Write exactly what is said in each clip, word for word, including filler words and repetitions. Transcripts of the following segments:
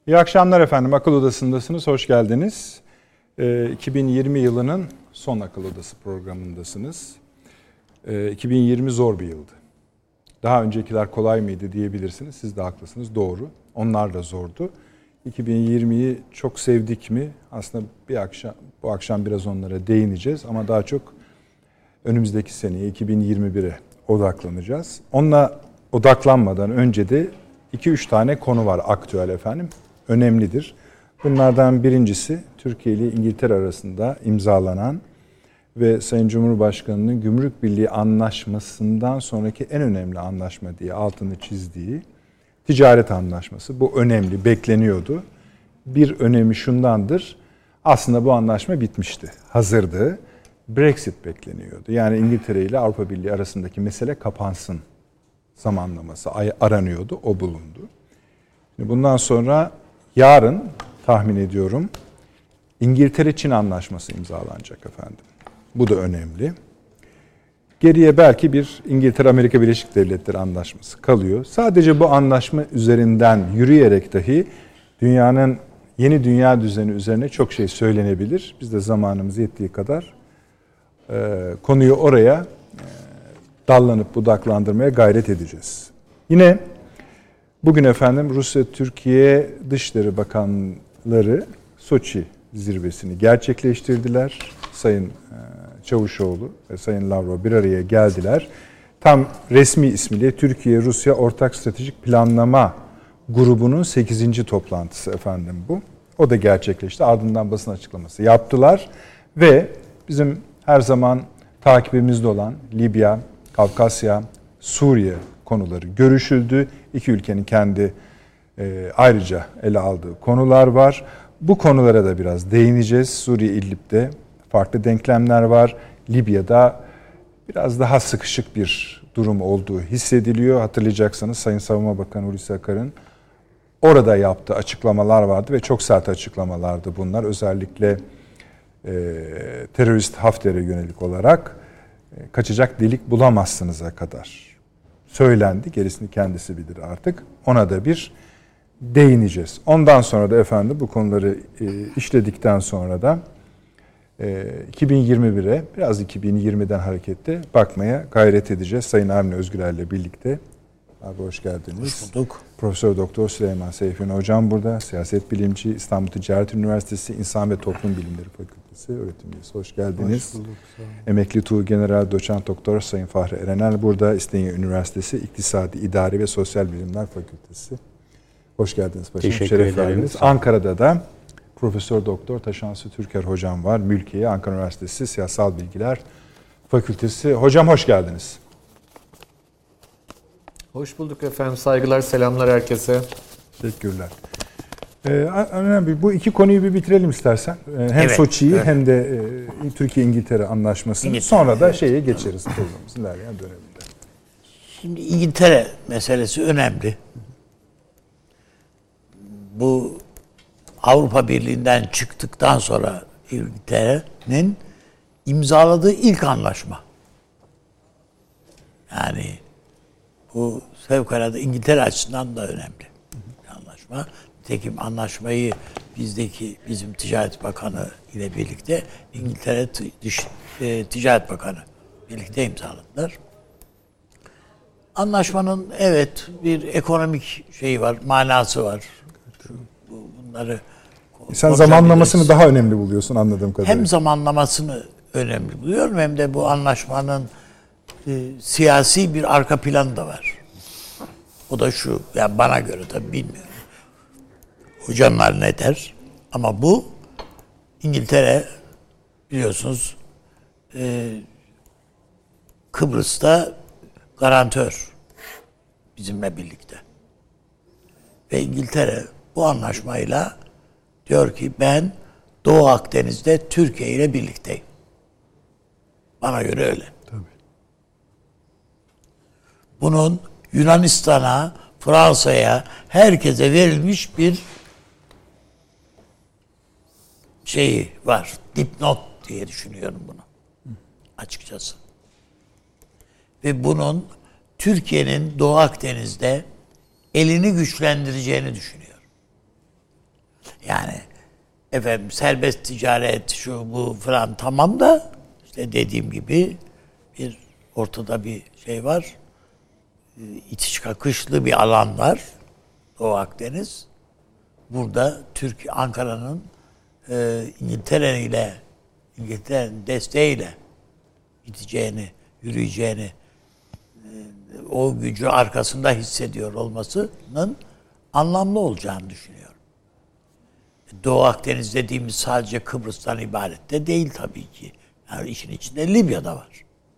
İyi akşamlar efendim. Akıl Odası'ndasınız. Hoş geldiniz. Ee, iki bin yirmi yılının son Akıl Odası programındasınız. Ee, iki bin yirmi zor bir yıldı. Daha öncekiler kolay mıydı diyebilirsiniz. Siz de haklısınız. Doğru. Onlar da zordu. iki bin yirmiyi çok sevdik mi? Aslında bir akşam, bu akşam biraz onlara değineceğiz. Ama daha çok önümüzdeki seneye iki bin yirmi bire odaklanacağız. Onunla odaklanmadan önce de iki üç tane konu var aktüel efendim. Önemlidir. Bunlardan birincisi Türkiye ile İngiltere arasında imzalanan ve Sayın Cumhurbaşkanı'nın Gümrük Birliği Anlaşması'ndan sonraki en önemli anlaşma diye altını çizdiği ticaret anlaşması. Bu önemli, bekleniyordu. Bir önemi şundandır. Aslında bu anlaşma bitmişti, hazırdı. Brexit bekleniyordu. Yani İngiltere ile Avrupa Birliği arasındaki mesele kapansın zamanlaması aranıyordu, o bulundu. Bundan sonra yarın tahmin ediyorum İngiltere-Çin anlaşması imzalanacak efendim. Bu da önemli. Geriye belki bir İngiltere-Amerika Birleşik Devletleri anlaşması kalıyor. Sadece bu anlaşma üzerinden yürüyerek dahi dünyanın yeni dünya düzeni üzerine çok şey söylenebilir. Biz de zamanımız yettiği kadar e, konuyu oraya e, dallanıp budaklandırmaya gayret edeceğiz. Yine bugün efendim Rusya-Türkiye Dışişleri Bakanları Soçi zirvesini gerçekleştirdiler. Sayın Çavuşoğlu ve Sayın Lavrov bir araya geldiler. Tam resmi ismiyle Türkiye-Rusya Ortak Stratejik Planlama Grubu'nun sekizinci toplantısı efendim bu. O da gerçekleşti. Ardından basın açıklaması yaptılar. Ve bizim her zaman takibimizde olan Libya, Kafkasya, Suriye konuları görüşüldü. İki ülkenin kendi e, ayrıca ele aldığı konular var. Bu konulara da biraz değineceğiz. Suriye İdlib'de farklı denklemler var. Libya'da biraz daha sıkışık bir durum olduğu hissediliyor. Hatırlayacaksanız Sayın Savunma Bakanı Hulusi Akar'ın orada yaptığı açıklamalar vardı ve çok sert açıklamalardı bunlar. Özellikle e, terörist Hafter'e yönelik olarak e, kaçacak delik bulamazsınız'a kadar söylendi. Gerisini kendisi bilir artık. Ona da bir değineceğiz. Ondan sonra da efendim bu konuları e, işledikten sonra da e, iki bin yirmi bire biraz iki bin yirmiden hareketle bakmaya gayret edeceğiz. Sayın Avni Özgürer'le birlikte. Abi hoş geldiniz. Hoş bulduk. Profesör Doktor Süleyman Seyfi Hocam burada. Siyaset bilimci, İstanbul Ticaret Üniversitesi İnsan ve Toplum Bilimleri Fakültesi öğretim üyesi. Hoş geldiniz. Hoş bulduk. Emekli Tuğgeneral Doçent Doktor Sayın Fahri Erenel burada. İstinye Üniversitesi İktisadi İdari ve Sosyal Bilimler Fakültesi. Hoş geldiniz paşam. Teşekkür Şeref ederim. verdiniz. Ankara'da da Profesör Doktor Taşansı Türker hocam var. Mülkiye Ankara Üniversitesi Siyasal Bilgiler Fakültesi. Hocam hoş geldiniz. Hoş bulduk efendim. Saygılar, selamlar herkese. Teşekkürler. Ee, önemli. Bu iki konuyu bir bitirelim istersen. Ee, hem evet, Soçi'yi evet. hem de e, Türkiye-İngiltere anlaşmasını. İngiltere, Sonra da evet. şeye geçeriz programımızın ilerleyen döneminde. Şimdi İngiltere meselesi önemli. Bu Avrupa Birliği'nden çıktıktan sonra İngiltere'nin imzaladığı ilk anlaşma. Yani bu fevkalade İngiltere açısından da önemli bir anlaşma. Nitekim anlaşmayı bizdeki bizim Ticaret Bakanı ile birlikte İngiltere Dış e, Ticaret Bakanı birlikte imzaladılar. Anlaşmanın evet bir ekonomik şeyi var, manası var. Bunları Sen zamanlamasını daha önemli buluyorsun anladığım kadarıyla. Hem zamanlamasını önemli buluyorum hem de bu anlaşmanın e, siyasi bir arka planı da var. O da şu, yani bana göre tabii bilmiyorum. Hocamlar ne der? Ama bu İngiltere biliyorsunuz e, Kıbrıs'ta garantör bizimle birlikte. Ve İngiltere bu anlaşmayla diyor ki ben Doğu Akdeniz'de Türkiye ile birlikteyim. Bana göre öyle. Tabii. Bunun Yunanistan'a, Fransa'ya, herkese verilmiş bir şeyi var. Dipnot diye düşünüyorum bunu. Açıkçası. Ve bunun Türkiye'nin Doğu Akdeniz'de elini güçlendireceğini düşünüyor. Yani efendim serbest ticaret şu bu falan tamam da işte dediğim gibi bir ortada bir şey var. İtiş kakışlı bir alan var. Doğu Akdeniz. Burada Türk Ankara'nın e, İngiltere ile İngiltere'nin desteğiyle gideceğini, yürüyeceğini e, o gücü arkasında hissediyor olmasının anlamlı olacağını düşünüyorum. Doğu Akdeniz dediğimiz sadece Kıbrıs'tan ibaret de değil tabii ki. Yani işin içinde Libya'da var.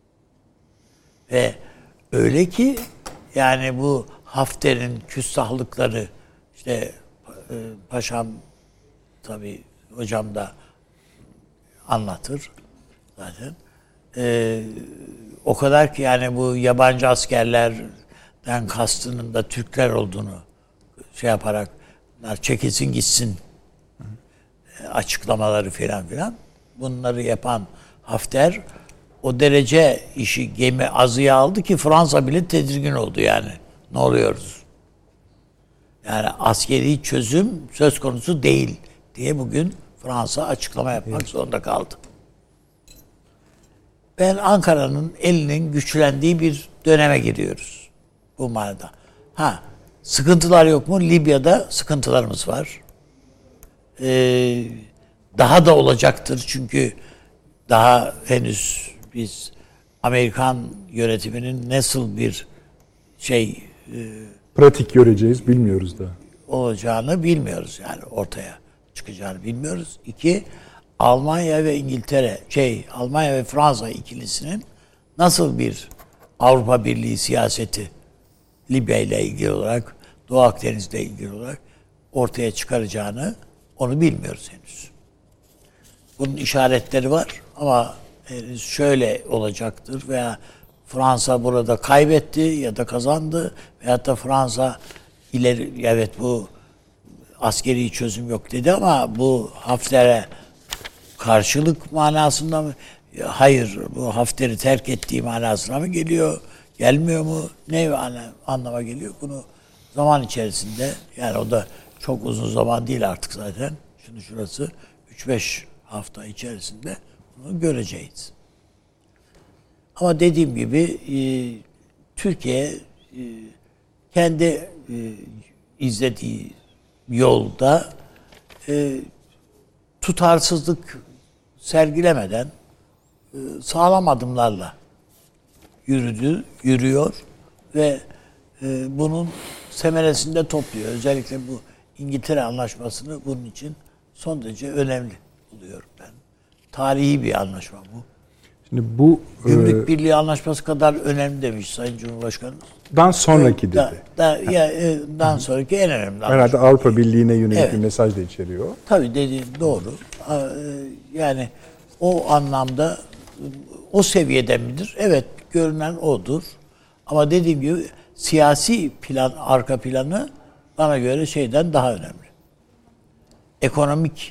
Ve öyle ki yani bu Hafter'in küstahlıkları işte e, paşam tabii hocam da anlatır zaten. E, o kadar ki yani bu yabancı askerlerden kastının da Türkler olduğunu şey yaparak çekilsin gitsin e, açıklamaları filan filan bunları yapan Hafter o derece işi gemi azıya aldı ki Fransa bile tedirgin oldu yani. Ne oluyoruz? Yani askeri çözüm söz konusu değil diye bugün Fransa açıklama yapmak evet. zorunda kaldı. Ben Ankara'nın elinin güçlendiği bir döneme giriyoruz bu manada. Ha, sıkıntılar yok mu? Libya'da sıkıntılarımız var. Ee, daha da olacaktır çünkü daha henüz biz Amerikan yönetiminin nasıl bir şey e, pratik göreceğiz bilmiyoruz da. Olacağını bilmiyoruz yani ortaya çıkacağını bilmiyoruz. İki, Almanya ve İngiltere şey Almanya ve Fransa ikilisinin nasıl bir Avrupa Birliği siyaseti Libya ile ilgili olarak Doğu Akdeniz'le ilgili olarak ortaya çıkaracağını onu bilmiyoruz henüz. Bunun işaretleri var ama henüz şöyle olacaktır veya Fransa burada kaybetti ya da kazandı veyahut da Fransa ileri evet bu askeri çözüm yok dedi ama bu Hafter'e karşılık manasında mı? Hayır, bu Hafter'i terk ettiği manasına mı geliyor? Gelmiyor mu? Ne anlama geliyor? Bunu zaman içerisinde yani o da çok uzun zaman değil artık zaten. Şunu şurası üç beş hafta içerisinde bunu göreceğiz. Ama dediğim gibi e, Türkiye e, kendi e, izlediği yolda e, tutarsızlık sergilemeden e, sağlam adımlarla yürüdü, yürüyor ve e, bunun semeresini de topluyor. Özellikle bu İngiltere Anlaşması'nı bunun için son derece önemli buluyorum ben. Tarihi bir anlaşma bu. Şimdi bu Gümrük e, Birliği Anlaşması kadar önemli demiş Sayın Cumhurbaşkanı. Dan sonraki dedi. Da, da, ya, dan sonraki en önemli anlaşma. Herhalde Avrupa Birliği'ne yönelik evet. bir mesaj da içeriyor. Tabii dediğin doğru. Yani o anlamda o seviyede midir? Evet, görünen odur. Ama dediğim gibi siyasi plan, arka planı bana göre şeyden daha önemli. Ekonomik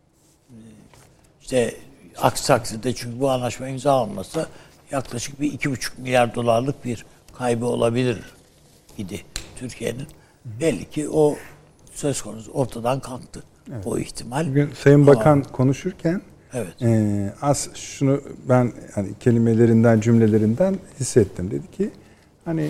işte aksi takdirde çünkü bu anlaşma imzalanmazsa yaklaşık bir iki buçuk milyar dolarlık bir kaybı olabilir idi Türkiye'nin. Belli ki o söz konusu ortadan kalktı. Evet. O ihtimal. Bugün Sayın Bakan Ama, konuşurken evet. e, az şunu ben hani kelimelerinden cümlelerinden hissettim. Dedi ki hani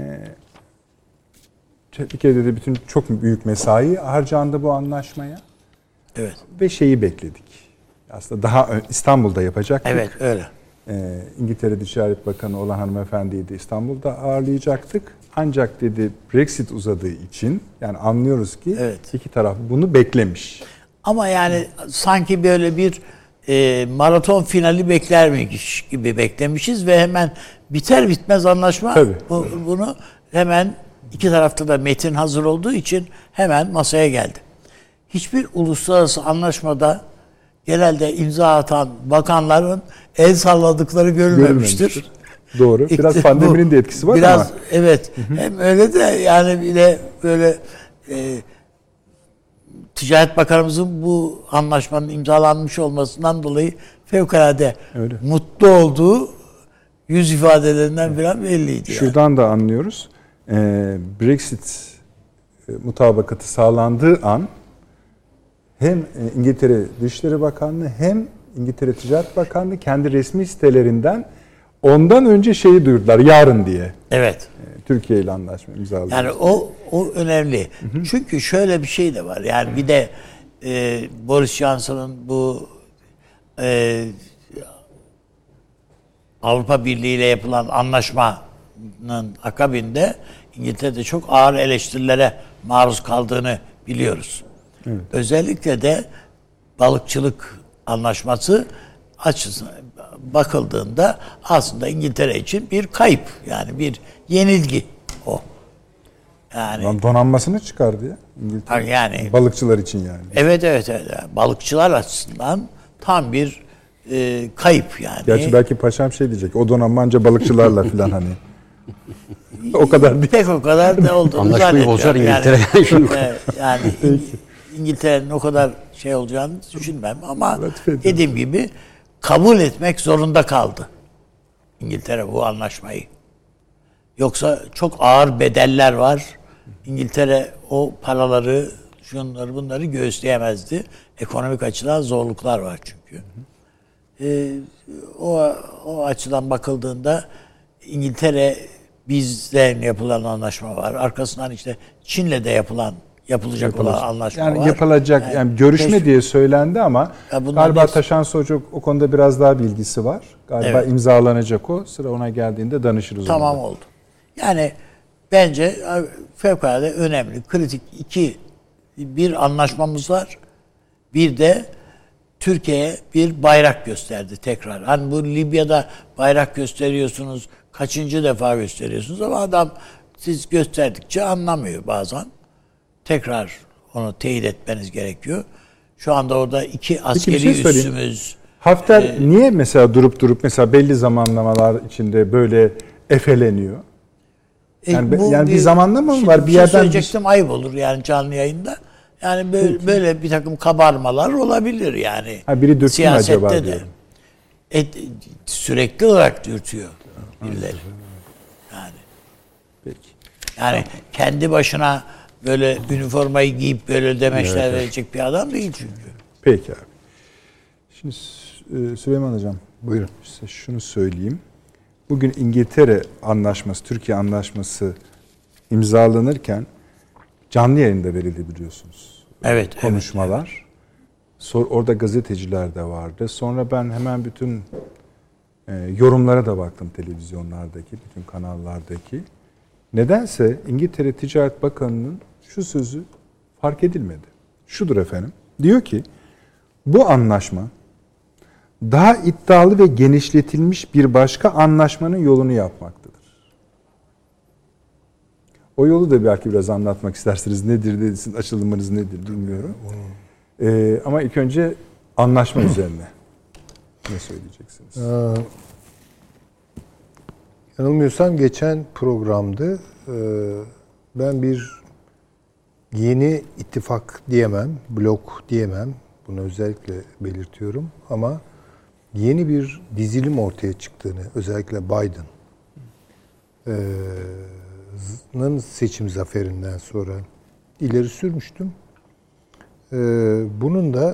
e, bir kere dedi bütün çok büyük mesai harcandı bu anlaşmaya. Evet. Ve şeyi bekledik. Aslında daha İstanbul'da yapacaktık. Evet öyle. Ee, İngiltere Dışişleri Bakanı olan hanımefendiyi de İstanbul'da ağırlayacaktık. Ancak dedi Brexit uzadığı için yani anlıyoruz ki evet. iki taraf bunu beklemiş. Ama yani sanki böyle bir e, maraton finali beklermiş gibi beklemişiz ve hemen biter bitmez anlaşma bu, bunu hemen iki tarafta da metin hazır olduğu için hemen masaya geldi. Hiçbir uluslararası anlaşmada genelde imza atan bakanların el salladıkları görülmemiştir. Görülmemiştir. Doğru. Biraz İşte pandeminin bu, de etkisi var biraz, ama. Biraz evet. Hı hı. Hem öyle de yani bir de böyle e, Ticaret Bakanımızın bu anlaşmanın imzalanmış olmasından dolayı fevkalade öyle. Mutlu olduğu yüz ifadelerinden evet. falan belliydi. Şuradan yani. Da anlıyoruz. Ee, Brexit mutabakatı sağlandığı an hem İngiltere Dışişleri Bakanlığı hem İngiltere Ticaret Bakanlığı kendi resmi sitelerinden ondan önce şeyi duyurdular yarın diye. Evet. Türkiye ile anlaşma imzalayacak. Yani o o önemli. Hı hı. Çünkü şöyle bir şey de var. Yani bir de e, Boris Johnson'ın bu e, Avrupa Birliği ile yapılan anlaşmanın akabinde İngiltere'de çok ağır eleştirilere maruz kaldığını biliyoruz. Evet. Özellikle de balıkçılık anlaşması açısından bakıldığında aslında İngiltere için bir kayıp, yani bir yenilgi o. Yani Lan donanmasını çıkardı ya İngiltere. Yani balıkçılar için yani. Evet evet evet. Balıkçılar açısından tam bir e, kayıp yani. Gerçi belki paşam şey diyecek. O donanma anca balıkçılarla falan hani. O kadar değil. Pek o kadar da olduğunu Anlaşmayı bozar İngiltere. Yani, yani, yani İngiltere'nin o kadar şey olacağını düşünmem ama dediğim gibi kabul etmek zorunda kaldı İngiltere bu anlaşmayı. Yoksa çok ağır bedeller var. İngiltere o paraları, şunları bunları göğüsleyemezdi. Ekonomik açıdan zorluklar var çünkü. Ee, o o açıdan bakıldığında İngiltere bizle yapılan anlaşma var. Arkasından işte Çin'le de yapılan yapılacak Yapılacak. olan anlaşma yani var. Yapılacak yani, yani görüşme keşf- diye söylendi ama galiba hepsi... Taşan Soğuk o konuda biraz daha bilgisi var. Galiba evet. imzalanacak o. Sıra ona geldiğinde danışırız. Tamam onda. oldu. Yani bence fevkalade önemli, kritik iki bir anlaşmamız var. Bir de Türkiye'ye bir bayrak gösterdi tekrar. Hani bu Libya'da bayrak gösteriyorsunuz, kaçıncı defa gösteriyorsunuz ama adam siz gösterdikçe anlamıyor bazen. Tekrar onu teyit etmeniz gerekiyor. Şu anda orada iki askeri şey üssümüz. Hafter e, niye mesela durup durup mesela belli zamanlamalar içinde böyle efeleniyor? Yani, e, bu, yani bir, bir zamanlama mı var? Bir yerden söyleyecektim, ayıp olur yani canlı yayında. Yani böyle, böyle bir takım kabarmalar olabilir yani. Ha, biri dürtü mü acaba de. Diyorum. Et, sürekli olarak dürtüyor birileri. Yani. Peki. Yani tamam. Kendi başına böyle üniformayı giyip böyle demeçler evet, verecek bir adam değil çünkü. Peki abi. Şimdi Süleyman Hocam buyurun. Size şunu söyleyeyim. Bugün İngiltere anlaşması, Türkiye anlaşması imzalanırken canlı yayında verildi biliyorsunuz. Evet. Konuşmalar. Evet. Sor, orada gazeteciler de vardı. Sonra ben hemen bütün e, yorumlara da baktım televizyonlardaki, bütün kanallardaki. Nedense İngiltere Ticaret Bakanı'nın şu sözü fark edilmedi. Şudur efendim. Diyor ki bu anlaşma daha iddialı ve genişletilmiş bir başka anlaşmanın yolunu yapmaktadır. O yolu da belki biraz anlatmak isterseniz nedir, nedir sizin açılımınız nedir bilmiyorum. Ee, ama ilk önce anlaşma üzerine ne söyleyeceksiniz? Ee, yanılmıyorsam geçen programda e, ben bir yeni ittifak diyemem, blok diyemem. Bunu özellikle belirtiyorum ama yeni bir dizilim ortaya çıktığını, özellikle Biden'ın seçim zaferinden sonra ileri sürmüştüm. Bunun da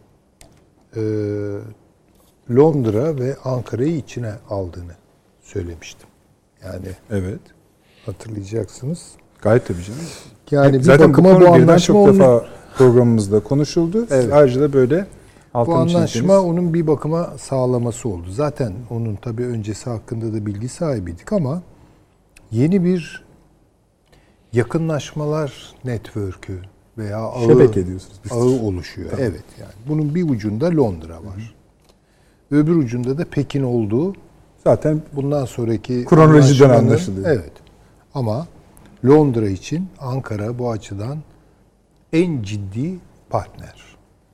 Londra ve Ankara'yı içine aldığını söylemiştim. Yani evet, hatırlayacaksınız. Gayet tabii canım. Yani bir zaten bakıma bu, bu anlaşma çok onun... defa programımızda konuşuldu. Evet. Ayrıca da böyle bu anlaşma çizdiğiniz... onun bir bakıma sağlaması oldu. Zaten onun tabii öncesi hakkında da bilgi sahibiydik ama yeni bir yakınlaşmalar network'ü veya ağı, şebeke diyorsunuz. Ağı oluşuyor. Tamam. Evet yani. Bunun bir ucunda Londra var. Hı hı. Öbür ucunda da Pekin olduğu zaten bundan sonraki kronolojiden anlaşılıyor. Evet. Ama Londra için Ankara bu açıdan en ciddi partner.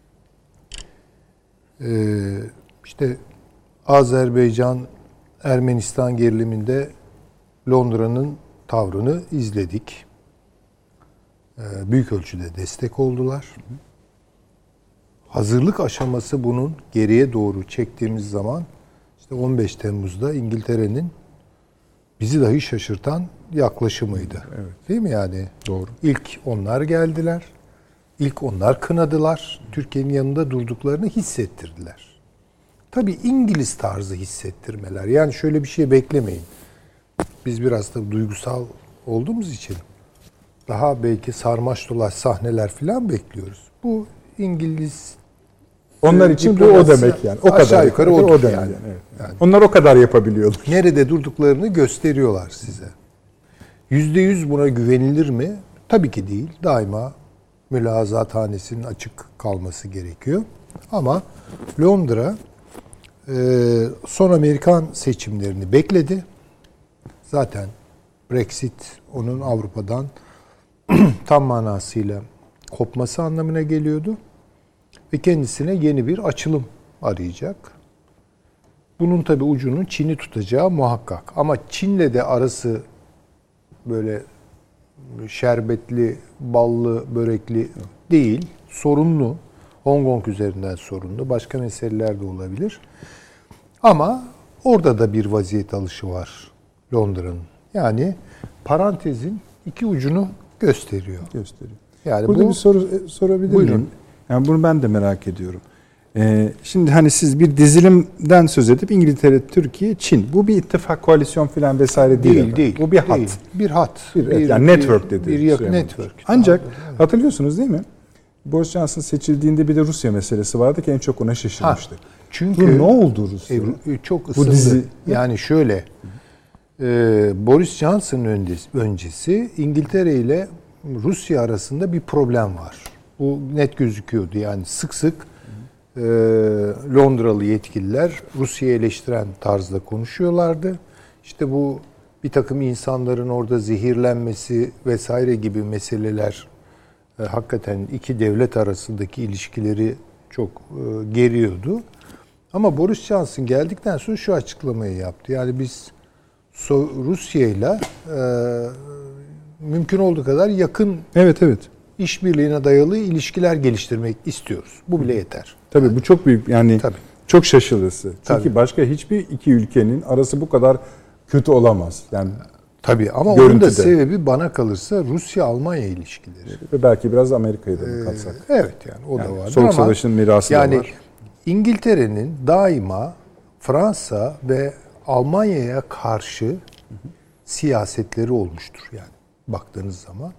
Ee, işte Azerbaycan-Ermenistan geriliminde Londra'nın tavrını izledik. Ee, büyük ölçüde destek oldular. Hazırlık aşaması bunun geriye doğru çektiğimiz zaman işte on beş Temmuz'da İngiltere'nin bizi dahi şaşırtan yaklaşımıydı. Evet. Değil mi yani? Doğru. İlk onlar geldiler. İlk onlar kınadılar. Türkiye'nin yanında durduklarını hissettirdiler. Tabii İngiliz tarzı hissettirmeler. Yani şöyle bir şey beklemeyin. Biz biraz da duygusal olduğumuz için daha belki sarmaş dolaş sahneler falan bekliyoruz. Bu İngiliz onlar için bu o demek yani. O aşağı kadar yukarı o odur demek yani. yani. Evet. Yani. Onlar o kadar yapabiliyorlar. Nerede durduklarını gösteriyorlar size. Yüzde yüz buna güvenilir mi? Tabii ki değil. Daima mülazathanesinin açık kalması gerekiyor. Ama Londra e, son Amerikan seçimlerini bekledi. Zaten Brexit onun Avrupa'dan tam manasıyla kopması anlamına geliyordu. Ve kendisine yeni bir açılım arayacak. Bunun tabii ucunun Çin'i tutacağı muhakkak. Ama Çin'le de arası böyle şerbetli, ballı, börekli değil. Sorunlu. Hong Kong üzerinden sorunlu. Başka meseleler de olabilir. Ama orada da bir vaziyet alışı var Londra'nın. Yani parantezin iki ucunu gösteriyor. Gösteriyor. Yani burada bu, bir soru sorabilir buyurun. miyim? Yani bunu ben de merak ediyorum. Ee, şimdi hani siz bir dizilimden söz edip İngiltere, Türkiye, Çin. Bu bir ittifak, koalisyon falan vesaire değil. Değil, değil. Bu bir hat. Değil. Bir hat. Bir, bir, yani network dedi. Bir yakın network. Ancak hatırlıyorsunuz değil mi? Boris Johnson seçildiğinde bir de Rusya meselesi vardı ki en çok ona şaşırmıştı. Ha, çünkü bu ne oldu Rusya? E, çok ısındı. Bu dizi, yani şöyle e, Boris Johnson öncesi, öncesi İngiltere ile Rusya arasında bir problem var. Bu net gözüküyordu. Yani sık sık e, Londralı yetkililer Rusya'yı eleştiren tarzda konuşuyorlardı. İşte bu bir takım insanların orada zehirlenmesi vesaire gibi meseleler e, hakikaten iki devlet arasındaki ilişkileri çok e, geriyordu. Ama Boris Johnson geldikten sonra şu açıklamayı yaptı. Yani biz Rusya ile mümkün olduğu kadar yakın evet evet işbirliğine dayalı ilişkiler geliştirmek istiyoruz. Bu bile yeter. Tabii yani, bu çok büyük yani tabii. Çok şaşırtıcı. Çünkü tabii. Başka hiçbir iki ülkenin arası bu kadar kötü olamaz. Yani tabii ama görüntüde. Onun da sebebi bana kalırsa Rusya-Almanya ilişkileri. Ve belki biraz Amerika'yı da mı katsak? Ee, evet yani o yani da var. Soğuk Savaş'ın mirası yani, da var. İngiltere'nin daima Fransa ve Almanya'ya karşı hı hı. siyasetleri olmuştur yani baktığınız zaman.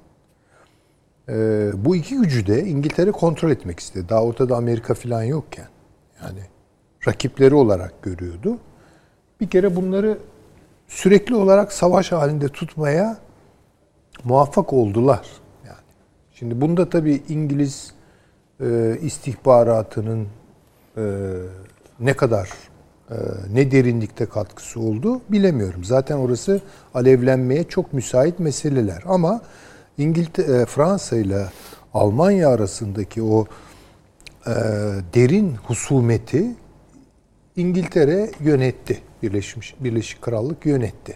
Ee, bu iki gücü de İngiltere kontrol etmek istedi. Daha ortada Amerika falan yokken. Yani rakipleri olarak görüyordu. Bir kere bunları sürekli olarak savaş halinde tutmaya muvaffak oldular. Yani. Şimdi bunda tabii İngiliz e, istihbaratının e, ne kadar e, ne derinlikte katkısı oldu bilemiyorum. Zaten orası alevlenmeye çok müsait meseleler. Ama İngiltere, Fransa ile Almanya arasındaki o e, derin husumeti İngiltere yönetti. Birleşmiş Birleşik Krallık yönetti.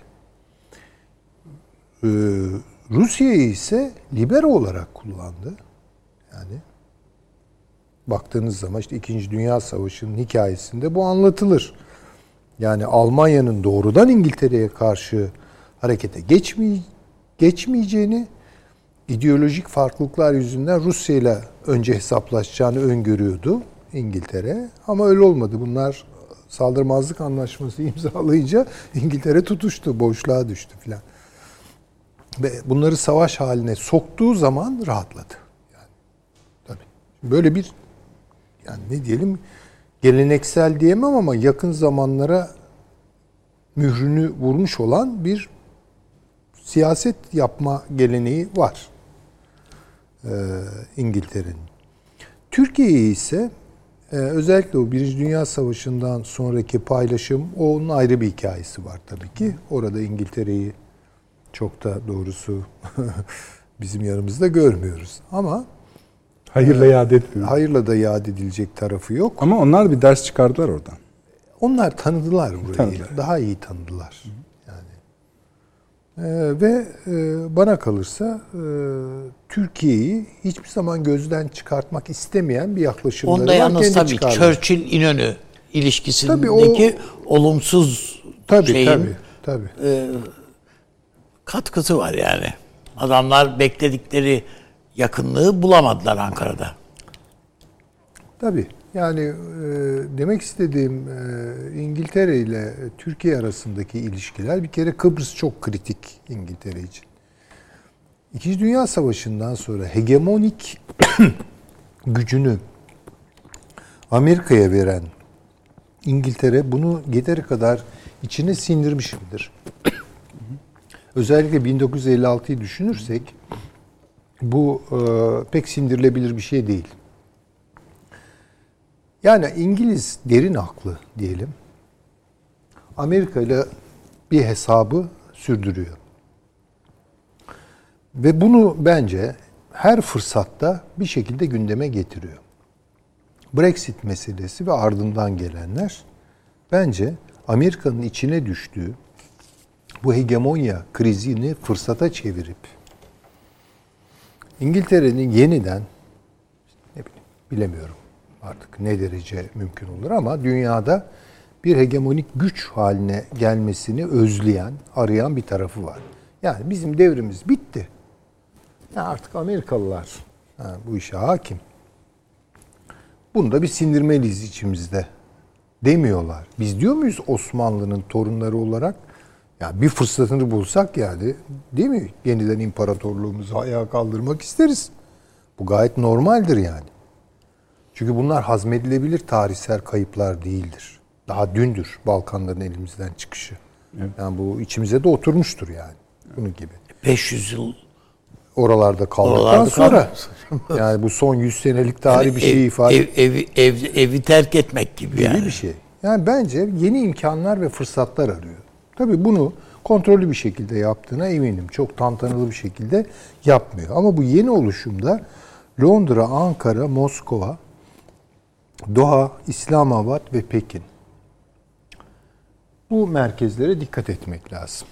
Ee, Rusya'yı ise libero olarak kullandı. Yani baktığınız zaman işte İkinci Dünya Savaşı'nın hikayesinde bu anlatılır. Yani Almanya'nın doğrudan İngiltere'ye karşı harekete geçmeye, geçmeyeceğini, ideolojik farklılıklar yüzünden Rusya ile önce hesaplaşacağını öngörüyordu İngiltere. Ama öyle olmadı. Bunlar saldırmazlık anlaşması imzalayınca İngiltere tutuştu, boşluğa düştü filan. Ve bunları savaş haline soktuğu zaman rahatladı. Yani tabii. Böyle bir yani ne diyelim geleneksel diyemem ama yakın zamanlara mührünü vurmuş olan bir siyaset yapma geleneği var ee, İngiltere'nin. Türkiye'yi ise Ee, özellikle o Birinci Dünya Savaşı'ndan sonraki paylaşım, onun ayrı bir hikayesi var tabii ki. Orada İngiltere'yi çok da doğrusu bizim yanımızda görmüyoruz. Ama hayırla yad etmiyor. Hayırla da yad edilecek tarafı yok. Ama onlar bir ders çıkardılar oradan. Onlar tanıdılar burayı. Tanıdılar. Daha iyi tanıdılar. Yani ee, ve e, bana kalırsa e, Türkiye'yi hiçbir zaman gözden çıkartmak istemeyen bir yaklaşımları Onda var. yalnız tabii çıkarlar. Churchill-İnönü ilişkisindeki tabii o, olumsuz tabii, şeyin tabii, tabii. E, katkısı var yani. Adamlar bekledikleri yakınlığı bulamadılar Ankara'da. Tabii. Yani e, demek istediğim e, İngiltere ile Türkiye arasındaki ilişkiler bir kere Kıbrıs çok kritik İngiltere için. İkinci Dünya Savaşı'ndan sonra hegemonik gücünü Amerika'ya veren İngiltere bunu yeteri kadar içine sindirmiş midir? Özellikle bin dokuz yüz elli altıyı düşünürsek bu e, pek sindirilebilir bir şey değil. Yani İngiliz derin aklı diyelim, Amerika ile bir hesabı sürdürüyor. Ve bunu bence her fırsatta bir şekilde gündeme getiriyor. Brexit meselesi ve ardından gelenler bence Amerika'nın içine düştüğü bu hegemonya krizini fırsata çevirip İngiltere'nin yeniden ne bileyim bilemiyorum artık ne derece mümkün olur ama dünyada bir hegemonik güç haline gelmesini özleyen, arayan bir tarafı var. Yani bizim devrimiz bitti. Ya artık Amerikalılar ha, bu işe hakim. Bunu da bir sindirmeliyiz içimizde demiyorlar. Biz diyor muyuz Osmanlı'nın torunları olarak? Ya bir fırsatını bulsak yani değil mi? Yeniden imparatorluğumuzu ayağa kaldırmak isteriz. Bu gayet normaldir yani. Çünkü bunlar hazmedilebilir tarihsel kayıplar değildir. Daha dündür Balkanların elimizden çıkışı. Evet. Yani bu içimize de oturmuştur yani. Bunun gibi. beş yüz yıl oralarda kaldıktan oralarda sonra yani bu son yüz senelik tarih yani bir şey ifade ev, ev, ev, evi terk etmek gibi, gibi yani. bir şey. Yani bence yeni imkanlar ve fırsatlar arıyor. Tabii bunu kontrollü bir şekilde yaptığına eminim. Çok tantanalı bir şekilde yapmıyor. Ama bu yeni oluşumda Londra, Ankara, Moskova, Doha, İslamabad ve Pekin. Bu merkezlere dikkat etmek lazım.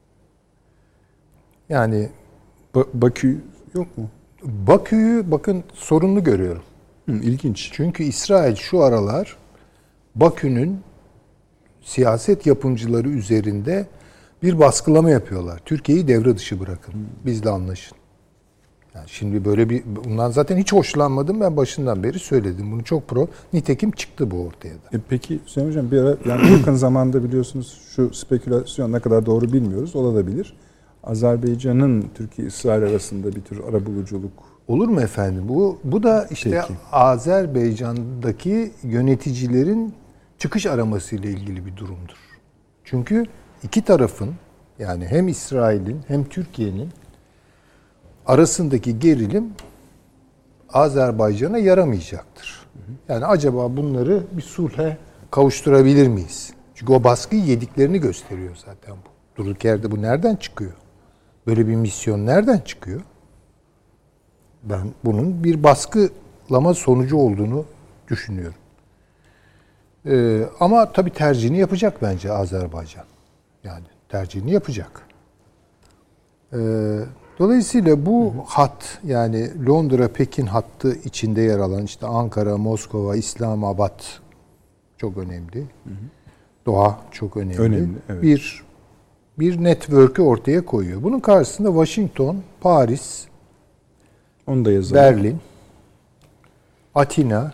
Yani Ba- Bakü yok mu? Bakü'yü bakın sorunlu görüyorum. Hı, ilginç. Çünkü İsrail şu aralar Bakü'nün siyaset yapımcıları üzerinde bir baskılama yapıyorlar. Türkiye'yi devre dışı bırakın. Bizle anlaşın. Yani şimdi böyle bir bundan zaten hiç hoşlanmadım. Ben başından beri söyledim. Bunu çok pro. Nitekim çıktı bu ortaya da. E peki Hüseyin Hocam bir ara yani yakın zamanda biliyorsunuz şu spekülasyon ne kadar doğru bilmiyoruz. Olabilir. Azerbaycan'ın Türkiye-İsrail arasında bir tür arabuluculuk. Olur mu efendim? Bu bu da işte Peki. Azerbaycan'daki yöneticilerin çıkış aramasıyla ilgili bir durumdur. Çünkü iki tarafın yani hem İsrail'in hem Türkiye'nin arasındaki gerilim Azerbaycan'a yaramayacaktır. Yani acaba bunları bir sulhe kavuşturabilir miyiz? Çünkü o baskıyı yediklerini gösteriyor zaten bu. Durduk yerde bu nereden çıkıyor? Böyle bir misyon nereden çıkıyor? Ben bunun bir baskılama sonucu olduğunu düşünüyorum. Ee, ama tabii tercihini yapacak bence Azerbaycan. Yani tercihini yapacak. Ee, dolayısıyla bu hat yani Londra-Pekin hattı içinde yer alan işte Ankara, Moskova, İslamabad çok önemli. Hı hı. Doha çok önemli. Önemli, evet. Bir bir network'ü ortaya koyuyor. Bunun karşısında Washington, Paris, onu da yazalım. Berlin, Atina,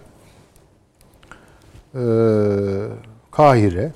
e, Kahire,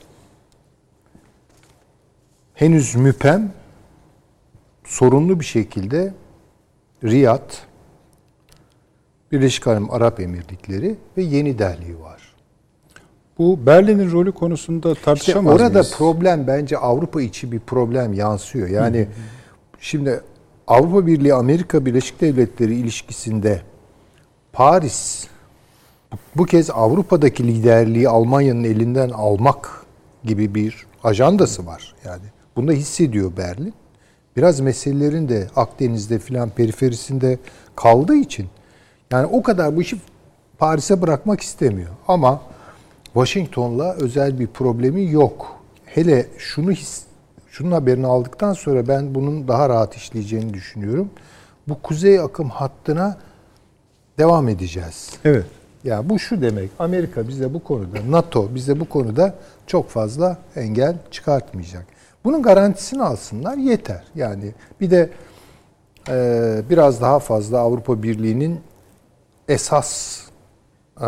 henüz müpem, sorunlu bir şekilde Riyad, Birleşik Arap Emirlikleri ve Yeni Delhi var. Bu Berlin'in rolü konusunda tartışamaz İşte orada mıyız? problem bence Avrupa içi bir problem yansıyor. Yani hı hı. Şimdi Avrupa Birliği Amerika Birleşik Devletleri ilişkisinde Paris bu kez Avrupa'daki liderliği Almanya'nın elinden almak gibi bir ajandası var. Yani bunu da hissediyor Berlin. Biraz meselelerin de Akdeniz'de filan periferisinde kaldığı için yani o kadar bu işi Paris'e bırakmak istemiyor. Ama Washington'la özel bir problemi yok. Hele şunu his, şunun haberini aldıktan sonra ben bunun daha rahat işleyeceğini düşünüyorum. Bu kuzey akım hattına devam edeceğiz. Evet. Ya bu şu demek. Amerika bize bu konuda, NATO bize bu konuda çok fazla engel çıkartmayacak. Bunun garantisini alsınlar yeter. Yani bir de e, biraz daha fazla Avrupa Birliği'nin esas e,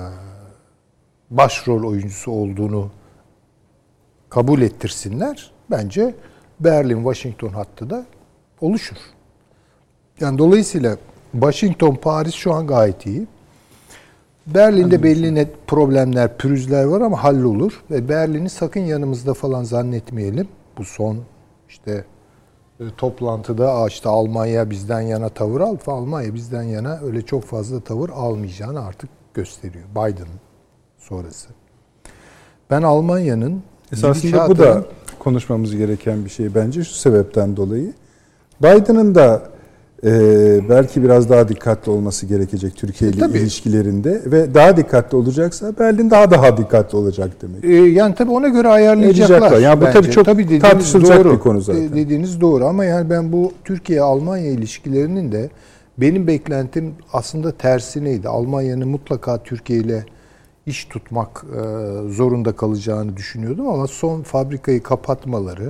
başrol oyuncusu olduğunu kabul ettirsinler. Bence Berlin-Washington hattı da oluşur. Yani dolayısıyla Washington-Paris şu an gayet iyi. Berlin'de belli net problemler, pürüzler var ama hallolur. Ve Berlin'i sakın yanımızda falan zannetmeyelim. Bu son işte e, toplantıda işte Almanya bizden yana tavır al. Almanya bizden yana öyle çok fazla tavır almayacağını artık gösteriyor. Biden sonrası. Ben Almanya'nın esasında bu da konuşmamız gereken bir şey bence şu sebepten dolayı. Biden'ın da e, belki biraz daha dikkatli olması gerekecek Türkiye ile tabii. ilişkilerinde ve daha dikkatli olacaksa Berlin daha daha dikkatli olacak demek. Ee, yani tabii ona göre ayarlayacaklar. Edecekler. Yani bu bence. tabii çok tabii tartışılacak doğru. bir konu zaten. Dediğiniz doğru ama yani ben bu Türkiye-Almanya ilişkilerinin de benim beklentim aslında tersineydi. Almanya'nın mutlaka Türkiye ile iş tutmak e, zorunda kalacağını düşünüyordum ama son fabrikayı kapatmaları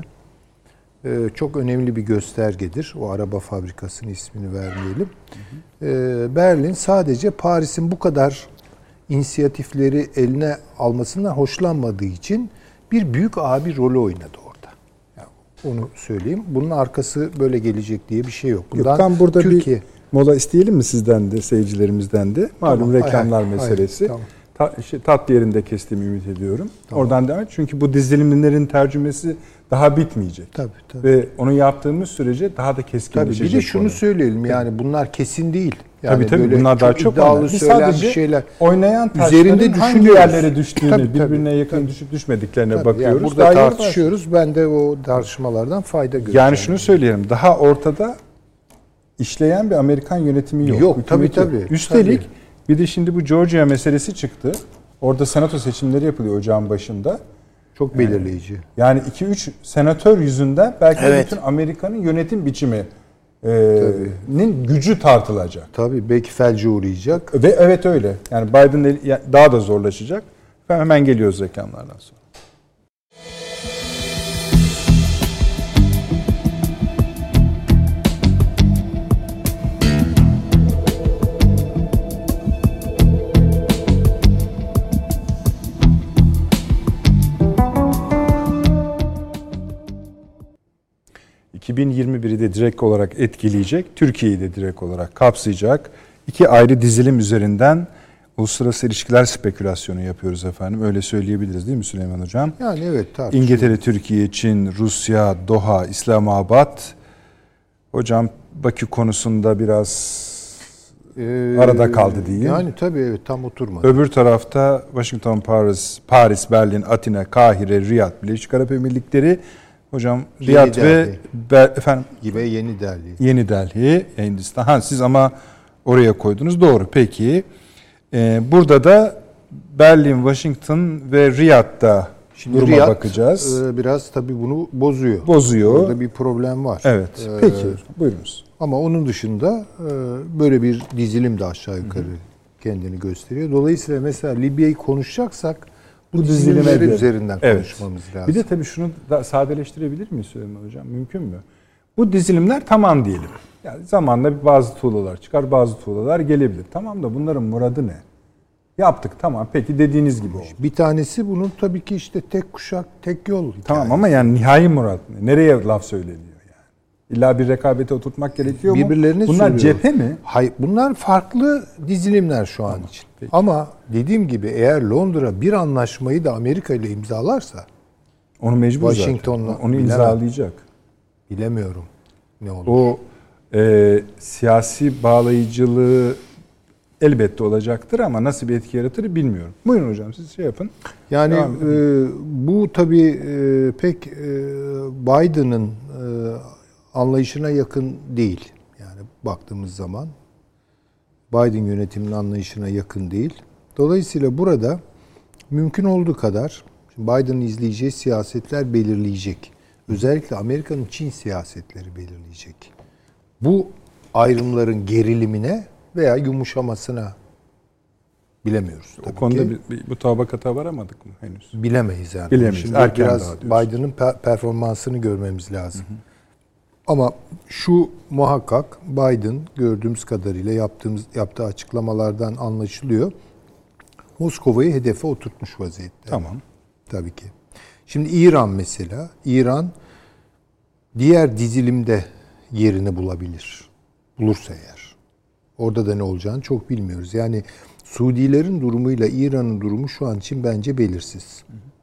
e, çok önemli bir göstergedir. O araba fabrikasının ismini vermeyelim. Hı hı. E, Berlin sadece Paris'in bu kadar inisiyatifleri eline almasından hoşlanmadığı için bir büyük abi rolü oynadı orada. Yani onu söyleyeyim. Bunun arkası böyle gelecek diye bir şey yok. Bundan yok tam burada Türkiye... bir mola isteyelim mi sizden de, seyircilerimizden de? Malum tamam, reklamlar hayır, meselesi. Hayır, tamam. Ta, şey, tat yerinde kestiğimi ümit ediyorum. Tamam. Oradan devam et. Çünkü bu dizilimlerin tercümesi daha bitmeyecek. Tabii, tabii. Ve onu yaptığımız sürece daha da keskinleşecek. Tabii bir de şunu konu. söyleyelim yani bunlar kesin değil. Yani tabii tabii böyle bunlar daha çok iddialı Biz söylenen sadece şeyler oynayan taşların üzerinde hangi düşünüyoruz. yerlere düştüğünü, Tabii, tabii, birbirine yakın tabii. düşüp düşmediklerine Tabii, bakıyoruz. yani burada Daha tartışıyoruz. Ben de o tartışmalardan fayda görüyorum. Yani şunu söyleyelim. Daha ortada işleyen bir Amerikan yönetimi yok. Yok tabii Hükümeti tabii. yok. Üstelik tabii. bir de şimdi bu Georgia meselesi çıktı. Orada senato seçimleri yapılıyor ocağın başında. Çok belirleyici. Yani iki üç senatör yüzünden belki Evet. bütün Amerika'nın yönetim biçiminin gücü tartılacak. Tabii belki felce uğrayacak. Ve evet öyle. Yani Biden daha da zorlaşacak. Hemen geliyoruz reklamlardan sonra. iki bin yirmi biri de direkt olarak etkileyecek, Türkiye'yi de direkt olarak kapsayacak iki ayrı dizilim üzerinden uluslararası ilişkiler spekülasyonu yapıyoruz efendim. Öyle söyleyebiliriz değil mi Süleyman Hocam? Yani evet tartışıyoruz. İngiltere, Türkiye, Çin, Rusya, Doha, İslamabad. Hocam Bakü konusunda biraz ee, arada kaldı diyeyim. Yani tabii evet tam oturmadı. Öbür tarafta Washington, Paris, Paris, Berlin, Atina, Kahire, Riyad, Birleşik Arap Emirlikleri. Hocam Riyad ve Ber, efendim gibi Yeni Delhi. Yeni Delhi, Hindistan. Ha siz ama oraya koydunuz. Doğru. Peki. Ee, burada da Berlin, Washington ve Riyad'da Şimdi duruma Riyad, bakacağız. E, biraz tabii bunu bozuyor. Bozuyor. Burada bir problem var. Evet. Ee, Peki. Buyurunuz. Ama onun dışında e, böyle bir dizilim de aşağı yukarı hı hı. kendini gösteriyor. Dolayısıyla mesela Libya'yı konuşacaksak bu, bu dizilimler üzerinden evet. konuşmamız lazım. Bir de tabii şunu da sadeleştirebilir miyiz Süleyman Hocam? Mümkün mü? Bu dizilimler tamam diyelim. Yani zamanla bazı tuğlalar çıkar, bazı tuğlalar gelebilir. Tamam da bunların muradı ne? Yaptık tamam. Peki dediğiniz gibi oldu. Bir tanesi bunun tabii ki işte tek kuşak, tek yol. Tamam hikayesi. ama yani nihai murat ne? Nereye laf söyleniyor yani? İlla bir rekabete oturtmak gerekiyor mu? Birbirlerine Bunlar sürüyor. cephe mi? Hayır, bunlar farklı dizilimler şu an tamam, için. Peki. Ama dediğim gibi eğer Londra bir anlaşmayı da Amerika ile imzalarsa onu mecbur Washington'la zaten. Onu imzalayacak. Bilemiyorum ne olur. O e, siyasi bağlayıcılığı elbette olacaktır ama nasıl bir etki yaratır bilmiyorum. Buyurun hocam siz şey yapın. Yani e, bu tabii e, pek e, Biden'ın e, anlayışına yakın değil. Yani baktığımız zaman Biden yönetiminin anlayışına yakın değil. Dolayısıyla burada mümkün olduğu kadar Biden'ın izleyeceği siyasetler belirleyecek. Özellikle Amerika'nın Çin siyasetleri belirleyecek. Bu ayrımların gerilimine veya yumuşamasına bilemiyoruz. O konuda bir, bir, bu tabakata varamadık mı henüz? Bilemeyiz yani. Bilemeyiz. Şimdi erken biraz Biden'ın per- performansını görmemiz lazım. Hı hı. Ama şu muhakkak Biden gördüğümüz kadarıyla yaptığımız yaptığı açıklamalardan anlaşılıyor. Moskova'yı hedefe oturtmuş vaziyette. Tamam. Tabii ki. Şimdi İran mesela, İran diğer dizilimde yerini bulabilir. Bulursa eğer. Orada da ne olacağını çok bilmiyoruz. Yani Suudilerin durumuyla İran'ın durumu şu an için bence belirsiz.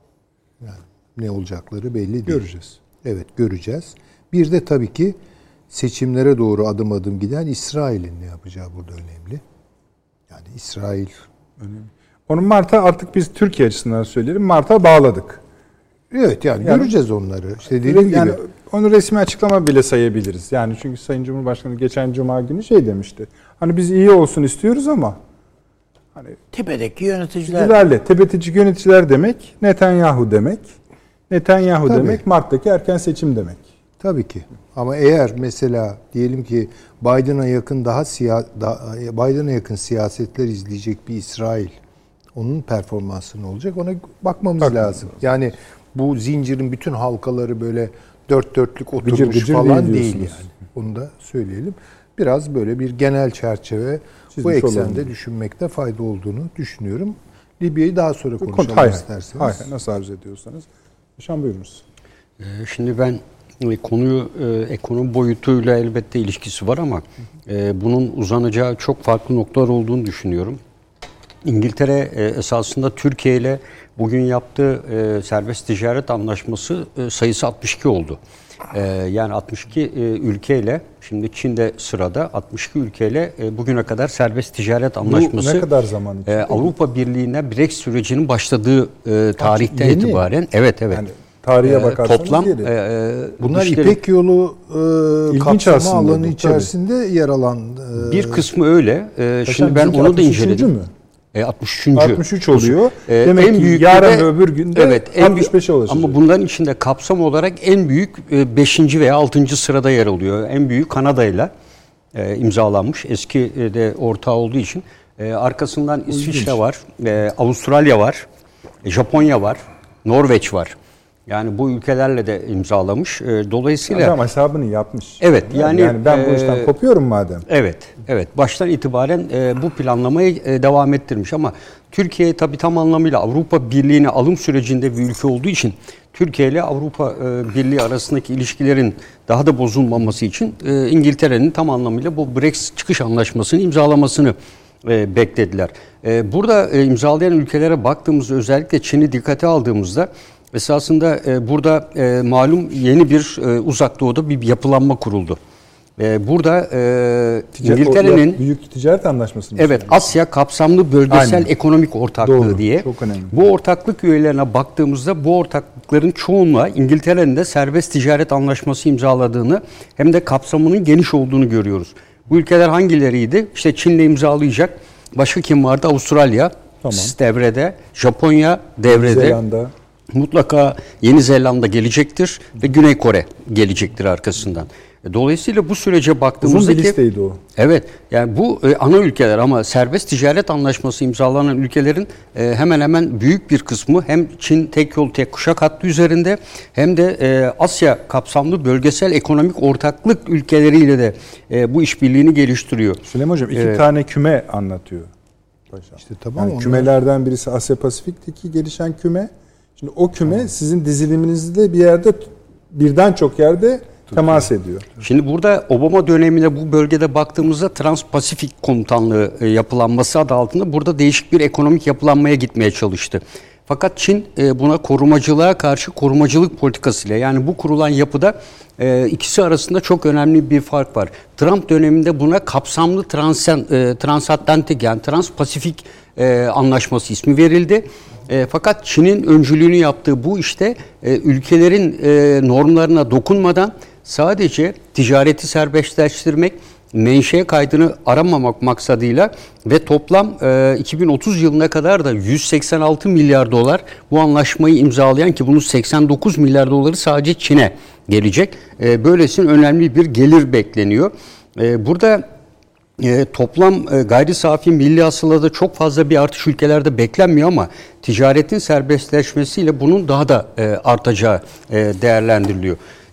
Yani ne olacakları belli değil. Göreceğiz. Evet, göreceğiz. Bir de tabii ki seçimlere doğru adım adım giden İsrail'in ne yapacağı burada önemli. Yani İsrail önemli. Onu Mart'a artık biz Türkiye açısından söyleyelim. Mart'a bağladık. Evet yani, yani göreceğiz onları. İşte dediğim yani gibi. Onu resmi açıklama bile sayabiliriz. Yani çünkü Sayın Cumhurbaşkanı geçen Cuma günü şey demişti. Hani biz iyi olsun istiyoruz ama hani tepedeki yöneticiler. İlerle. Tepedeki yöneticiler demek Netanyahu demek. Netanyahu Tabii. demek Mart'taki erken seçim demek. Tabii ki. Ama eğer mesela diyelim ki Biden'a yakın daha siya Biden'a yakın siyasetler izleyecek bir İsrail, onun performansı ne olacak? Ona bakmamız Bakmamız lazım. Yani bu zincirin bütün halkaları böyle dört dörtlük oturmuş Gıcır gıcır falan değil değil, diyorsunuz. yani. Onu da söyleyelim. Biraz böyle bir genel çerçeve Çizmiş bu eksende olalım. düşünmekte fayda olduğunu düşünüyorum. Libya'yı daha sonra Bu konuşalım konu- hayır, isterseniz. hayır, nasıl arzu ediyorsanız. Şan buyurunuz. Ee, Şimdi ben e, konuyu e, ekonomi boyutuyla elbette ilişkisi var ama e, bunun uzanacağı çok farklı noktalar olduğunu düşünüyorum. İngiltere e, esasında Türkiye ile bugün yaptığı e, serbest ticaret anlaşması e, sayısı altmış iki oldu. E, yani altmış iki e, ülkeyle, şimdi Çin'de sırada altmış iki ülkeyle e, bugüne kadar serbest ticaret anlaşması. Bu ne kadar zaman için? E, Avrupa Birliği'ne Brexit sürecinin başladığı e, tarihten yeni. itibaren. Evet evet. Yani tarihe E, bakarsanız toplam yeri. e, Bunlar işleri- İpek Yolu e, İlginç kapsama aslında alanı bu, içerisinde yer alan e, bir kısmı öyle. E, Paşam, şimdi ben bizimki onu da altmış üçüncü inceledim. mü? E, altmış üçüncü altmış üç oluyor. E, Demek en ki büyük yarın de- ve öbür günde evet, en altmış büyük- beşe ulaşacak. Ama bunların içinde kapsam olarak en büyük e, beşinci veya altıncı sırada yer alıyor. En büyük Kanada'yla e, imzalanmış. Eski e, de ortağı olduğu için. E, arkasından İsviçre var, e, Avustralya var, e, Japonya var, Norveç var. Yani bu ülkelerle de imzalamış. E, dolayısıyla Adam hesabını yapmış. Evet, yani, yani ben bu e, işten kopuyorum madem. Evet, evet. Baştan itibaren e, bu planlamayı e, devam ettirmiş ama Türkiye tabii tam anlamıyla Avrupa Birliği'ne alım sürecinde bir ülke olduğu için Türkiye ile Avrupa e, Birliği arasındaki ilişkilerin daha da bozulmaması için e, İngiltere'nin tam anlamıyla bu Brexit çıkış anlaşmasını imzalamasını e, beklediler. E, burada e, imzalayan ülkelere baktığımızda, özellikle Çin'i dikkate aldığımızda esasında e, burada e, malum yeni bir e, uzak doğuda bir yapılanma kuruldu. E, burada e, Ticaret- İngiltere'nin büyük ticaret anlaşması mı? evet Asya kapsamlı bölgesel Aynen. ekonomik ortaklığı Doğru, diye. çok önemli. Bu ortaklık üyelerine baktığımızda bu ortaklıkların çoğunluğa İngiltere'nin de serbest ticaret anlaşması imzaladığını hem de kapsamının geniş olduğunu görüyoruz. Bu ülkeler hangileriydi? İşte Çin'le imzalayacak. Başka kim vardı? Avustralya Tamam. devrede, Japonya devrede. Zelanda. Mutlaka Yeni Zelanda gelecektir ve Güney Kore gelecektir arkasından. Dolayısıyla bu sürece Uzun baktığımızda bir listeydi o. evet, yani bu e, ana ülkeler ama serbest ticaret anlaşması imzalanan ülkelerin e, hemen hemen büyük bir kısmı hem Çin tek yol tek kuşak hattı üzerinde hem de e, Asya kapsamlı bölgesel ekonomik ortaklık ülkeleriyle de e, bu işbirliğini geliştiriyor. Süleyman Hocam iki Evet. tane küme anlatıyor. Paşam. İşte tamam, yani onlar- kümelerden birisi Asya Pasifik'teki gelişen küme. Şimdi o küme sizin diziliminizde bir yerde birden çok yerde temas ediyor. Şimdi burada Obama döneminde bu bölgede baktığımızda Trans-Pasifik Komutanlığı e, yapılanması adı altında burada değişik bir ekonomik yapılanmaya gitmeye çalıştı. Fakat Çin e, buna korumacılığa karşı korumacılık politikasıyla, yani bu kurulan yapıda e, ikisi arasında çok önemli bir fark var. Trump döneminde buna kapsamlı transen, e, transatlantik yani Trans-Pasifik e, anlaşması ismi verildi. E, fakat Çin'in öncülüğünü yaptığı bu işte e, ülkelerin e, normlarına dokunmadan sadece ticareti serbestleştirmek, menşe kaydını aramamak maksadıyla ve toplam e, iki bin otuz yılına kadar da yüz seksen altı milyar dolar bu anlaşmayı imzalayan, ki bunun seksen dokuz milyar doları sadece Çin'e gelecek. E, böylesine önemli bir gelir bekleniyor. E, burada E, toplam e, gayri safi milli hasılada çok fazla bir artış ülkelerde beklenmiyor ama ticaretin serbestleşmesiyle bunun daha da e, artacağı e, değerlendiriliyor.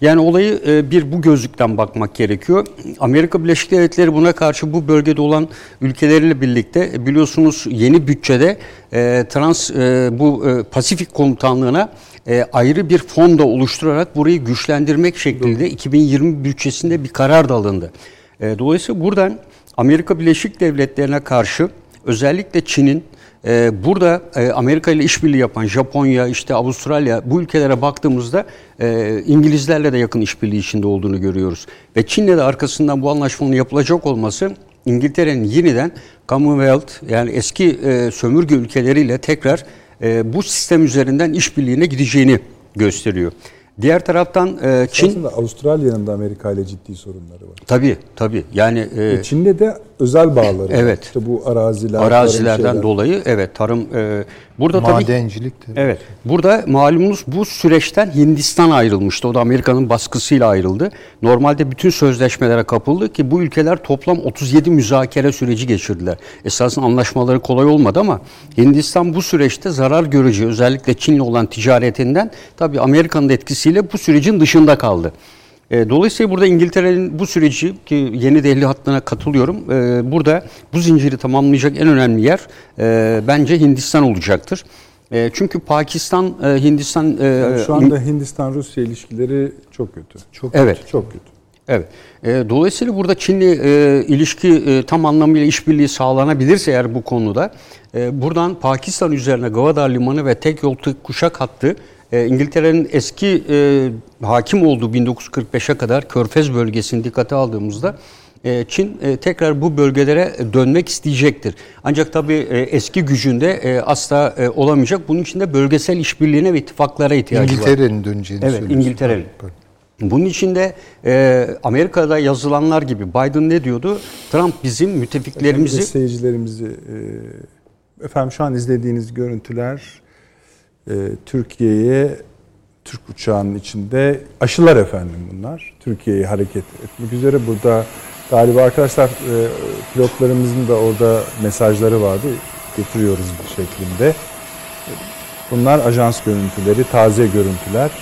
Yani olayı e, bir bu gözlükten bakmak gerekiyor. Amerika Birleşik Devletleri buna karşı bu bölgede olan ülkeleriyle birlikte e, biliyorsunuz yeni bütçede e, trans e, bu e, Pasifik Komutanlığı'na e, ayrı bir fon da oluşturarak burayı güçlendirmek şeklinde iki bin yirmi bütçesinde bir karar da alındı. E, dolayısıyla buradan Amerika Birleşik Devletleri'ne karşı özellikle Çin'in Ee, burada e, Amerika ile işbirliği yapan Japonya, işte Avustralya, bu ülkelere baktığımızda e, İngilizlerle de yakın işbirliği içinde olduğunu görüyoruz. Ve Çin'le de arkasından bu anlaşmanın yapılacak olması İngiltere'nin yeniden Commonwealth, yani eski e, sömürge ülkeleriyle tekrar e, bu sistem üzerinden işbirliğine gideceğini gösteriyor. Diğer taraftan e, Çin... Aslında Avustralya'nın da Amerika ile ciddi sorunları var. Tabii tabii. Yani e, Çin'le de özel bağları evet. var. İşte bu araziler, arazilerden dolayı evet tarım e, burada tabii madencilik de. Evet. Burada malumunuz bu süreçten Hindistan ayrılmıştı. O da Amerika'nın baskısıyla ayrıldı. Normalde bütün sözleşmelere kapıldı ki bu ülkeler toplam otuz yedi müzakere süreci geçirdiler. Esasında anlaşmaları kolay olmadı ama Hindistan bu süreçte zarar göreceği, özellikle Çin'le olan ticaretinden tabii Amerika'nın etkisiyle bu sürecin dışında kaldı. Dolayısıyla burada İngiltere'nin bu süreci, ki Yeni Delhi hattına katılıyorum, burada bu zinciri tamamlayacak en önemli yer bence Hindistan olacaktır. Çünkü Pakistan, Hindistan... Yani şu anda Hindistan-Rusya ilişkileri çok kötü. Çok evet. kötü. Çok kötü. Evet. Dolayısıyla burada Çin'le ilişki tam anlamıyla işbirliği sağlanabilirse eğer bu konuda, buradan Pakistan üzerine Gwadar Limanı ve tek yol tek kuşak hattı, İngiltere'nin eski e, hakim olduğu bin dokuz yüz kırk beşe kadar Körfez bölgesini dikkate aldığımızda e, Çin e, tekrar bu bölgelere dönmek isteyecektir. Ancak tabii e, eski gücünde e, asla e, olamayacak. Bunun için de bölgesel işbirliğine ve ittifaklara ihtiyacı İngiltere'nin var. İngiltere'nin döneceğini evet, söylüyorsun. İngiltere'nin. Bunun için de e, Amerika'da yazılanlar gibi Biden ne diyordu? Trump bizim müttefiklerimizi... Efendim, seyircilerimizi... E, efendim şu an izlediğiniz görüntüler... Ee, Türkiye'ye Türk uçağının içinde aşılar efendim bunlar. Türkiye'ye hareket etmek üzere. Burada galiba arkadaşlar e, pilotlarımızın da orada mesajları vardı. Getiriyoruz bir şeklinde. Bunlar ajans görüntüleri, taze görüntüler.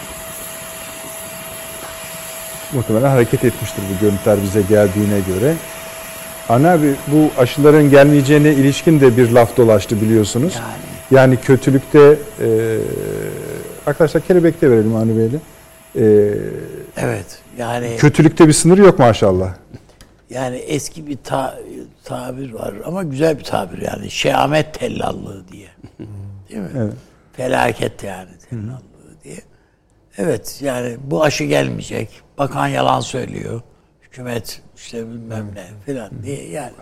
Muhtemelen hareket etmiştir bu görüntüler bize geldiğine göre. Ana abi, bu aşıların gelmeyeceğine ilişkin de bir laf dolaştı biliyorsunuz. Yani, yani kötülükte e, arkadaşlar kelebekte verelim Avni Bey'le. E, evet. Yani kötülükte bir sınır yok maşallah. Yani eski bir ta, tabir var ama güzel bir tabir yani. Şehamet tellallığı diye. Değil mi? Evet. Felaket yani tellallığı diye. Evet, yani bu aşı gelmeyecek. Bakan yalan söylüyor. Hükümet işte bilmem ne filan diye yani.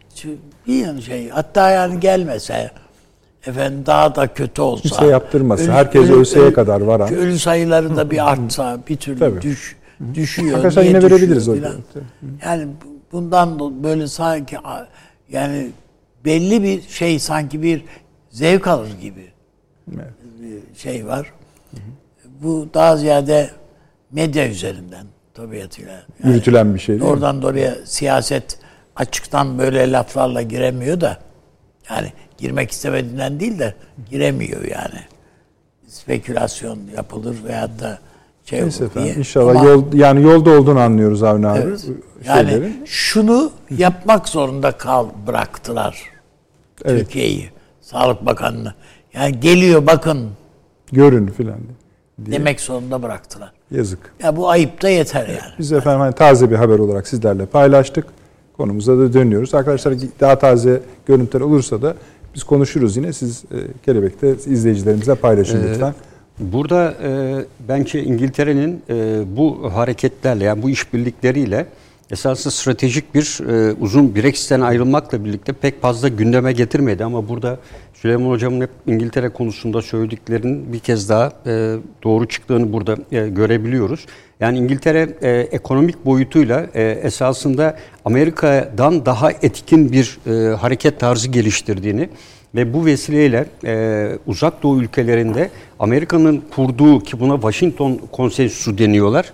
Bir şey, hatta yani gelmese, efendim daha da kötü olsa. Kimse yaptırmasa. Ölü, herkes ölü, ölseye ölü, kadar varan. Ölü sayıları da bir artsa, bir türlü Tabii. düş, düşüyor. Arkadaşlar yine verebiliriz hocam. Yani bundan böyle sanki yani belli bir şey, sanki bir zevk alır gibi evet. bir şey var. Hı hı. Bu daha ziyade medya üzerinden tabiatıyla. Yani yürütülen bir şey değil oradan mi? da oraya siyaset açıktan böyle laflarla giremiyor da, yani girmek istemediğinden değil de giremiyor yani. Spekülasyon yapılır veyahut da şey Neyse olur efendim, diye. İnşallah Ama, yol, yani yolda olduğunu anlıyoruz Avni abi. Evet. Yani şeylerin. Şunu yapmak zorunda kal bıraktılar evet. Türkiye'yi, Sağlık Bakanı'nı. Yani geliyor bakın. Görün filan diye. Demek zorunda bıraktılar. Yazık. Ya bu ayıp da yeter yani. Biz efendim hani taze bir haber olarak sizlerle paylaştık. Konumuza da dönüyoruz. Arkadaşlar daha taze görüntüler olursa da biz konuşuruz yine. Siz e, Kelebek'te izleyicilerimize paylaşın ee, lütfen. Burada e, bence İngiltere'nin e, bu hareketlerle, yani bu işbirlikleriyle esasında stratejik bir e, uzun Brexit'ten ayrılmakla birlikte pek fazla gündeme getirmedi ama burada Süleyman Hocam'ın hep İngiltere konusunda söylediklerinin bir kez daha e, doğru çıktığını burada e, görebiliyoruz. Yani İngiltere e, ekonomik boyutuyla e, esasında Amerika'dan daha etkin bir e, hareket tarzı geliştirdiğini ve bu vesileyle e, Uzak Doğu ülkelerinde Amerika'nın kurduğu, ki buna Washington Konsensüsü deniyorlar,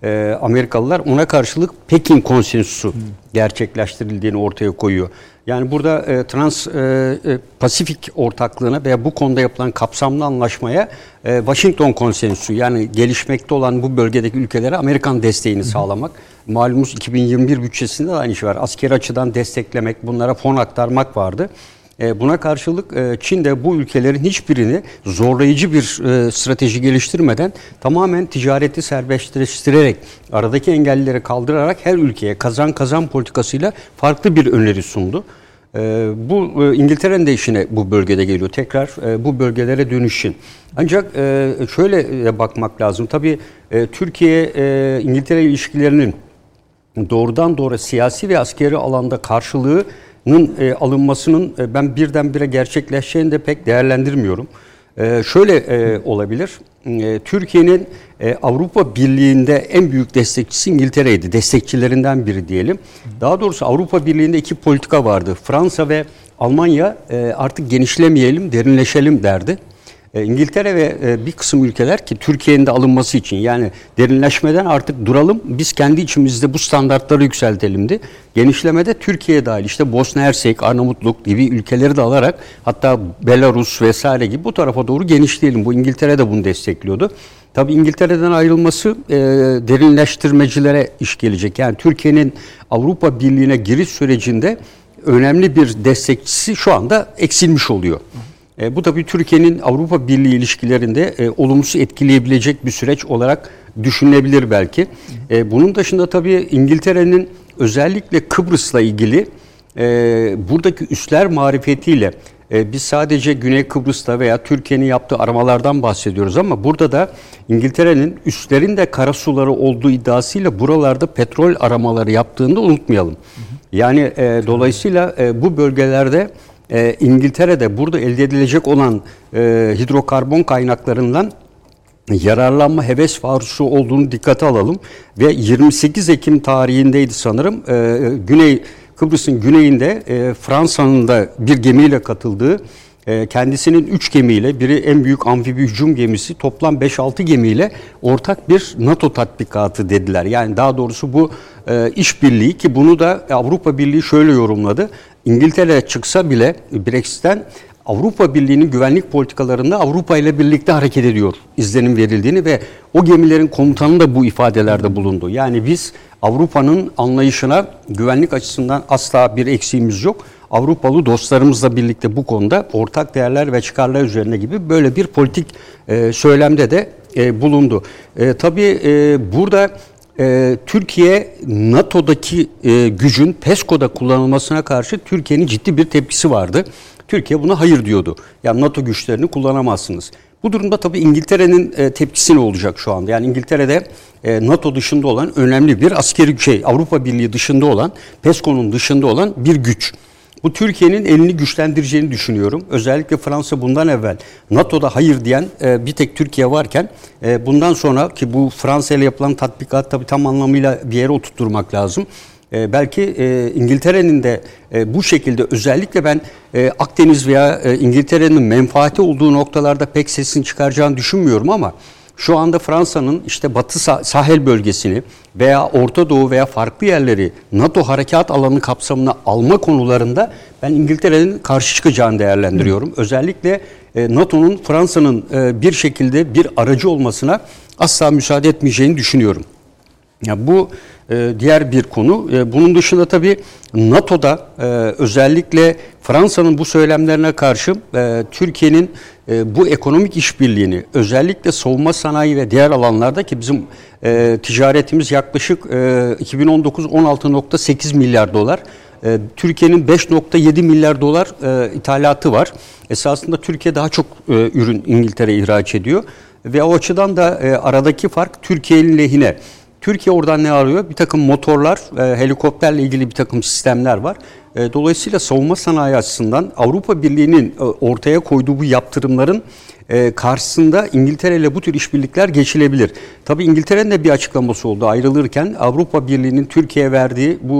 e, Amerikalılar ona karşılık Pekin Konsensüsü hmm. gerçekleştirildiğini ortaya koyuyor. Yani burada e, Trans e, e, Pasifik ortaklığına veya bu konuda yapılan kapsamlı anlaşmaya e, Washington Konsensüsü, yani gelişmekte olan bu bölgedeki ülkelere Amerikan desteğini hı. sağlamak. Malumunuz iki bin yirmi bir bütçesinde de aynı şey var. Askeri açıdan desteklemek, bunlara fon aktarmak vardı. E, buna karşılık e, Çin de bu ülkelerin hiçbirini zorlayıcı bir e, strateji geliştirmeden tamamen ticareti serbestleştirerek, aradaki engelleri kaldırarak her ülkeye kazan kazan politikasıyla farklı bir öneri sundu. E, bu e, İngiltere'nin de işine bu bölgede geliyor. Tekrar e, bu bölgelere dönüşün. Ancak e, şöyle e, bakmak lazım. Tabii e, Türkiye-İngiltere e, ilişkilerinin doğrudan doğru siyasi ve askeri alanda karşılığı E, alınmasının e, ben birdenbire gerçekleşeceğini de pek değerlendirmiyorum. E, şöyle e, olabilir. E, Türkiye'nin e, Avrupa Birliği'nde en büyük destekçisi İngiltere'ydi. Destekçilerinden biri diyelim. Daha doğrusu Avrupa Birliği'nde iki politika vardı. Fransa ve Almanya e, artık genişlemeyelim, derinleşelim derdi. İngiltere ve bir kısım ülkeler ki Türkiye'nin de alınması için, yani derinleşmeden artık duralım, biz kendi içimizde bu standartları yükseltelimdi. Genişlemede Türkiye dahil işte Bosna Hersek, Arnavutluk gibi ülkeleri de alarak, hatta Belarus vesaire gibi bu tarafa doğru genişleyelim. Bu İngiltere de bunu destekliyordu. Tabii İngiltere'den ayrılması e, derinleştirmecilere iş gelecek. Yani Türkiye'nin Avrupa Birliği'ne giriş sürecinde önemli bir destekçisi şu anda eksilmiş oluyor. E, bu tabii Türkiye'nin Avrupa Birliği ilişkilerinde e, olumsuz etkileyebilecek bir süreç olarak düşünülebilir belki. E, bunun dışında tabii İngiltere'nin özellikle Kıbrıs'la ilgili e, buradaki üsler marifetiyle e, biz sadece Güney Kıbrıs'ta veya Türkiye'nin yaptığı aramalardan bahsediyoruz ama burada da İngiltere'nin üslerin de karasuları olduğu iddiasıyla buralarda petrol aramaları yaptığını da unutmayalım. Yani e, dolayısıyla e, bu bölgelerde Ee, İngiltere'de burada elde edilecek olan e, hidrokarbon kaynaklarından yararlanma heves farusu olduğunu dikkate alalım. Ve yirmi sekiz Ekim tarihindeydi sanırım. E, Güney Kıbrıs'ın güneyinde e, Fransa'nın da bir gemiyle katıldığı, e, kendisinin üç gemiyle, biri en büyük amfibi hücum gemisi, toplam beş altı gemiyle ortak bir NATO tatbikatı dediler. Yani daha doğrusu bu e, işbirliği, ki bunu da Avrupa Birliği şöyle yorumladı. İngiltere çıksa bile Brexit'ten Avrupa Birliği'nin güvenlik politikalarında Avrupa ile birlikte hareket ediyor izlenim verildiğini ve o gemilerin komutanı da bu ifadelerde bulundu. Yani biz Avrupa'nın anlayışına güvenlik açısından asla bir eksiğimiz yok. Avrupalı dostlarımızla birlikte bu konuda ortak değerler ve çıkarlar üzerine gibi böyle bir politik e, söylemde de e, bulundu. E, tabii e, burada Ee, Türkiye NATO'daki e, gücün PESCO'da kullanılmasına karşı Türkiye'nin ciddi bir tepkisi vardı. Türkiye buna hayır diyordu. Yani NATO güçlerini kullanamazsınız. Bu durumda tabii İngiltere'nin e, tepkisi ne olacak şu anda? Yani İngiltere'de e, NATO dışında olan önemli bir askeri şey, Avrupa Birliği dışında olan, PESCO'nun dışında olan bir güç. Bu Türkiye'nin elini güçlendireceğini düşünüyorum. Özellikle Fransa bundan evvel NATO'da hayır diyen e, bir tek Türkiye varken e, bundan sonra, ki bu Fransa ile yapılan tatbikat tabii tam anlamıyla bir yere oturtturmak lazım. E, belki e, İngiltere'nin de e, bu şekilde, özellikle ben e, Akdeniz veya e, İngiltere'nin menfaati olduğu noktalarda pek sesini çıkaracağını düşünmüyorum ama şu anda Fransa'nın işte Batı Sahel bölgesini veya Orta Doğu veya farklı yerleri NATO harekat alanı kapsamına alma konularında ben İngiltere'nin karşı çıkacağını değerlendiriyorum. Hı. Özellikle e, NATO'nun Fransa'nın e, bir şekilde bir aracı olmasına asla müsaade etmeyeceğini düşünüyorum. Ya bu e, diğer bir konu. E, bunun dışında tabii NATO'da e, özellikle Fransa'nın bu söylemlerine karşı e, Türkiye'nin e, bu ekonomik işbirliğini, özellikle savunma sanayi ve diğer alanlarda, ki bizim e, ticaretimiz yaklaşık e, iki bin on dokuz on altı nokta sekiz milyar dolar. E, Türkiye'nin beş nokta yedi milyar dolar e, ithalatı var. Esasında Türkiye daha çok e, ürün İngiltere'ye ihraç ediyor ve o açıdan da e, aradaki fark Türkiye'nin lehine. Türkiye oradan ne arıyor? Bir takım motorlar, e, helikopterle ilgili bir takım sistemler var. E, dolayısıyla savunma sanayi açısından Avrupa Birliği'nin e, ortaya koyduğu bu yaptırımların e, karşısında İngiltere ile bu tür işbirlikler geçilebilir. Tabii İngiltere'nin de bir açıklaması oldu ayrılırken. Avrupa Birliği'nin Türkiye'ye verdiği bu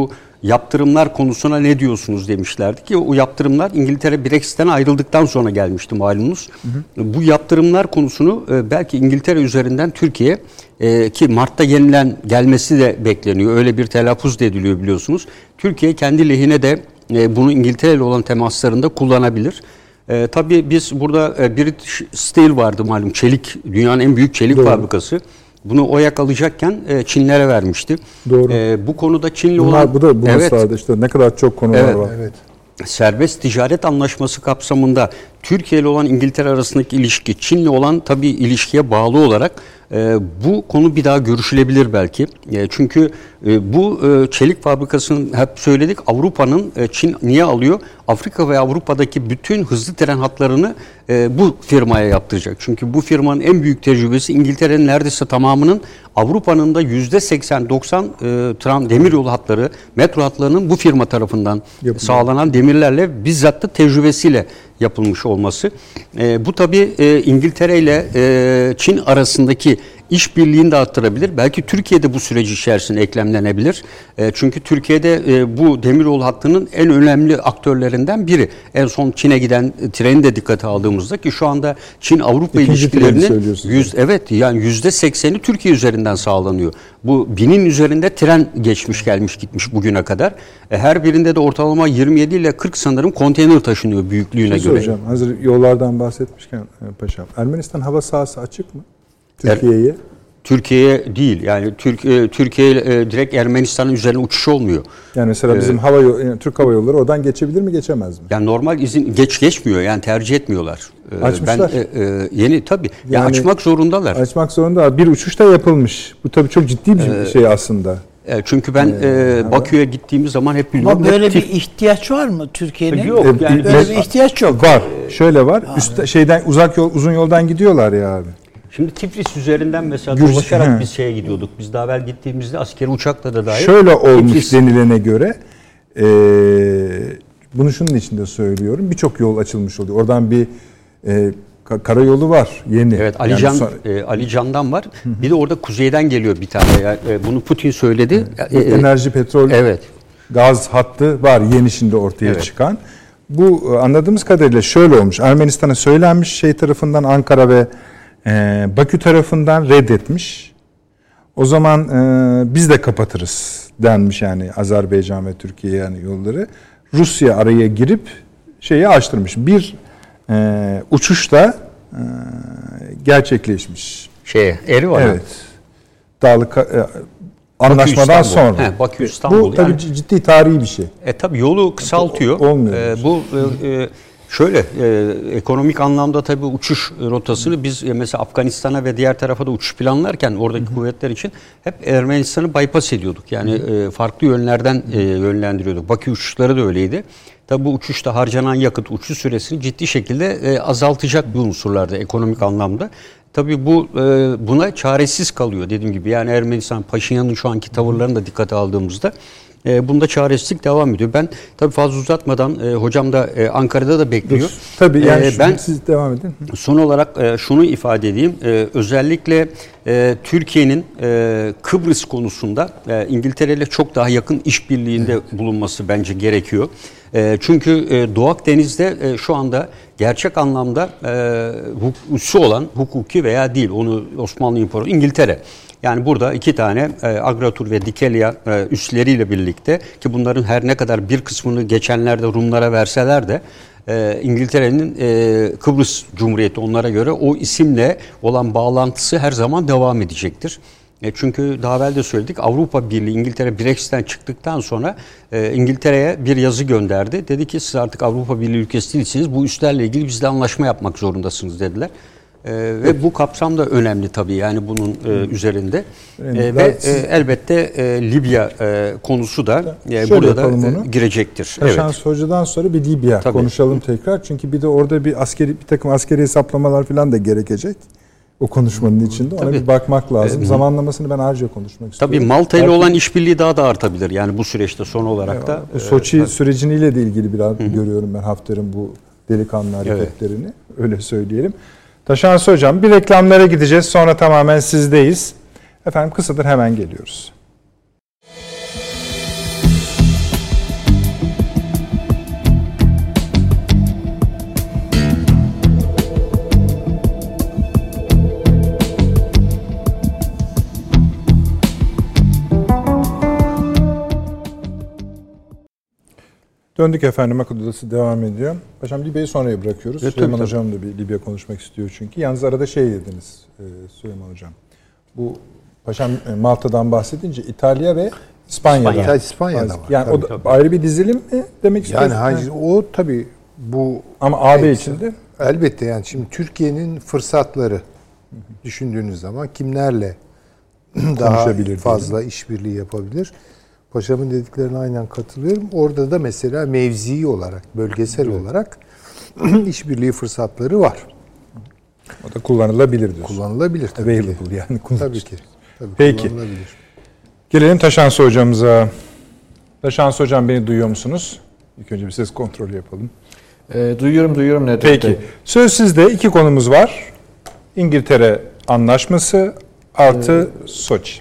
yaptırımlar konusuna ne diyorsunuz demişlerdi ki o yaptırımlar İngiltere Brexit'ten ayrıldıktan sonra gelmişti malumunuz. Hı hı. Bu yaptırımlar konusunu belki İngiltere üzerinden Türkiye ki Mart'ta yenilen gelmesi de bekleniyor. Öyle bir telaffuz da ediliyor biliyorsunuz. Türkiye kendi lehine de bunu İngiltere ile olan temaslarında kullanabilir. E, tabii biz burada e, British Steel vardı malum, çelik, dünyanın en büyük çelik Doğru. fabrikası. Bunu OYAK alacakken e, Çinlere vermişti. Doğru. E, bu konuda Çinli Bunlar, olan... Bu da bu evet, sırada işte ne kadar çok konular evet, var. Evet. Serbest ticaret anlaşması kapsamında Türkiye ile olan İngiltere arasındaki ilişki, Çin'le olan tabii ilişkiye bağlı olarak e, bu konu bir daha görüşülebilir belki. E, çünkü e, bu e, çelik fabrikasının hep söyledik, Avrupa'nın e, Çin niye alıyor? Afrika ve Avrupa'daki bütün hızlı tren hatlarını e, bu firmaya yaptıracak. Çünkü bu firmanın en büyük tecrübesi İngiltere'nin neredeyse tamamının, Avrupa'nın da yüzde seksen doksan e, tram demiryolu hatları, metro hatlarının bu firma tarafından Yapın. sağlanan demirlerle bizzat da tecrübesiyle yapılmış olması. E, bu tabii e, İngiltere ile e, Çin arasındaki işbirliğini de arttırabilir. Belki Türkiye'de bu süreç içerisine eklemlenebilir. E, çünkü Türkiye'de e, bu demiryolu hattının en önemli aktörlerinden biri. En son Çin'e giden e, treni de dikkate aldığımızda ki şu anda Çin-Avrupa ilişkilerinin yüz, evet yani yüzde sekseni Türkiye üzerinden sağlanıyor. Bu binin üzerinde tren geçmiş gelmiş gitmiş bugüne kadar. E, her birinde de ortalama yirmi yedi ile kırk sanırım konteyner taşınıyor büyüklüğüne şey göre. Hocam hazır yollardan bahsetmişken paşam, Ermenistan hava sahası açık mı Türkiye'ye? Er, Türkiye'ye değil. Yani Türk e, Türkiye e, direkt Ermenistan'ın üzerine uçuş olmuyor. Yani mesela bizim ee, hava yani Türk Hava Yolları oradan geçebilir mi, geçemez mi? Yani normal izin geç geçmiyor. Yani tercih etmiyorlar. Ee, Açmışlar. Ben e, e, yeni tabii. Yani, yani açmak zorundalar. Açmak zorunda. Bir uçuş da yapılmış. Bu tabii çok ciddi bir ee, şey aslında. E, çünkü ben ee, e, Bakü'ye gittiğimiz zaman hep biliyorum. Ama böyle bir ihtiyaç var mı Türkiye'nin? Yok. Yani böyle bir ihtiyaç yok. Var. Şöyle var. Üst, şeyden uzak yol, uzun yoldan gidiyorlar ya abi. Şimdi Tiflis üzerinden mesela Gürcü, dolaşarak he. biz şeye gidiyorduk. Biz daha evvel gittiğimizde askeri uçakla da dahil. Şöyle olmuş Tiflis denilene göre e, bunu şunun için de söylüyorum. Birçok yol açılmış oluyor. Oradan bir e, karayolu var yeni. Evet, Ali Can, yani sonra... e, Ali Can'dan var. Bir de orada kuzeyden geliyor bir tane. Yani, e, bunu Putin söyledi. E, Enerji, petrol, evet. gaz hattı var yeni şimdi ortaya evet. çıkan. Bu anladığımız kadarıyla şöyle olmuş. Ermenistan'a söylenmiş şey tarafından, Ankara ve Ee, Bakü tarafından reddetmiş. O zaman e, biz de kapatırız denmiş yani Azerbaycan ve Türkiye yani yolları. Rusya araya girip şeyi açtırmış. Bir e, uçuş da e, gerçekleşmiş. Şeye, Erivan'a. Evet. Dağlık e, anlaşmadan Bakü, sonra. He, Bakü, İstanbul. Bu tabii yani, ciddi tarihi bir şey. E tabii yolu kısaltıyor. O, olmuyor. E, bu e, e, Şöyle, e, ekonomik anlamda tabii uçuş rotasını biz e, mesela Afganistan'a ve diğer tarafa da uçuş planlarken oradaki Hı-hı. kuvvetler için hep Ermenistan'ı bypass ediyorduk. Yani e, farklı yönlerden e, yönlendiriyorduk. Bakü uçuşları da öyleydi. Tabii bu uçuşta harcanan yakıt, uçuş süresini ciddi şekilde e, azaltacak bir unsurlarda ekonomik anlamda. Tabii bu e, buna çaresiz kalıyor dediğim gibi. Yani Ermenistan, Paşinyan'ın şu anki tavırlarını da dikkate aldığımızda E, bunda çaresizlik devam ediyor. Ben tabii fazla uzatmadan e, hocam da e, Ankara'da da bekliyor. Dur, tabii yani e, şu, ben siz devam edin. Son olarak e, şunu ifade edeyim. E, özellikle e, Türkiye'nin e, Kıbrıs konusunda e, İngiltere ile çok daha yakın işbirliğinde evet. bulunması bence gerekiyor. E, çünkü e, Doğu Akdeniz'de e, şu anda gerçek anlamda e, üssü olan hukuki veya değil onu Osmanlı İmparatorluğu İngiltere. Yani burada iki tane e, Agratur ve Dikelia e, üsleriyle birlikte ki bunların her ne kadar bir kısmını geçenlerde Rumlara verseler de e, İngiltere'nin e, Kıbrıs Cumhuriyeti onlara göre o isimle olan bağlantısı her zaman devam edecektir. E, çünkü daha evvel de söyledik Avrupa Birliği İngiltere Brexit'ten çıktıktan sonra e, İngiltere'ye bir yazı gönderdi. Dedi ki siz artık Avrupa Birliği ülkesi değilsiniz. Bu üslerle ilgili bizle anlaşma yapmak zorundasınız dediler. Ee, ve bu kapsam da önemli tabii yani bunun e, üzerinde e, ve siz, e, elbette e, Libya e, konusu da e, burada da e, girecektir. Taşans evet. Hoca'dan sonra bir Libya tabii. konuşalım tekrar çünkü bir de orada bir askeri bir takım askeri hesaplamalar falan da gerekecek o konuşmanın içinde ona tabii. bir bakmak lazım. Evet. Zamanlamasını ben ayrıca konuşmak istiyorum. Tabii Malta ile olan işbirliği daha da artabilir yani bu süreçte son olarak evet. da. Bu Soçi e, süreciyle de ilgili biraz Hı-hı. görüyorum ben Hafter'in bu delikanlı hareketlerini evet. öyle söyleyelim. Taşans Hocam bir reklamlara gideceğiz sonra tamamen sizdeyiz. Efendim kısadır hemen geliyoruz. Döndük efendim, akıl odası devam ediyor. Paşam Libya'yı sonraya bırakıyoruz. Evet, Süleyman tabii, Hocam da bir Libya konuşmak istiyor çünkü. Yalnız arada şey dediniz e, Süleyman Hocam. Bu Paşam e, Malta'dan bahsedince İtalya ve İspanya'dan. İspanya, İspanya'da var. Yani tabii, o da tabii. ayrı bir dizilim mi demek istiyorsunuz? Yani hayır, o tabii bu Ama A B Evet, içinde elbette yani şimdi Türkiye'nin fırsatları düşündüğünüz zaman kimlerle daha Konuşabilir fazla işbirliği yapabilir? Paşamın dediklerine aynen katılıyorum. Orada da mesela mevzi olarak, bölgesel Evet. olarak işbirliği fırsatları var. o da kullanılabilir diyorsun. Kullanılabilir tabii ki. Available yani Tabii kullanılabilir. ki. Tabii Peki. kullanılabilir. Gelelim Taşansı hocamıza. Taşansı hocam, beni duyuyor musunuz? İlk önce bir ses kontrolü yapalım. E, duyuyorum duyuyorum Nedret Peki. Bey. Söz sizde. İki konumuz var. İngiltere Anlaşması artı Soçi.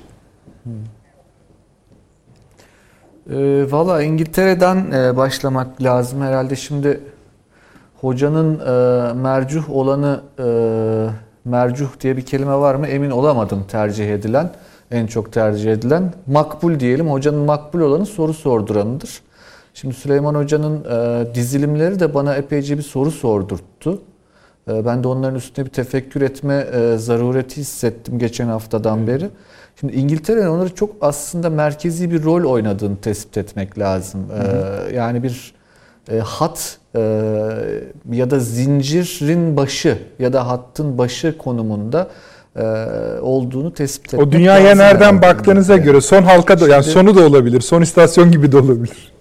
E, Valla İngiltere'den e, başlamak lazım herhalde. Şimdi hocanın e, mercuh olanı, e, mercuh diye bir kelime var mı emin olamadım, tercih edilen, en çok tercih edilen. Makbul diyelim, hocanın makbul olanı soru sorduranıdır. Şimdi Süleyman Hoca'nın e, dizilimleri de bana epeyce bir soru sordurttu. E, ben de onların üstüne bir tefekkür etme e, zarureti hissettim geçen haftadan beri. Şimdi İngiltere'nin onları çok aslında merkezi bir rol oynadığını tespit etmek lazım. E, yani bir e, hat e, ya da zincirin başı ya da hattın başı konumunda e, olduğunu tespit etmek O dünyaya lazım nereden herhalde baktığınıza İngiltere. göre son halka da, yani Şimdi- sonu da olabilir. Son istasyon gibi de olabilir.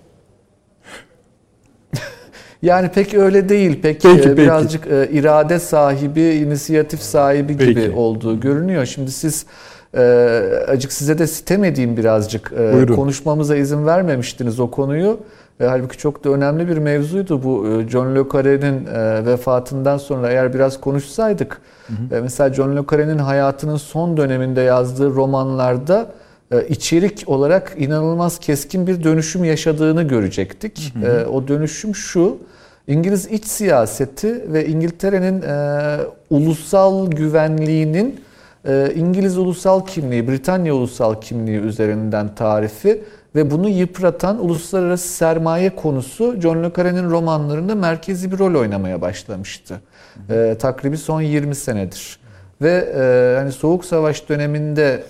Yani pek öyle değil. Pek Peki, e, peki. birazcık e, irade sahibi, inisiyatif sahibi gibi Peki. olduğu görünüyor. Şimdi siz e, acık size de sitem edeyim birazcık. E, Buyurun. konuşmamıza izin vermemiştiniz o konuyu. E, halbuki çok da önemli bir mevzuydu bu. E, John le Carré'nin e, vefatından sonra eğer biraz konuşsaydık. E, mesela John le Carré'nin hayatının son döneminde yazdığı romanlarda e, içerik olarak inanılmaz keskin bir dönüşüm yaşadığını görecektik. Hı hı. E, o dönüşüm şu: İngiliz iç siyaseti ve İngiltere'nin e, ulusal güvenliğinin e, İngiliz ulusal kimliği, Britanya ulusal kimliği üzerinden tarifi ve bunu yıpratan uluslararası sermaye konusu John le Carré'nin romanlarında merkezi bir rol oynamaya başlamıştı. E, takribi son yirmi senedir. Ve e, hani Soğuk Savaş döneminde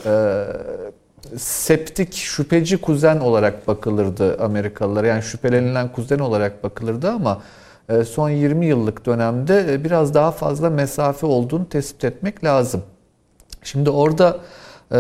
e, septik, şüpheci kuzen olarak bakılırdı Amerikalılar. Yani şüphelenilen kuzen olarak bakılırdı ama e, son yirmi yıllık dönemde e, biraz daha fazla mesafe olduğunu tespit etmek lazım. Şimdi orada e,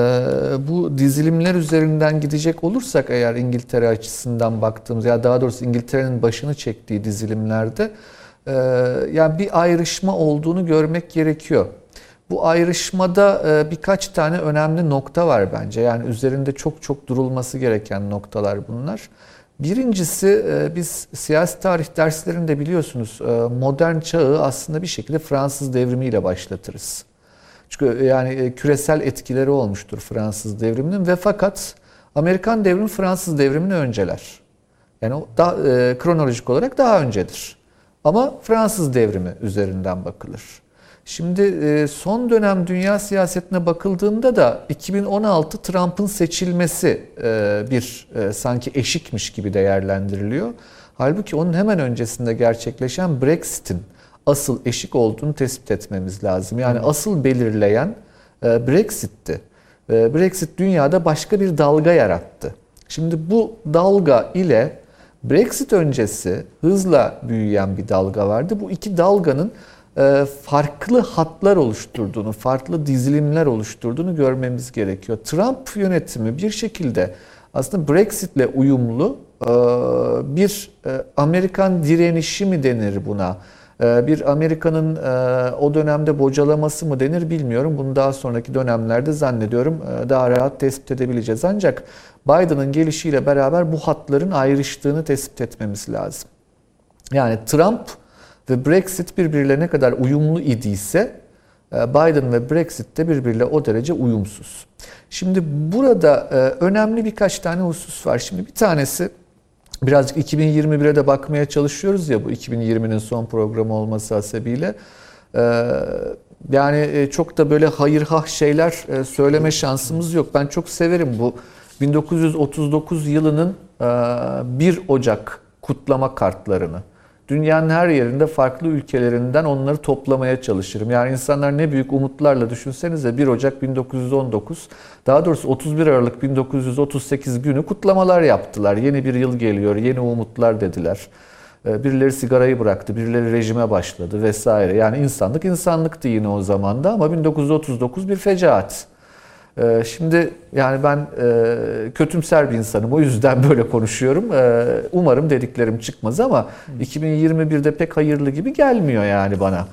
bu dizilimler üzerinden gidecek olursak eğer İngiltere açısından baktığımız, ya daha doğrusu İngiltere'nin başını çektiği dizilimlerde e, yani bir ayrışma olduğunu görmek gerekiyor. Bu ayrışmada e, birkaç tane önemli nokta var bence. Yani üzerinde çok çok durulması gereken noktalar bunlar. Birincisi, e, biz siyasi tarih derslerinde biliyorsunuz e, modern çağı aslında bir şekilde Fransız devrimiyle başlatırız. Çünkü yani küresel etkileri olmuştur Fransız devriminin ve fakat Amerikan devrimi Fransız devrimini önceler. Yani o da, e, kronolojik olarak daha öncedir. Ama Fransız devrimi üzerinden bakılır. Şimdi e, son dönem dünya siyasetine bakıldığında da iki bin on altı Trump'ın seçilmesi e, bir e, sanki eşikmiş gibi değerlendiriliyor. Halbuki onun hemen öncesinde gerçekleşen Brexit'in asıl eşik olduğunu tespit etmemiz lazım. Yani hmm. asıl belirleyen e, Brexit'ti. E, Brexit dünyada başka bir dalga yarattı. Şimdi bu dalga ile Brexit öncesi hızla büyüyen bir dalga vardı. Bu iki dalganın e, farklı hatlar oluşturduğunu, farklı dizilimler oluşturduğunu görmemiz gerekiyor. Trump yönetimi bir şekilde aslında Brexit'le uyumlu e, bir e, Amerikan direnişi mi denir buna? Bir Amerika'nın o dönemde bocalaması mı denir bilmiyorum. Bunu daha sonraki dönemlerde zannediyorum daha rahat tespit edebileceğiz. Ancak Biden'ın gelişiyle beraber bu hatların ayrıştığını tespit etmemiz lazım. Yani Trump ve Brexit birbirlerine kadar uyumlu idiyse Biden ve Brexit de birbiriyle o derece uyumsuz. Şimdi burada önemli birkaç tane husus var. Şimdi bir tanesi, birazcık iki bin yirmi bire de bakmaya çalışıyoruz ya, bu iki bin yirminin son programı olması hasebiyle. Ee, yani çok da böyle hayır hah şeyler söyleme şansımız yok. Ben çok severim bu bin dokuz yüz otuz dokuz yılının bir Ocak kutlama kartlarını. Dünyanın her yerinde farklı ülkelerinden onları toplamaya çalışırım. Yani insanlar ne büyük umutlarla, düşünsenize, bir Ocak bin dokuz yüz on dokuz, daha doğrusu otuz bir Aralık bin dokuz yüz otuz sekiz günü kutlamalar yaptılar. Yeni bir yıl geliyor, yeni umutlar dediler. Birileri sigarayı bıraktı, birileri rejime başladı vesaire. Yani insanlık insanlıktı yine o zaman da, ama bin dokuz yüz otuz dokuz bir fecaat. Şimdi yani ben kötümser bir insanım, o yüzden böyle konuşuyorum. Umarım dediklerim çıkmaz ama iki bin yirmi birde pek hayırlı gibi gelmiyor yani bana.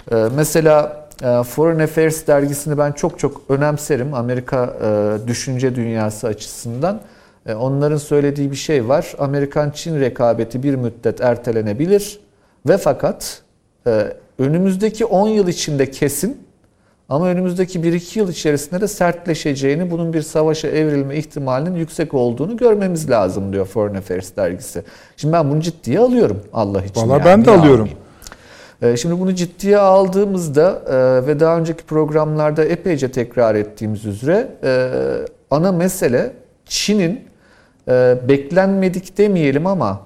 Mesela Foreign Affairs dergisini ben çok çok önemserim Amerika düşünce dünyası açısından. Onların söylediği bir şey var. Amerikan-Çin rekabeti bir müddet ertelenebilir ve fakat önümüzdeki on yıl içinde kesin, ama önümüzdeki bir iki yıl içerisinde de sertleşeceğini, bunun bir savaşa evrilme ihtimalinin yüksek olduğunu görmemiz lazım diyor Foreign Affairs dergisi. Şimdi ben bunu ciddiye alıyorum Allah için. Valla yani. ben de Niye alıyorum. almayayım? Şimdi bunu ciddiye aldığımızda ve daha önceki programlarda epeyce tekrar ettiğimiz üzere ana mesele Çin'in beklenmedik demeyelim ama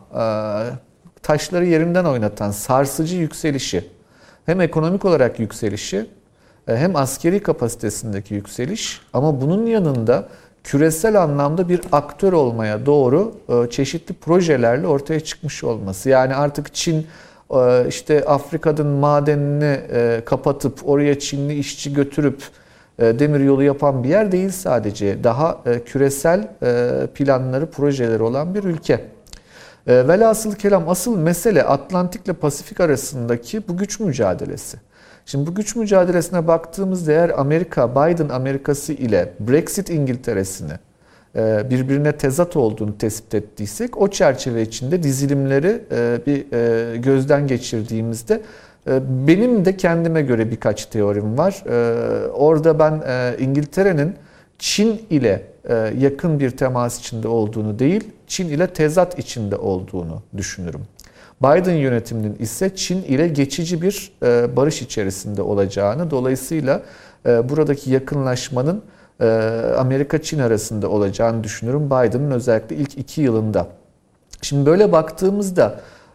taşları yerinden oynatan sarsıcı yükselişi, hem ekonomik olarak yükselişi, hem askeri kapasitesindeki yükseliş, ama bunun yanında küresel anlamda bir aktör olmaya doğru çeşitli projelerle ortaya çıkmış olması. Yani artık Çin işte Afrika'nın madenini kapatıp oraya Çinli işçi götürüp demir yolu yapan bir yer değil sadece. Daha küresel planları, projeleri olan bir ülke. Velhasıl kelam asıl mesele Atlantik ile Pasifik arasındaki bu güç mücadelesi. Şimdi bu güç mücadelesine baktığımızda eğer Amerika, Biden Amerikası ile Brexit İngiltere'sini birbirine tezat olduğunu tespit ettiysek, o çerçeve içinde dizilimleri bir gözden geçirdiğimizde benim de kendime göre birkaç teorim var. Orada ben İngiltere'nin Çin ile yakın bir temas içinde olduğunu değil, Çin ile tezat içinde olduğunu düşünürüm. Biden yönetiminin ise Çin ile geçici bir barış içerisinde olacağını, dolayısıyla buradaki yakınlaşmanın Amerika-Çin arasında olacağını düşünüyorum Biden'ın özellikle ilk iki yılında. Şimdi böyle baktığımızda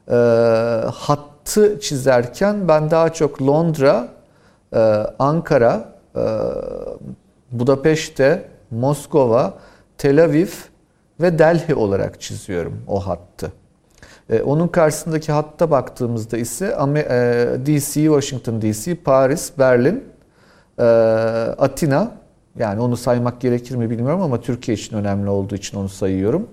hattı çizerken ben daha çok Londra, Ankara, Budapeşte, Moskova, Tel Aviv ve Delhi olarak çiziyorum o hattı. Onun karşısındaki hatta baktığımızda ise D C, Washington D C, Paris, Berlin, Atina, yani onu saymak gerekir mi bilmiyorum ama Türkiye için önemli olduğu için onu sayıyorum.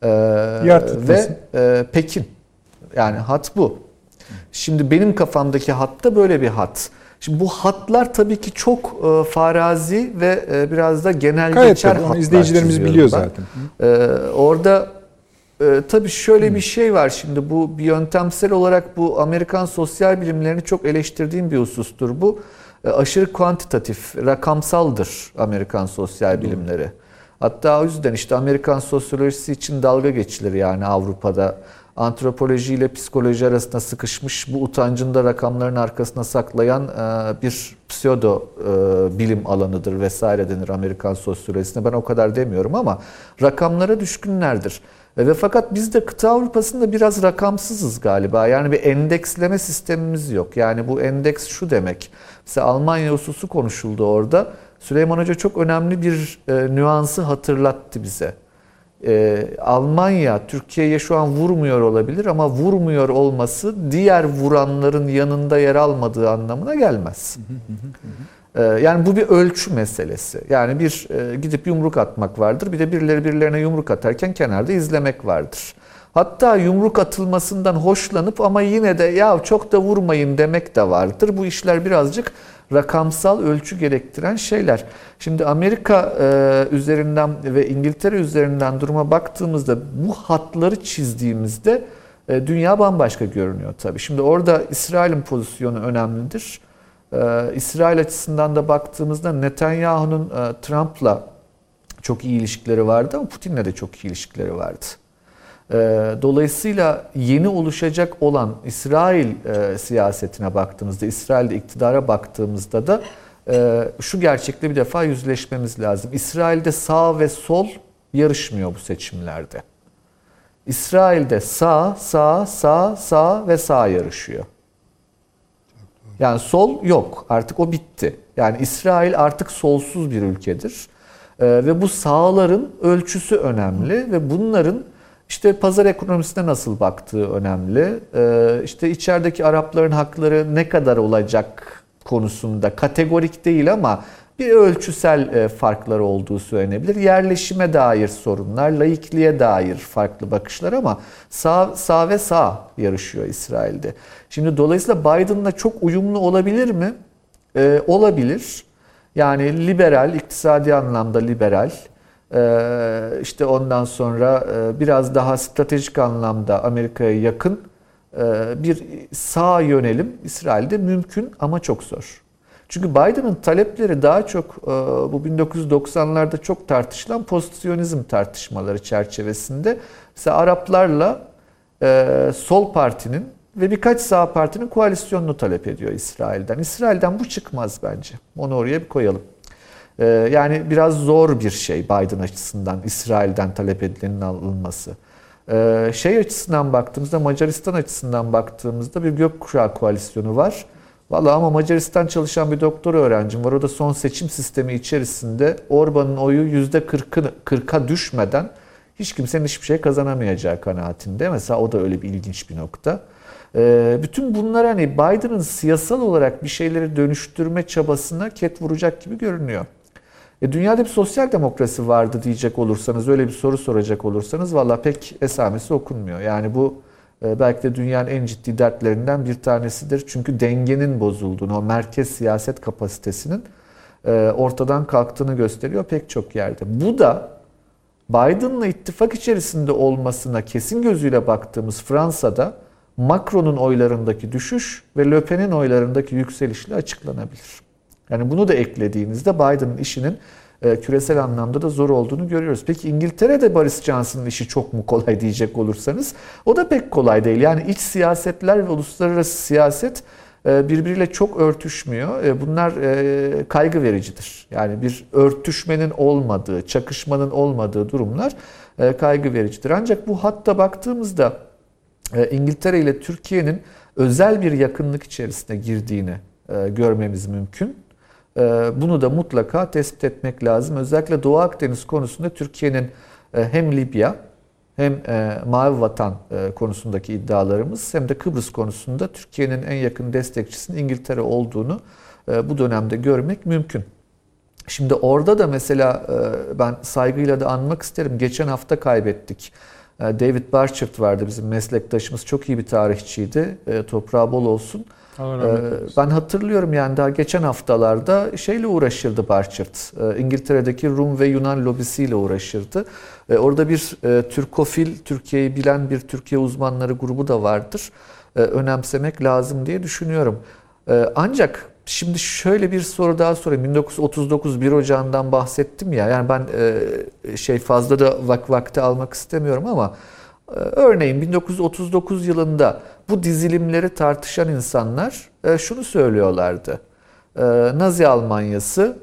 Ve Pekin. Yani hat bu. Şimdi benim kafamdaki hatta böyle bir hat. Şimdi bu hatlar tabii ki çok e, farazi ve e, biraz da genel Gayet geçer tabii, hatlar. izleyicilerimiz biliyor ben. zaten. E, orada e, tabii şöyle bir şey var, şimdi bu bir yöntemsel olarak bu Amerikan sosyal bilimlerini çok eleştirdiğim bir husustur. Bu e, aşırı kuantitatif, rakamsaldır Amerikan sosyal bilimleri. Hatta o yüzden işte Amerikan sosyolojisi için dalga geçilir yani Avrupa'da. Antropoloji ile psikoloji arasında sıkışmış, bu utancını da rakamların arkasına saklayan bir pseudo bilim alanıdır vesaire denir Amerikan sosyolojisine. Ben o kadar demiyorum ama rakamlara düşkünlerdir. Ve fakat biz de kıta Avrupa'sında biraz rakamsızız galiba. Yani bir endeksleme sistemimiz yok. Yani bu endeks şu demek. Mesela Almanya hususu konuşuldu orada. Süleyman Hoca çok önemli bir nüansı hatırlattı bize. Ee, Almanya Türkiye'ye şu an vurmuyor olabilir ama vurmuyor olması diğer vuranların yanında yer almadığı anlamına gelmez. Ee, yani bu bir ölçü meselesi. Yani bir e, gidip yumruk atmak vardır, bir de birileri birilerine yumruk atarken kenarda izlemek vardır. Hatta yumruk atılmasından hoşlanıp ama yine de ya çok da vurmayın demek de vardır. Bu işler birazcık rakamsal ölçü gerektiren şeyler. Şimdi Amerika e, üzerinden ve İngiltere üzerinden duruma baktığımızda bu hatları çizdiğimizde e, dünya bambaşka görünüyor tabii. Şimdi orada İsrail'in pozisyonu önemlidir. E, İsrail açısından da baktığımızda Netanyahu'nun e, Trump'la çok iyi ilişkileri vardı ama Putin'le de çok iyi ilişkileri vardı. Dolayısıyla yeni oluşacak olan İsrail e, siyasetine baktığımızda, İsrail'de iktidara baktığımızda da e, şu gerçekle bir defa yüzleşmemiz lazım. İsrail'de sağ ve sol yarışmıyor bu seçimlerde. İsrail'de sağ, sağ, sağ, sağ ve sağ yarışıyor. Yani sol yok. Artık o bitti. Yani İsrail artık solsuz bir ülkedir. Ee, ve bu sağların ölçüsü önemli ve bunların işte pazar ekonomisine nasıl baktığı önemli. Ee, işte içerideki Arapların hakları ne kadar olacak konusunda kategorik değil ama bir ölçüsel farklar olduğu söylenebilir. Yerleşime dair sorunlar, laikliğe dair farklı bakışlar ama sağ, sağ ve sağ yarışıyor İsrail'de. Şimdi dolayısıyla Biden'la çok uyumlu olabilir mi? Ee, olabilir. Yani liberal, iktisadi anlamda liberal, ee, işte ondan sonra biraz daha stratejik anlamda Amerika'ya yakın bir sağ yönelim İsrail'de mümkün ama çok zor. Çünkü Biden'ın talepleri daha çok bu bin dokuz yüz doksanlarda çok tartışılan pozisyonizm tartışmaları çerçevesinde. Mesela Araplarla Sol Parti'nin ve birkaç sağ partinin koalisyonunu talep ediyor İsrail'den. İsrail'den bu çıkmaz bence. Onu oraya bir koyalım. Yani biraz zor bir şey Biden açısından İsrail'den talep edilenin alınması. Şey açısından baktığımızda, Macaristan açısından baktığımızda bir gökkuşağı koalisyonu var. Vallahi ama Macaristan çalışan bir doktor öğrencim var. O da son seçim sistemi içerisinde Orban'ın oyu yüzde kırka düşmeden hiç kimsenin hiçbir şey kazanamayacağı kanaatinde. Mesela o da öyle bir ilginç bir nokta. Bütün bunlar hani Biden'ın siyasal olarak bir şeyleri dönüştürme çabasına ket vuracak gibi görünüyor. E, dünyada bir sosyal demokrasi vardı diyecek olursanız, öyle bir soru soracak olursanız valla pek esamesi okunmuyor. Yani bu e, belki de dünyanın en ciddi dertlerinden bir tanesidir. Çünkü dengenin bozulduğunu, o merkez siyaset kapasitesinin e, ortadan kalktığını gösteriyor pek çok yerde. Bu da Biden'la ittifak içerisinde olmasına kesin gözüyle baktığımız Fransa'da Macron'un oylarındaki düşüş ve Le Pen'in oylarındaki yükselişle açıklanabilir. Yani bunu da eklediğinizde Biden'ın işinin e, küresel anlamda da zor olduğunu görüyoruz. Peki İngiltere'de Boris Johnson'ın işi çok mu kolay diyecek olursanız o da pek kolay değil. Yani iç siyasetler ve uluslararası siyaset e, birbiriyle çok örtüşmüyor. E, bunlar e, kaygı vericidir. Yani bir örtüşmenin olmadığı, çakışmanın olmadığı durumlar e, kaygı vericidir. Ancak bu hatta baktığımızda e, İngiltere ile Türkiye'nin özel bir yakınlık içerisine girdiğini e, görmemiz mümkün. Bunu da mutlaka tespit etmek lazım. Özellikle Doğu Akdeniz konusunda Türkiye'nin hem Libya hem Mavi Vatan konusundaki iddialarımız hem de Kıbrıs konusunda Türkiye'nin en yakın destekçisinin İngiltere olduğunu bu dönemde görmek mümkün. Şimdi orada da mesela ben saygıyla da anmak isterim. Geçen hafta kaybettik. David Barchett vardı, bizim meslektaşımız. Çok iyi bir tarihçiydi. Toprağı bol olsun. Ben hatırlıyorum yani daha geçen haftalarda şeyle uğraşırdı Barchett. İngiltere'deki Rum ve Yunan lobisiyle uğraşırdı. Orada bir Türkofil, Türkiye'yi bilen bir Türkiye uzmanları grubu da vardır. Önemsemek lazım diye düşünüyorum. Ancak şimdi şöyle bir soru daha sorayım. bin dokuz yüz otuz dokuz bir Ocağı'ndan bahsettim ya. Yani ben şey fazla da vak vakti almak istemiyorum ama örneğin bin dokuz yüz otuz dokuz yılında bu dizilimleri tartışan insanlar şunu söylüyorlardı. Nazi Almanyası,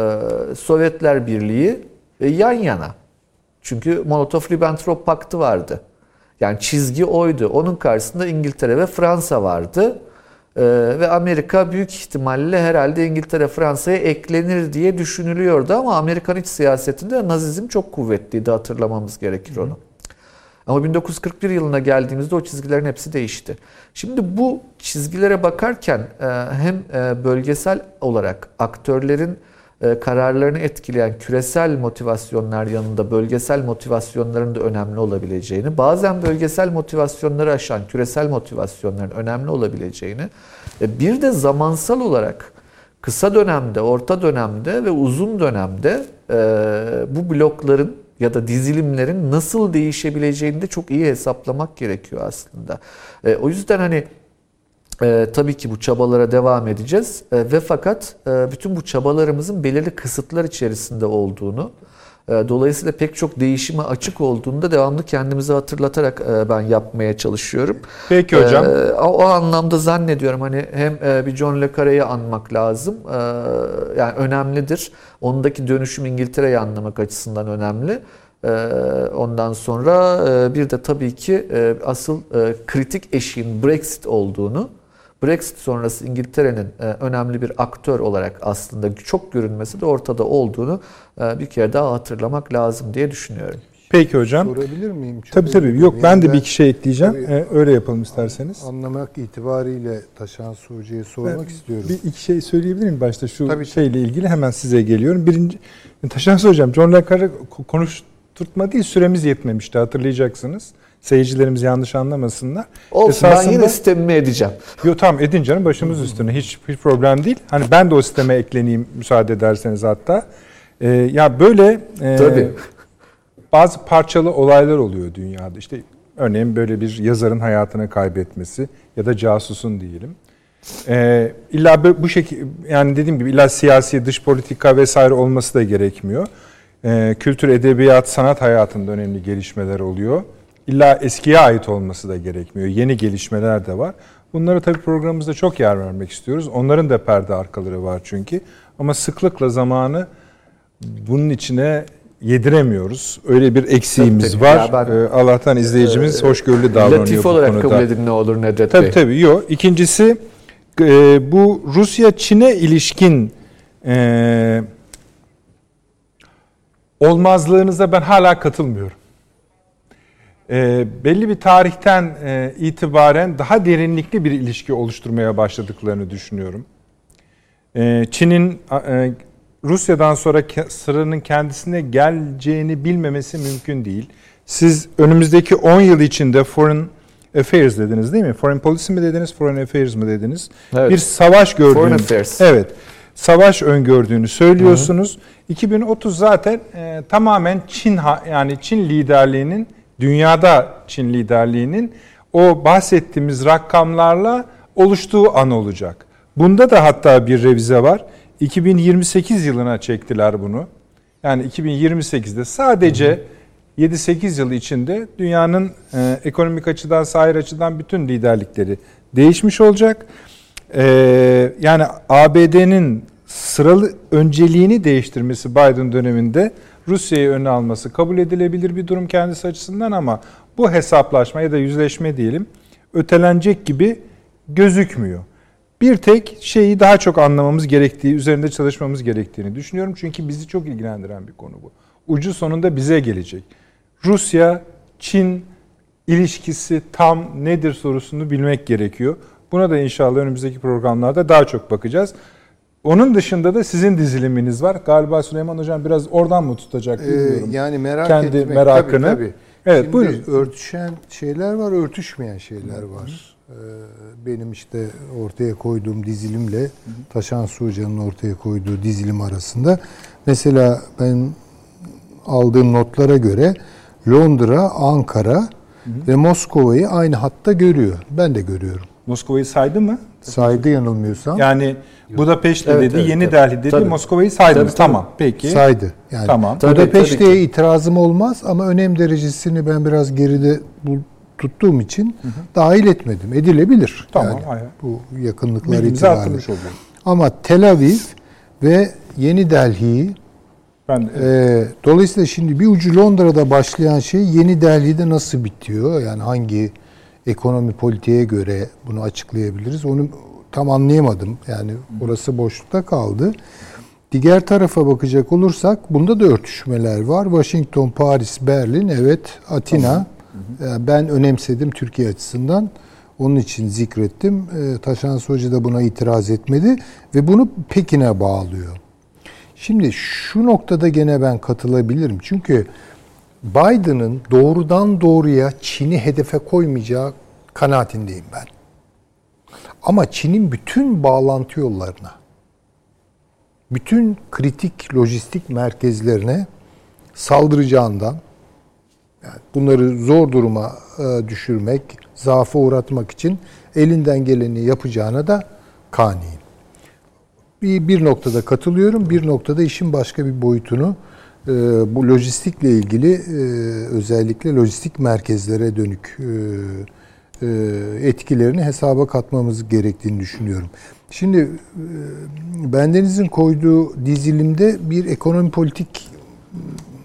Sovyetler Birliği yan yana. Çünkü Molotov-Ribbentrop Paktı vardı. Yani çizgi oydu. Onun karşısında İngiltere ve Fransa vardı. Ve Amerika büyük ihtimalle herhalde İngiltere Fransa'ya eklenir diye düşünülüyordu. Ama Amerikan iç siyasetinde Nazizm çok kuvvetliydi, hatırlamamız gerekir onu. Ama bin dokuz yüz kırk bir yılına geldiğimizde o çizgilerin hepsi değişti. Şimdi bu çizgilere bakarken hem bölgesel olarak aktörlerin kararlarını etkileyen küresel motivasyonlar yanında bölgesel motivasyonların da önemli olabileceğini, bazen bölgesel motivasyonları aşan küresel motivasyonların önemli olabileceğini, bir de zamansal olarak kısa dönemde, orta dönemde ve uzun dönemde bu blokların ya da dizilimlerin nasıl değişebileceğini de çok iyi hesaplamak gerekiyor aslında. E, o yüzden hani e, tabii ki bu çabalara devam edeceğiz e, ve fakat e, bütün bu çabalarımızın belirli kısıtlar içerisinde olduğunu, e, dolayısıyla pek çok değişime açık olduğunu da devamlı kendimize hatırlatarak e, ben yapmaya çalışıyorum. Peki hocam. E, o, o anlamda zannediyorum hani hem e, bir John le Carre'yi anmak lazım, e, yani önemlidir. Ondaki dönüşüm İngiltere'yi anlamak açısından önemli. Ee, ondan sonra e, bir de tabii ki e, asıl e, kritik eşiğin Brexit olduğunu, Brexit sonrası İngiltere'nin e, önemli bir aktör olarak aslında çok görünmesi de ortada olduğunu e, bir kere daha hatırlamak lazım diye düşünüyorum. Peki hocam. Sorabilir miyim? Çok Tabii tabii. özür Yok dilerim. ben de Yani bir iki şey ekleyeceğim. tabii, Ee, öyle yapalım isterseniz. Anlamak itibariyle Taşansı Hoca'ya sormak Ben istiyorum. Bir iki şey söyleyebilir miyim başta şu Tabii. şeyle ilgili hemen size geliyorum. Birinci Taşansı hocam John Le Carre'ı konuşturtma değil süremiz yetmemişti hatırlayacaksınız. Seyircilerimiz yanlış anlamasınlar. Olsun ben yine sistemimi edeceğim. Yok tamam edin canım başımız üstüne hiç, hiç problem değil. Hani ben de o sisteme ekleneyim müsaade ederseniz hatta. Ee, ya böyle e, Tabii. bazı parçalı olaylar oluyor dünyada. İşte örneğin böyle bir yazarın hayatını kaybetmesi ya da casusun diyelim. Ee, illa bu şekilde yani dediğim gibi illa siyasi dış politika vesaire olması da gerekmiyor. Ee, kültür, edebiyat, sanat hayatında önemli gelişmeler oluyor. İlla eskiye ait olması da gerekmiyor. Yeni gelişmeler de var. Bunlara tabii programımızda çok yer vermek istiyoruz. Onların da perde arkaları var çünkü. Ama sıklıkla zamanı bunun içine yediremiyoruz. Öyle bir eksiğimiz Tabii, var. ben, ee, Allah'tan izleyicimiz e, hoşgörülü davranıyor Latif bu olarak konuda. kabul edin ne olur Nedret tabii, Bey. Tabii tabii. Yok. İkincisi e, bu Rusya-Çin'e ilişkin e, olmazlığınıza ben hala katılmıyorum. E, belli bir tarihten e, itibaren daha derinlikli bir ilişki oluşturmaya başladıklarını düşünüyorum. E, Çin'in e, Rusya'dan sonra ke- sıranın kendisine geleceğini bilmemesi mümkün değil. Siz önümüzdeki on yıl içinde Foreign Affairs dediniz değil mi? Foreign Policy mi dediniz, Foreign Affairs mi dediniz? Evet. Bir savaş Foreign gördüğünü, Affairs. evet, savaş öngördüğünü söylüyorsunuz. Hı hı. iki bin otuz zaten e, tamamen Çin ha, yani Çin liderliğinin dünyada Çin liderliğinin o bahsettiğimiz rakamlarla oluştuğu an olacak. Bunda da hatta bir revize var. iki bin yirmi sekiz yılına çektiler bunu. Yani iki bin yirmi sekizde sadece yedi sekiz yıl içinde dünyanın e, ekonomik açıdan, sahil açıdan bütün liderlikleri değişmiş olacak. E, yani A B D'nin sıralı önceliğini değiştirmesi Biden döneminde Rusya'yı öne alması kabul edilebilir bir durum kendisi açısından ama bu hesaplaşma ya da yüzleşme diyelim ötelenecek gibi gözükmüyor. Bir tek şeyi daha çok anlamamız gerektiği, üzerinde çalışmamız gerektiğini düşünüyorum. Çünkü bizi çok ilgilendiren bir konu bu. Ucu sonunda bize gelecek. Rusya-Çin ilişkisi tam nedir sorusunu bilmek gerekiyor. Buna da inşallah önümüzdeki programlarda daha çok bakacağız. Onun dışında da sizin diziliminiz var. Galiba Süleyman Hocam biraz oradan mı tutacak bilmiyorum. Ee, yani merak Kendi etmek, merakını. Tabii, tabii. Evet, Şimdi buyurun. örtüşen şeyler var, örtüşmeyen şeyler var. Ee, benim işte ortaya koyduğum dizilimle Taşansı Hoca'nın ortaya koyduğu dizilim arasında. Mesela ben aldığım notlara göre Londra, Ankara hı hı. ve Moskova'yı aynı hatta görüyor. Ben de görüyorum. Moskova'yı saydı mı? Saydı yanılmıyorsam. Yani Budapeşte evet, dedi, evet, Yeni evet. Delhi dedi, Tabii. Moskova'yı saydı mı? Tamam, peki. Saydı. Yani tamam. Budapeşte'ye itirazım olmaz ama önem derecesini ben biraz geride tuttuğum için hı hı. dahil etmedim. Edilebilir. Tamam. Yani bu yakınlıklar Bilgimizi itibariyle. oluyor. Ama Tel Aviv ve Yeni Delhi'yi Ben de, e, dolayısıyla şimdi bir ucu Londra'da başlayan şey Yeni Delhi'de nasıl bitiyor? Yani hangi ekonomi politiğe göre bunu açıklayabiliriz? Onu tam anlayamadım. Yani orası boşlukta kaldı. Diğer tarafa bakacak olursak bunda da örtüşmeler var. Washington, Paris, Berlin, evet, Atina. Tamam. Ben önemsedim Türkiye açısından. Onun için zikrettim. Taşansı Hoca da buna itiraz etmedi ve bunu Pekin'e bağlıyor. Şimdi şu noktada gene ben katılabilirim. Çünkü Biden'ın doğrudan doğruya Çin'i hedefe koymayacağı kanaatindeyim ben. Ama Çin'in bütün bağlantı yollarına, bütün kritik lojistik merkezlerine saldıracağından, yani bunları zor duruma e, düşürmek, zaafa uğratmak için elinden geleni yapacağına da kaniyim. Bir, bir noktada katılıyorum, bir noktada işin başka bir boyutunu, e, bu lojistikle ilgili e, özellikle lojistik merkezlere dönük e, etkilerini hesaba katmamız gerektiğini düşünüyorum. Şimdi bendenizin koyduğu dizilimde bir ekonomi politik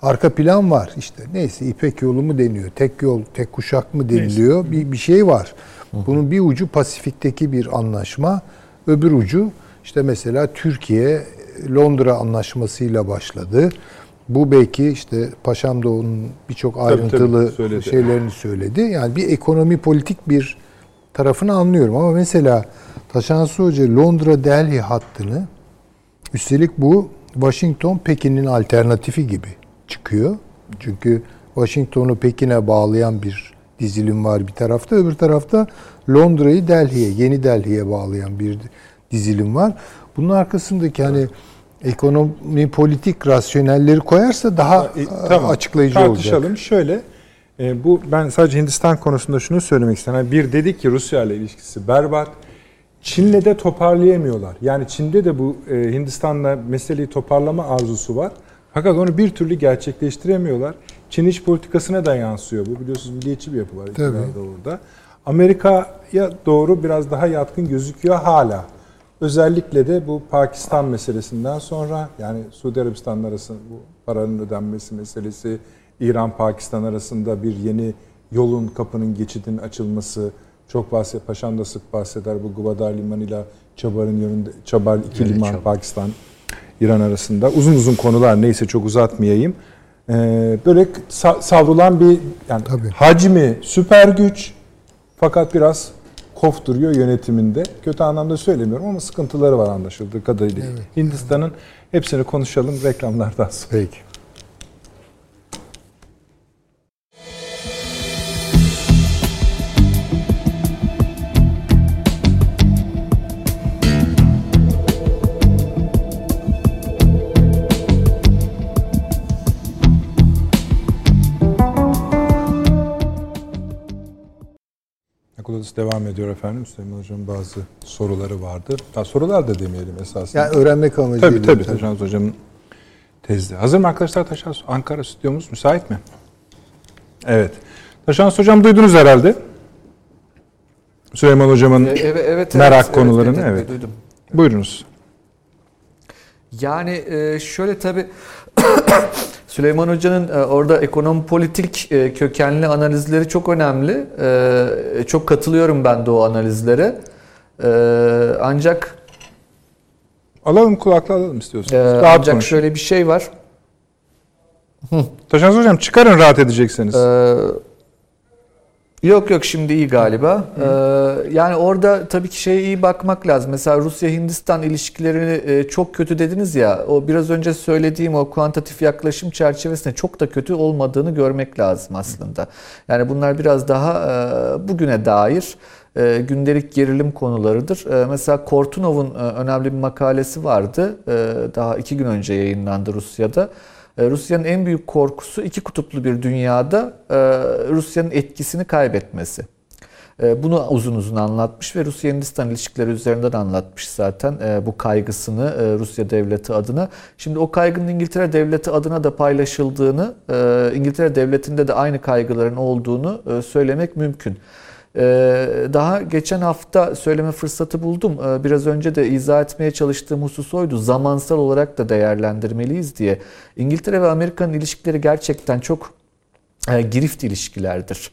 arka plan var. İşte neyse İpek yolu mu deniyor, tek yol, tek kuşak mı deniliyor, bir, bir şey var. Bunun bir ucu Pasifik'teki bir anlaşma, öbür ucu işte mesela Türkiye Londra Anlaşması'yla başladı. Bu belki işte Paşam da onun birçok ayrıntılı tabii, söyledi. şeylerini söyledi. Yani bir ekonomi politik bir tarafını anlıyorum ama mesela Taşansı Hoca Londra-Delhi hattını, üstelik bu Washington-Pekin'in alternatifi gibi çıkıyor. Çünkü Washington'u Pekin'e bağlayan bir dizilim var bir tarafta, öbür tarafta Londra'yı Delhi'ye, Yeni Delhi'ye bağlayan bir dizilim var. Bunun arkasındaki hani ekonomi politik rasyonelleri koyarsa daha E, tamam. açıklayıcı Tartışalım. olacak. Şöyle, e, bu ben sadece Hindistan konusunda şunu söylemek istedim. Bir, dedik ki Rusya ile ilişkisi berbat. Çin'le de toparlayamıyorlar. Yani Çin'de de bu e, Hindistan'la meseleyi toparlama arzusu var. Fakat onu bir türlü gerçekleştiremiyorlar. Çin iç politikasına da yansıyor bu. Biliyorsunuz milliyetçi bir yapı var iktidarda orada. Amerika'ya doğru biraz daha yatkın gözüküyor hala. Özellikle de bu Pakistan meselesinden sonra, yani Suudi Arabistan arasında bu paranın ödenmesi meselesi, İran-Pakistan arasında bir yeni yolun, kapının, geçidin açılması, çok bahseder, Paşam da sık bahseder bu Gwadar Limanı ile Çabar'ın yönünde, Çabar iki evet, liman Çabar. Pakistan, İran arasında uzun uzun konular, neyse çok uzatmayayım. Ee, böyle savrulan bir yani Tabii. hacmi süper güç fakat biraz kof duruyor yönetiminde. Kötü anlamda söylemiyorum ama sıkıntıları var anlaşıldığı kadarıyla. Evet. Hindistan'ın hepsini konuşalım reklamlardan sonra. Peki. Akıl Odası devam ediyor efendim. Süleyman Hocam'ın bazı soruları vardı. Ha, sorular da demeyelim esasında. Yani öğrenmek amacıyla. Tabii tabii. Taşansı Hocam'ın tezli. Hazır mı arkadaşlar? Taşansı Ankara stüdyomuz müsait mi? Evet. Taşansı Hocam duydunuz herhalde. Süleyman Hocam'ın evet, evet, merak evet, konularını. Evet, evet. Duydum. Buyurunuz. Yani şöyle tabii Süleyman Hoca'nın orada ekonomi politik kökenli analizleri çok önemli. Çok katılıyorum ben de o analizlere. Ancak alalım kulakla alalım istiyorsanız. Ee, Rahat ancak konuşun. Şöyle bir şey var. Taşansı Hocam çıkarın rahat edecekseniz. Ee, yok yok şimdi iyi galiba. Ee, yani orada tabii ki şeye iyi bakmak lazım. Mesela Rusya-Hindistan ilişkilerini çok kötü dediniz ya. O biraz önce söylediğim o kuantitatif yaklaşım çerçevesinde çok da kötü olmadığını görmek lazım aslında. Yani bunlar biraz daha bugüne dair gündelik gerilim konularıdır. Mesela Kortunov'un önemli bir makalesi vardı. Daha iki gün önce yayınlandı Rusya'da. Rusya'nın en büyük korkusu iki kutuplu bir dünyada Rusya'nın etkisini kaybetmesi. Bunu uzun uzun anlatmış ve Rusya-Hindistan ilişkileri üzerinden anlatmış zaten bu kaygısını Rusya devleti adına. Şimdi o kaygının İngiltere devleti adına da paylaşıldığını, İngiltere devletinde de aynı kaygıların olduğunu söylemek mümkün. Daha geçen hafta söyleme fırsatı buldum. Biraz önce de izah etmeye çalıştığım husus oydu. Zamansal olarak da değerlendirmeliyiz diye. İngiltere ve Amerika'nın ilişkileri gerçekten çok girift ilişkilerdir.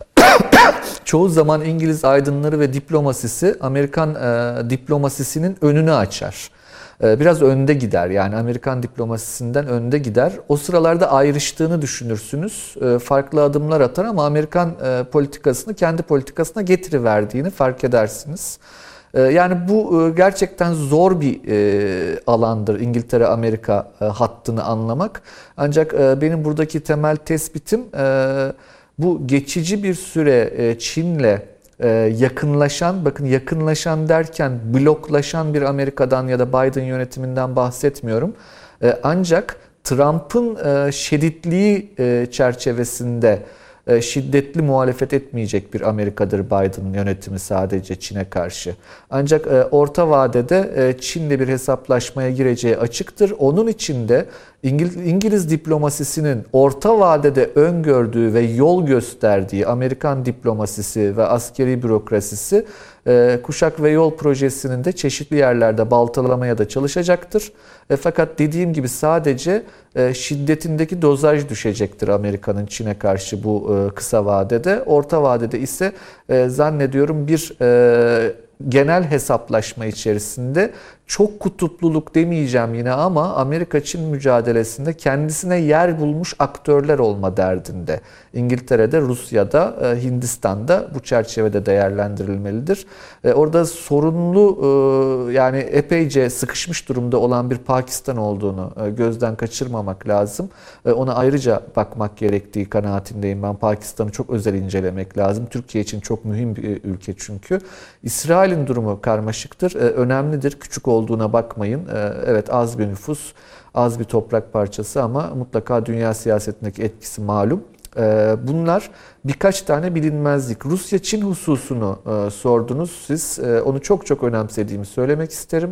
Çoğu zaman İngiliz aydınları ve diplomasisi Amerikan diplomasisinin önünü açar. Biraz önde gider, yani Amerikan diplomasisinden önde gider. O sıralarda ayrıştığını düşünürsünüz. Farklı adımlar atar ama Amerikan politikasını kendi politikasına getiriverdiğini fark edersiniz. Yani bu gerçekten zor bir alandır İngiltere-Amerika hattını anlamak. Ancak benim buradaki temel tespitim bu geçici bir süre Çin'le yakınlaşan, bakın yakınlaşan derken bloklaşan bir Amerika'dan ya da Biden yönetiminden bahsetmiyorum. Ancak Trump'ın şeditliği çerçevesinde e, şiddetli muhalefet etmeyecek bir Amerika'dır Biden'ın yönetimi sadece Çin'e karşı. Ancak e, orta vadede e, Çin'le bir hesaplaşmaya gireceği açıktır. Onun için de İngiliz, İngiliz diplomasisinin orta vadede öngördüğü ve yol gösterdiği Amerikan diplomasisi ve askeri bürokrasisi e, Kuşak ve Yol projesinin de çeşitli yerlerde baltalamaya da çalışacaktır. E, fakat dediğim gibi sadece e, şiddetindeki dozaj düşecektir Amerika'nın Çin'e karşı bu e, kısa vadede. Orta vadede ise e, zannediyorum bir e, genel hesaplaşma içerisinde çok kutupluluk demeyeceğim yine ama Amerika-Çin mücadelesinde kendisine yer bulmuş aktörler olma derdinde. İngiltere'de, Rusya'da, Hindistan'da bu çerçevede değerlendirilmelidir. Orada sorunlu yani epeyce sıkışmış durumda olan bir Pakistan olduğunu gözden kaçırmamak lazım. Ona ayrıca bakmak gerektiği kanaatindeyim ben. Pakistan'ı çok özel incelemek lazım. Türkiye için çok mühim bir ülke çünkü. İsrail'in durumu karmaşıktır, önemlidir. Küçük olduğuna bakmayın. Evet az bir nüfus, az bir toprak parçası ama mutlaka dünya siyasetindeki etkisi malum. Bunlar birkaç tane bilinmezlik. Rusya-Çin hususunu sordunuz siz. Onu çok çok önemsediğimi söylemek isterim.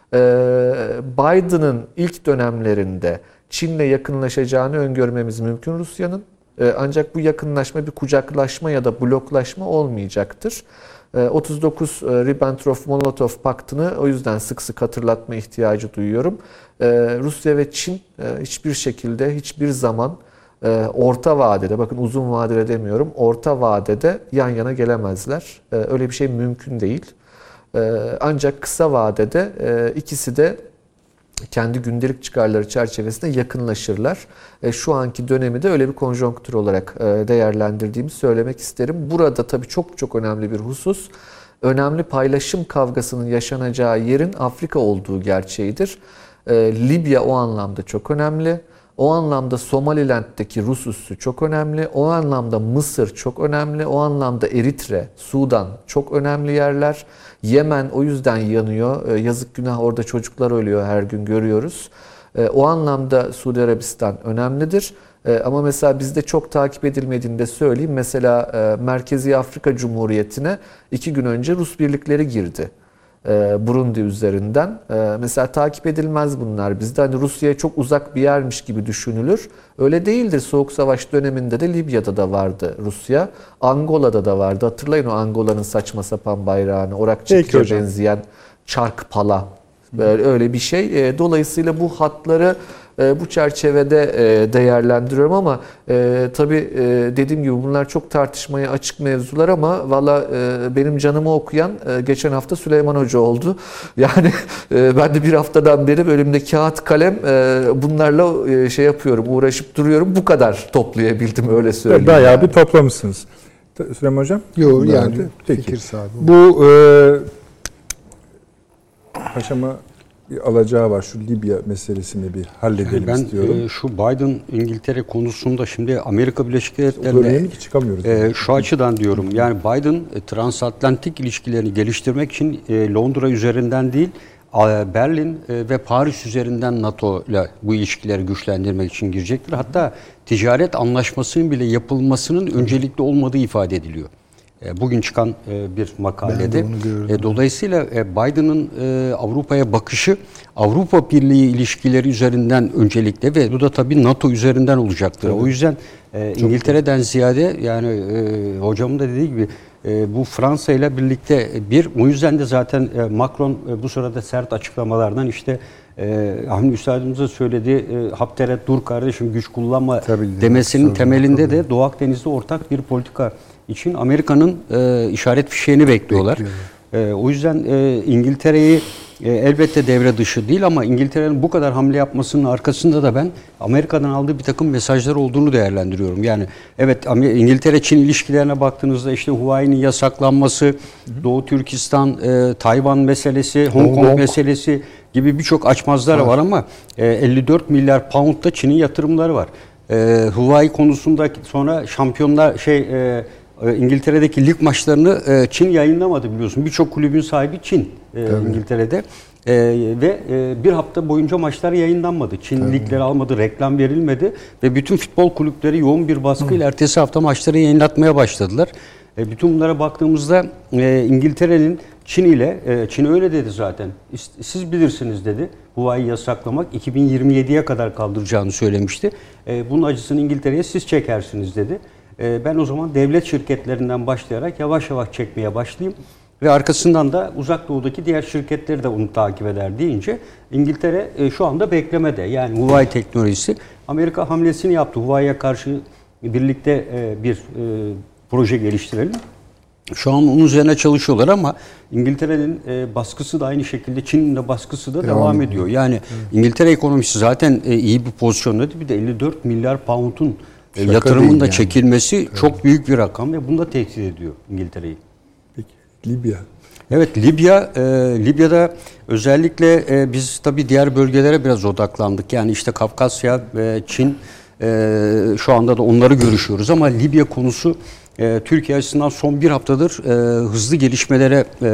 Biden'ın ilk dönemlerinde Çin'le yakınlaşacağını öngörmemiz mümkün Rusya'nın. Ancak bu yakınlaşma bir kucaklaşma ya da bloklaşma olmayacaktır. otuz dokuz Ribbentrop-Molotov paktını o yüzden sık sık hatırlatma ihtiyacı duyuyorum. Rusya ve Çin hiçbir şekilde, hiçbir zaman orta vadede, bakın uzun vadede demiyorum, orta vadede yan yana gelemezler. Öyle bir şey mümkün değil. Ancak kısa vadede ikisi de kendi gündelik çıkarları çerçevesinde yakınlaşırlar. Şu anki dönemi de öyle bir konjonktür olarak değerlendirdiğimi söylemek isterim. Burada tabii çok çok önemli bir husus, önemli paylaşım kavgasının yaşanacağı yerin Afrika olduğu gerçeğidir. Libya o anlamda çok önemli. O anlamda Somaliland'daki Rus üssü çok önemli. O anlamda Mısır çok önemli. O anlamda Eritre, Sudan çok önemli yerler. Yemen o yüzden yanıyor. Yazık günah orada çocuklar ölüyor her gün görüyoruz. O anlamda Suudi Arabistan önemlidir. Ama mesela bizde çok takip edilmediğini de söyleyeyim. Mesela Merkezi Afrika Cumhuriyeti'ne iki gün önce Rus birlikleri girdi. Burundi üzerinden. Mesela takip edilmez bunlar. Bizde hani Rusya'ya çok uzak bir yermiş gibi düşünülür. Öyle değildir. Soğuk Savaş döneminde de Libya'da da vardı Rusya. Angola'da da vardı. Hatırlayın o Angola'nın saçma sapan bayrağını. Orakçık'a benzeyen çark pala. Öyle bir şey. Dolayısıyla bu hatları bu çerçevede değerlendiriyorum ama e, tabii e, dediğim gibi bunlar çok tartışmaya açık mevzular ama valla e, benim canımı okuyan e, geçen hafta Süleyman Hoca oldu. Yani e, ben de bir haftadan beri önümde kağıt kalem e, bunlarla e, şey yapıyorum, uğraşıp duruyorum. Bu kadar toplayabildim öyle söyleyeyim. Bayağı yani. bir toplamışsınız. Süleyman Hocam? Yok yani Peki. fikir sahibi. Bu e, Paşam'a bir alacağı var. Şu Libya meselesini bir halledelim ben, istiyorum. Ben e, şu Biden İngiltere konusunda şimdi Amerika Birleşik Bölümüne Devletleri'ne ki çıkamıyoruz. e, şu açıdan diyorum. Yani Biden e, transatlantik ilişkilerini geliştirmek için e, Londra üzerinden değil Berlin ve Paris üzerinden NATO ile bu ilişkileri güçlendirmek için girecektir. Hatta ticaret anlaşmasının bile yapılmasının öncelikli olmadığı ifade ediliyor. Bugün çıkan bir makalede. Dolayısıyla Biden'ın Avrupa'ya bakışı Avrupa Birliği ilişkileri üzerinden öncelikle ve bu da tabii NATO üzerinden olacaktır. Tabii. O yüzden Çok İngiltere'den güzel. ziyade yani hocamın da dediği gibi bu Fransa ile birlikte bir, o yüzden de zaten Macron bu sırada sert açıklamalardan işte Avni Üstadımızın söylediği Hafter'e dur kardeşim güç kullanma tabii, demesinin temelinde tabii. de Doğu Akdeniz'de ortak bir politika için Amerika'nın e, işaret fişeğini bekliyorlar. E, o yüzden e, İngiltere'yi e, elbette devre dışı değil ama İngiltere'nin bu kadar hamle yapmasının arkasında da ben Amerika'dan aldığı bir takım mesajlar olduğunu değerlendiriyorum. Yani evet İngiltere-Çin ilişkilerine baktığınızda işte Huawei'nin yasaklanması, hı hı. Doğu Türkistan, e, Tayvan meselesi, Hong Kong, Kong meselesi gibi birçok açmazlar var, var ama e, elli dört milyar pound'da Çin'in yatırımları var. E, Huawei konusunda sonra şampiyonlar şey e, İngiltere'deki lig maçlarını Çin yayınlamadı biliyorsun. Birçok kulübün sahibi Çin evet. İngiltere'de. Ee, ve e, bir hafta boyunca maçlar yayınlanmadı. Çin Tabii. ligleri almadı, reklam verilmedi ve bütün futbol kulüpleri yoğun bir baskıyla Hı. ertesi hafta maçları yayınlatmaya başladılar. E, bütün bunlara baktığımızda e, İngiltere'nin Çin ile, e, Çin öyle dedi zaten, siz bilirsiniz dedi, Huawei'yi yasaklamak iki bin yirmi yediye kadar kaldıracağını söylemişti. E, bunun acısını İngiltere'ye siz çekersiniz dedi. E, ben o zaman devlet şirketlerinden başlayarak yavaş yavaş çekmeye başlayayım. Ve arkasından da Uzak Doğu'daki diğer şirketleri de onu takip eder deyince İngiltere e, şu anda beklemede. Yani Huawei teknolojisi Amerika hamlesini yaptı. Huawei'ye karşı birlikte e, bir e, proje geliştirelim. Şu an onun üzerine çalışıyorlar ama İngiltere'nin e, baskısı da aynı şekilde Çin'in de baskısı da devam, devam ediyor. Yani evet. İngiltere ekonomisi zaten e, iyi bir pozisyondaydı. Bir de elli dört milyar pound'un e, yatırımın da yani. çekilmesi evet. çok büyük bir rakam ve bunu da tehdit ediyor İngiltere'yi. Libya. Evet, Libya, e, Libya'da özellikle e, biz tabii diğer bölgelere biraz odaklandık. Yani işte Kafkasya ve Çin, e, şu anda da onları görüşüyoruz ama Libya konusu e, Türkiye açısından son bir haftadır e, hızlı gelişmelere e,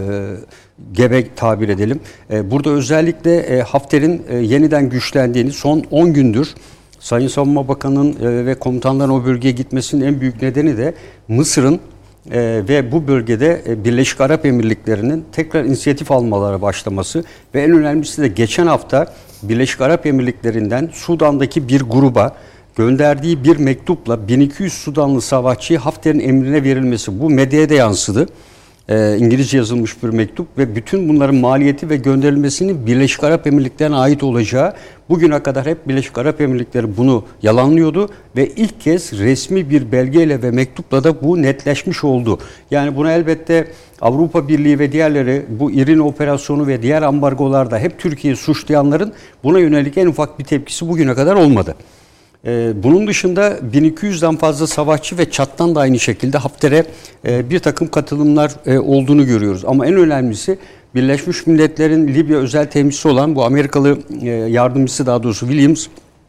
gebe tabir edelim. E, burada özellikle e, Hafter'in e, yeniden güçlendiğini son on gündür Sayın Savunma Bakanı'nın e, ve komutanların o bölgeye gitmesinin en büyük nedeni de Mısır'ın Ee, ve bu bölgede e, Birleşik Arap Emirlikleri'nin tekrar inisiyatif almalara başlaması ve en önemlisi de geçen hafta Birleşik Arap Emirlikleri'nden Sudan'daki bir gruba gönderdiği bir mektupla bin iki yüz Sudanlı savaşçıyı Hafter'in emrine verilmesi, bu medyaya da yansıdı. E, İngilizce yazılmış bir mektup ve bütün bunların maliyeti ve gönderilmesinin Birleşik Arap Emirlikleri'ne ait olacağı, bugüne kadar hep Birleşik Arap Emirlikleri bunu yalanlıyordu ve ilk kez resmi bir belgeyle ve mektupla da bu netleşmiş oldu. Yani buna elbette Avrupa Birliği ve diğerleri, bu İRİN operasyonu ve diğer ambargolarda hep Türkiye'yi suçlayanların buna yönelik en ufak bir tepkisi bugüne kadar olmadı. Bunun dışında bin iki yüzden fazla savaşçı ve Çat'tan da aynı şekilde Hafter'e bir takım katılımlar olduğunu görüyoruz. Ama en önemlisi Birleşmiş Milletler'in Libya özel temsilcisi olan bu Amerikalı yardımcısı, daha doğrusu Williams,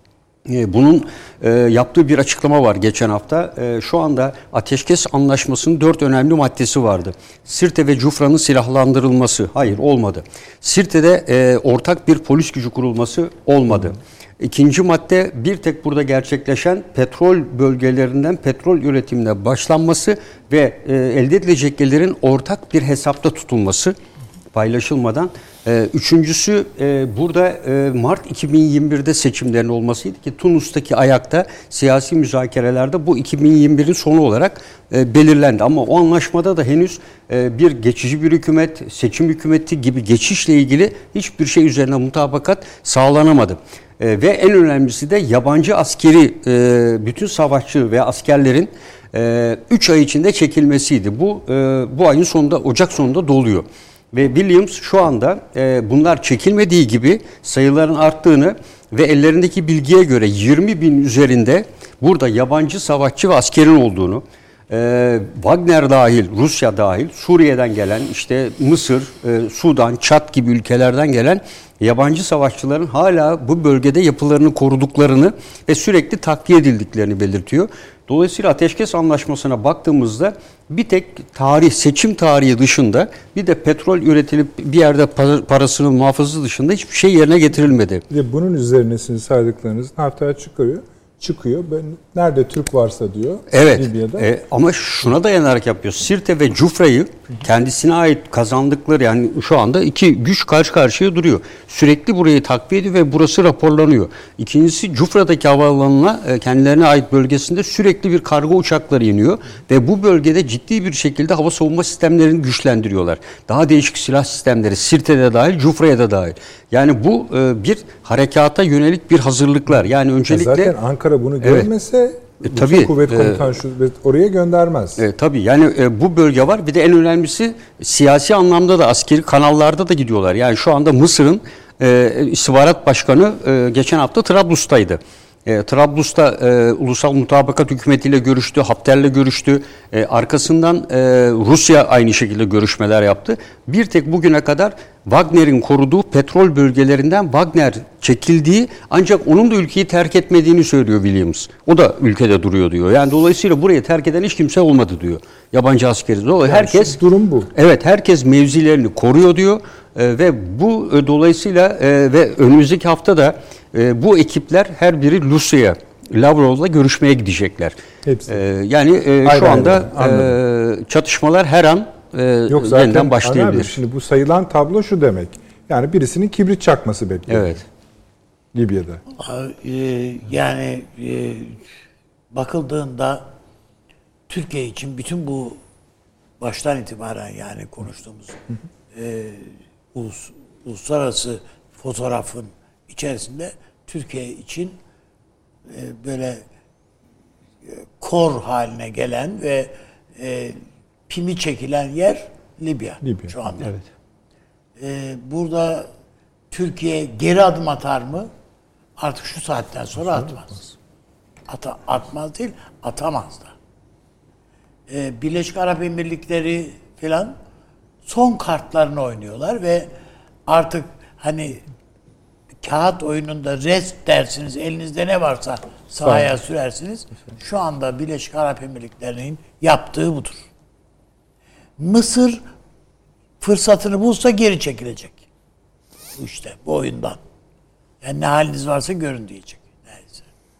bunun yaptığı bir açıklama var geçen hafta. Şu anda ateşkes anlaşmasının dört önemli maddesi vardı. Sirte ve Cufra'nın silahlandırılması, hayır olmadı. Sirte'de ortak bir polis gücü kurulması olmadı. İkinci madde, bir tek burada gerçekleşen petrol bölgelerinden petrol üretimine başlanması ve e, elde edilecek gelirlerin ortak bir hesapta tutulması, paylaşılmadan. E, üçüncüsü e, burada e, Mart iki bin yirmi birde seçimlerin olmasıydı ki Tunus'taki ayakta siyasi müzakerelerde bu iki bin yirmi birin sonu olarak e, belirlendi. Ama o anlaşmada da henüz e, bir geçici bir hükümet, seçim hükümeti gibi geçişle ilgili hiçbir şey üzerine mutabakat sağlanamadı. E, ve en önemlisi de yabancı askeri e, bütün savaşçı ve askerlerin üç e, ay içinde çekilmesiydi. Bu e, bu ayın sonunda, Ocak sonunda doluyor. Ve Williams şu anda e, bunlar çekilmediği gibi sayıların arttığını ve ellerindeki bilgiye göre yirmi bin üzerinde burada yabancı savaşçı ve askerin olduğunu, e, Wagner dahil, Rusya dahil, Suriye'den gelen, işte Mısır, e, Sudan, Çat gibi ülkelerden gelen yabancı savaşçıların hala bu bölgede yapılarını koruduklarını ve sürekli takviye edildiklerini belirtiyor. Dolayısıyla ateşkes anlaşmasına baktığımızda bir tek tarih, seçim tarihi dışında, bir de petrol üretilip bir yerde parasının muhafazası dışında hiçbir şey yerine getirilmedi. Ve bunun üzerine sizin saydıklarınız haftaya çıkıyor. Çıkıyor. Ben nerede Türk varsa diyor. Evet. Libya'da. E, ama şuna dayanarak yapıyor. Sirte ve Cufra'yı kendisine ait kazandıkları, yani şu anda iki güç karşı karşıya duruyor. Sürekli burayı takviye ediyor ve burası raporlanıyor. İkincisi, Cufra'daki havaalanına, kendilerine ait bölgesinde sürekli bir kargo uçakları iniyor ve bu bölgede ciddi bir şekilde hava savunma sistemlerini güçlendiriyorlar. Daha değişik silah sistemleri, Sirte'de dahil, Cufra'ya da dahil. Yani bu bir harekata yönelik bir hazırlıklar. Yani öncelikle zaten Ankara bunu görmese, evet, e, tabii, kuvvet komutanı şu, oraya göndermez. E, tabii yani e, bu bölge var. Bir de en önemlisi siyasi anlamda da askeri kanallarda da gidiyorlar. Yani şu anda Mısır'ın e, istihbarat başkanı e, geçen hafta Trablus'taydı. E, Trablus'ta e, ulusal mutabakat hükümetiyle görüştü, Hafter'le görüştü. E, arkasından e, Rusya aynı şekilde görüşmeler yaptı. Bir tek bugüne kadar Wagner'in koruduğu petrol bölgelerinden Wagner çekildiği, ancak onun da ülkeyi terk etmediğini söylüyor Williams. O da ülkede duruyor diyor. Yani dolayısıyla burayı terk eden hiç kimse olmadı diyor. Yabancı askeri. Dolayısıyla yani herkes, durum bu. Evet, herkes mevzilerini koruyor diyor. E, ve bu e, dolayısıyla e, ve önümüzdeki hafta da e, bu ekipler her biri Rusya'ya, Lavrov'la görüşmeye gidecekler. Hepsi. E, yani e, Hayır, şu anda hayır, e, çatışmalar her an e, Yok zaten yeniden başlayabilir. abi, şimdi bu sayılan tablo şu demek. Yani birisinin kibrit çakması bekliyor. Evet. Libya'da. Ee, yani e, bakıldığında Türkiye için bütün bu baştan itibaren yani konuştuğumuz e, ulus, uluslararası fotoğrafın içerisinde Türkiye için e, böyle e, kor haline gelen ve e, pimi çekilen yer Libya, Libya. şu anda. Evet. E, burada Türkiye geri adım atar mı? Artık şu saatten sonra atmaz. Ata, atmaz değil, atamaz da. Ee, Birleşik Arap Emirlikleri falan son kartlarını oynuyorlar ve artık hani kağıt oyununda rest dersiniz, elinizde ne varsa sahaya sürersiniz. Şu anda Birleşik Arap Emirlikleri'nin yaptığı budur. Mısır fırsatını bulsa geri çekilecek. Bu işte, bu oyundan. Yani ne haliniz varsa görün diyecek. Neyse.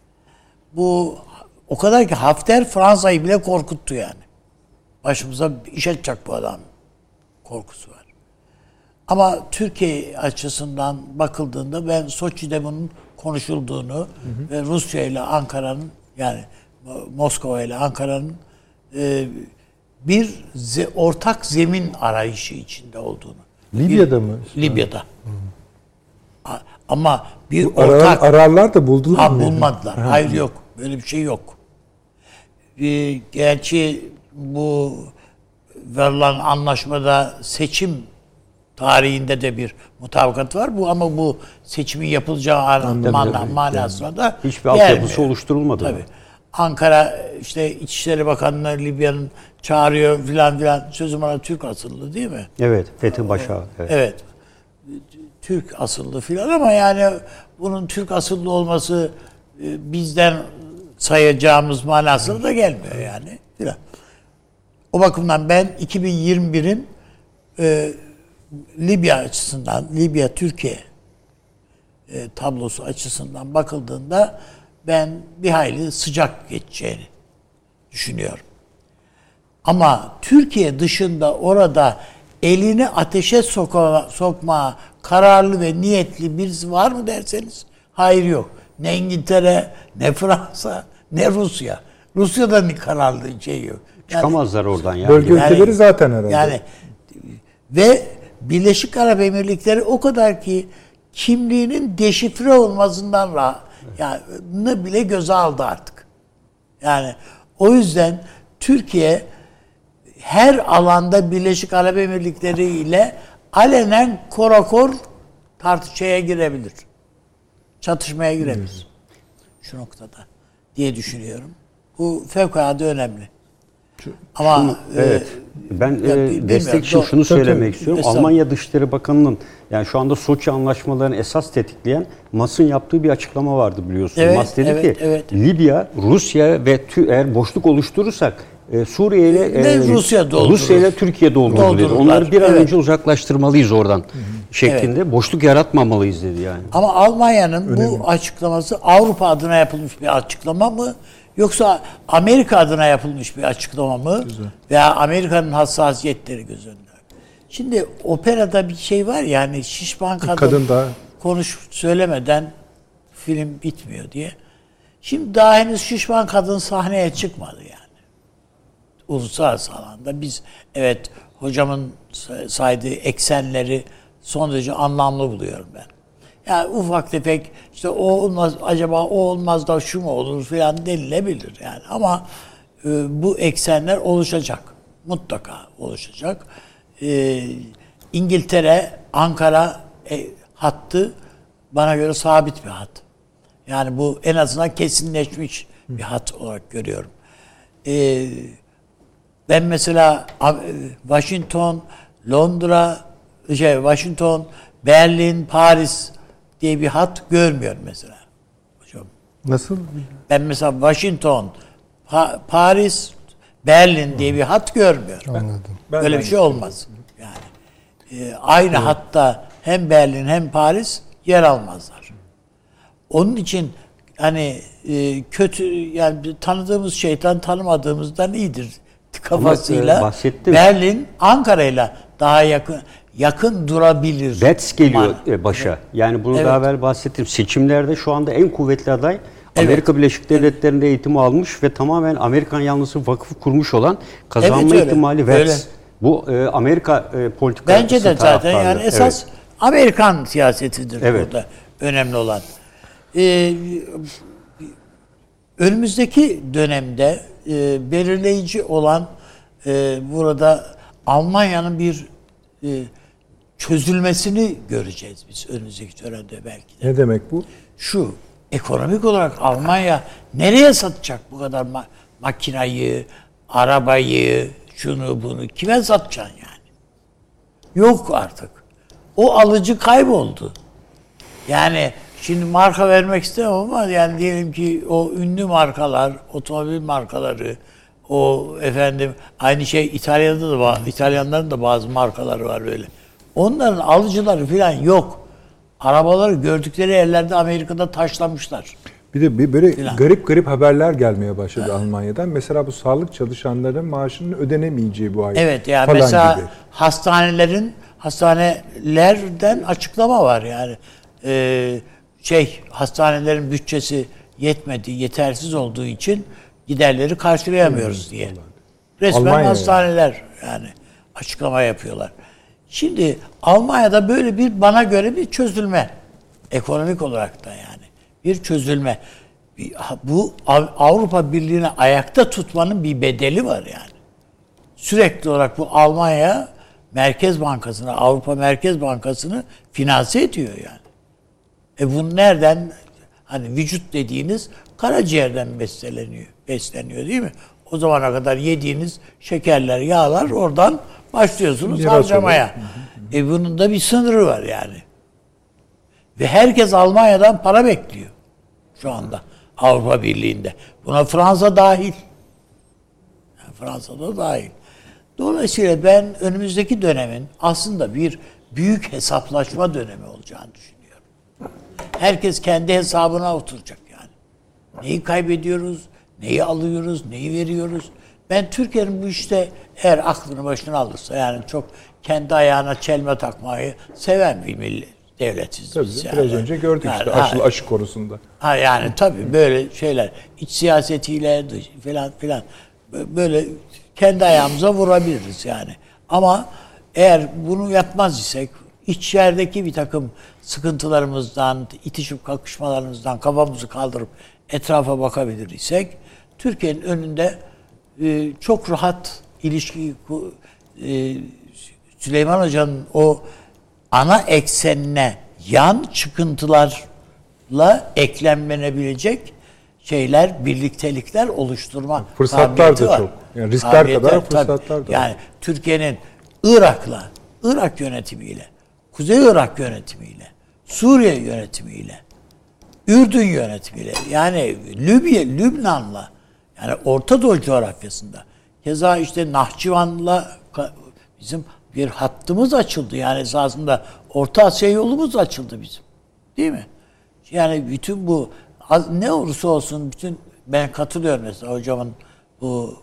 Bu o kadar ki Hafter Fransa'yı bile korkuttu yani. Başımıza iş açacak bu adam korkusu var. Ama Türkiye açısından bakıldığında ben Soçi'de bunun konuşulduğunu hı hı. ve Rusya ile Ankara'nın yani Moskova ile Ankara'nın e, bir ze, ortak zemin arayışı içinde olduğunu. Libya'da bir, mı? Libya'da. Hı. Ama bir Bu ortak... Arar, ararlar da buldular ha, mı? bulmadılar. Ha. Hayır yok. Böyle bir şey yok. Ee, gerçi bu verilen anlaşmada seçim tarihinde de bir mutabakat var. Bu ama bu seçimin yapılacağı mana, manasında da hiçbir altyapısı oluşturulmadı. Tabii. Ankara işte İçişleri Bakanlığı Libya'nın çağırıyor filan filan. Sözüm ona Türk asıllı değil mi? Evet. Fethi Başa. Evet. Evet. Türk asıllı filan ama yani bunun Türk asıllı olması e, bizden sayacağımız manasına da gelmiyor yani filan. O bakımdan ben iki bin yirmi birin e, Libya açısından, Libya-Türkiye e, tablosu açısından bakıldığında ben bir hayli sıcak geçeceğini düşünüyorum. Ama Türkiye dışında orada elini ateşe soka, sokma kararlı ve niyetli birisi var mı derseniz hayır yok. Ne İngiltere, ne Fransa, ne Rusya. Rusya'da bir kararlı şey yok. Yani, çıkamazlar oradan ya. Bölge yani, ülkeleri zaten herhalde. Yani ve Birleşik Arap Emirlikleri o kadar ki kimliğinin deşifre olmasından ra yani bile göze aldı artık. Yani o yüzden Türkiye her alanda Birleşik Arap Emirlikleri ile alenen korakor tartışmaya girebilir. Çatışmaya girebilir. Şu noktada diye düşünüyorum. Bu fevkalade önemli. Ama Şunu, evet. E, ben ya, e, destek için şunu söylemek istiyorum. Almanya Dışişleri Bakanı'nın yani şu anda Soçi anlaşmalarını esas tetikleyen Mas'ın yaptığı bir açıklama vardı biliyorsunuz. Evet, Mas dedi evet, ki evet. Libya, Rusya ve eğer boşluk oluşturursak e, Suriye ile e, Rusya, Rusya ile Türkiye doldurur dedi. Onları bir an evet. önce uzaklaştırmalıyız oradan Hı-hı. şeklinde. Evet. Boşluk yaratmamalıyız dedi yani. Ama Almanya'nın Önemli. bu açıklaması Avrupa adına yapılmış bir açıklama mı? Yoksa Amerika adına yapılmış bir açıklama mı? Güzel. Veya Amerika'nın hassasiyetleri göz önünde. Şimdi operada bir şey var yani şişman kadın, kadın da konuş söylemeden film bitmiyor diye. Şimdi daha henüz şişman kadın sahneye çıkmadı yani. Uluslararası alanda biz evet hocamın saydığı eksenleri son derece anlamlı buluyorum ben. Yani ufak tefek işte o olmaz acaba o olmaz da şu mu olur falan denilebilir yani ama e, bu eksenler oluşacak. Mutlaka oluşacak. E, İngiltere, Ankara e, hattı bana göre sabit bir hat. Yani bu en azından kesinleşmiş bir hat olarak görüyorum. E, ben mesela Washington, Londra, şey Washington, Berlin, Paris diye bir hat görmüyorum mesela. Hocam. Nasıl? Ben mesela Washington, pa- Paris, Berlin diye bir hat görmüyorum. Anladım. Böyle bir şey olmaz. Yani e, aynı evet. hatta hem Berlin hem Paris yer almazlar. Onun için hani e, kötü yani tanıdığımız şeytan tanımadığımızdan iyidir kafasıyla Ama, e, Berlin Ankara'yla daha yakın yakın durabilir. Betz geliyor Man. başa. Evet. Yani bunu evet. daha evvel bahsettim. Seçimlerde şu anda en kuvvetli aday Amerika evet. Birleşik Devletleri'nde eğitimi almış ve tamamen Amerikan yanlısı vakıfı kurmuş olan kazanma evet, ihtimali Betz. Bu e, Amerika e, politikası bence de zaten yani esas evet. Amerikan siyasetidir evet. burada önemli olan. Ee, önümüzdeki dönemde e, belirleyici olan e, burada Almanya'nın bir e, çözülmesini göreceğiz biz önümüzdeki dönemde belki de. Ne demek bu? Şu, ekonomik olarak Almanya nereye satacak bu kadar ma- makinayı, arabayı, şunu bunu kime satacaksın yani? Yok artık. O alıcı kayboldu. Yani şimdi marka vermek istemem ama yani diyelim ki o ünlü markalar, otomobil markaları, o efendim aynı şey İtalya'da da var. İtalyanların da bazı markaları var böyle. Onların alıcıları falan yok. Arabaları gördükleri yerlerde Amerika'da taşlamışlar. Bir de bir böyle falan. garip garip haberler gelmeye başladı evet. Almanya'dan. Mesela bu sağlık çalışanlarının maaşının ödenemeyeceği bu ay. Evet yani falan mesela gibi. hastanelerin hastanelerden açıklama var yani. Ee, şey hastanelerin bütçesi yetmedi, yetersiz olduğu için giderleri karşılayamıyoruz hmm, diye. Resmen Almanya hastaneler yani. yani açıklama yapıyorlar. Şimdi Almanya'da böyle bir bana göre bir çözülme ekonomik olarak da yani bir çözülme. Bu Avrupa Birliği'ni ayakta tutmanın bir bedeli var yani. Sürekli olarak bu Almanya Merkez Bankası'nı, Avrupa Merkez Bankası'nı finanse ediyor yani. E bunu nereden hani vücut dediğiniz karaciğerden besleniyor, besleniyor değil mi? O zamana kadar yediğiniz şekerler, yağlar oradan başlıyorsunuz Biraz harcamaya. E bunun da bir sınırı var yani. Ve herkes Almanya'dan para bekliyor şu anda Avrupa Birliği'nde. Buna Fransa dahil. Yani Fransa da dahil. Dolayısıyla ben önümüzdeki dönemin aslında bir büyük hesaplaşma dönemi olacağını düşünüyorum. Herkes kendi hesabına oturacak yani. Neyi kaybediyoruz, neyi alıyoruz, neyi veriyoruz. Ben Türkiye'nin bu işte eğer aklını başına alırsa yani çok kendi ayağına çelme takmayı seven bir millet devletiz tabii, biz yani. Biraz önce gördük yani, işte aşı, aşı konusunda. Ha yani tabii böyle şeyler iç siyasetiyle falan filan böyle kendi ayağımıza vurabiliriz yani. Ama eğer bunu yapmaz isek içerideki bir takım sıkıntılarımızdan, itişip kakışmalarımızdan kafamızı kaldırıp etrafa bakabilir isek Türkiye'nin önünde e, çok rahat ilişki e, Süleyman Hoca'nın o ana eksenine yan çıkıntılarla eklemlenebilecek şeyler, birliktelikler oluşturma fırsatlar da var. Çok. Yani riskler Kabiliyetler, kadar fırsatlar tabii. da. Yani Türkiye'nin Irak'la, Irak yönetimiyle, Kuzey Irak yönetimiyle, Suriye yönetimiyle, Ürdün yönetimiyle, yani Libya, Lübnan'la, yani Orta Doğu coğrafyasında, keza işte Nahçıvan'la bizim bir hattımız açıldı. Yani esasında Orta Asya yolumuz açıldı bizim. Değil mi? Yani bütün bu ne olursa olsun bütün ben katılıyorum mesela hocamın bu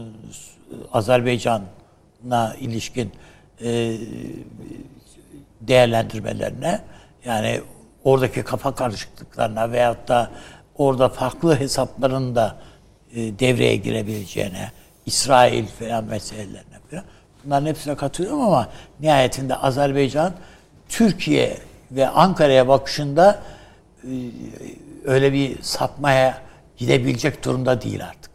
Azerbaycan'a ilişkin e, değerlendirmelerine yani oradaki kafa karışıklıklarına veyahut da orada farklı hesapların da e, devreye girebileceğine, İsrail falan meselelerine falan bunların hepsine katılıyorum ama nihayetinde Azerbaycan Türkiye ve Ankara'ya bakışında e, öyle bir sapmaya gidebilecek durumda değil artık.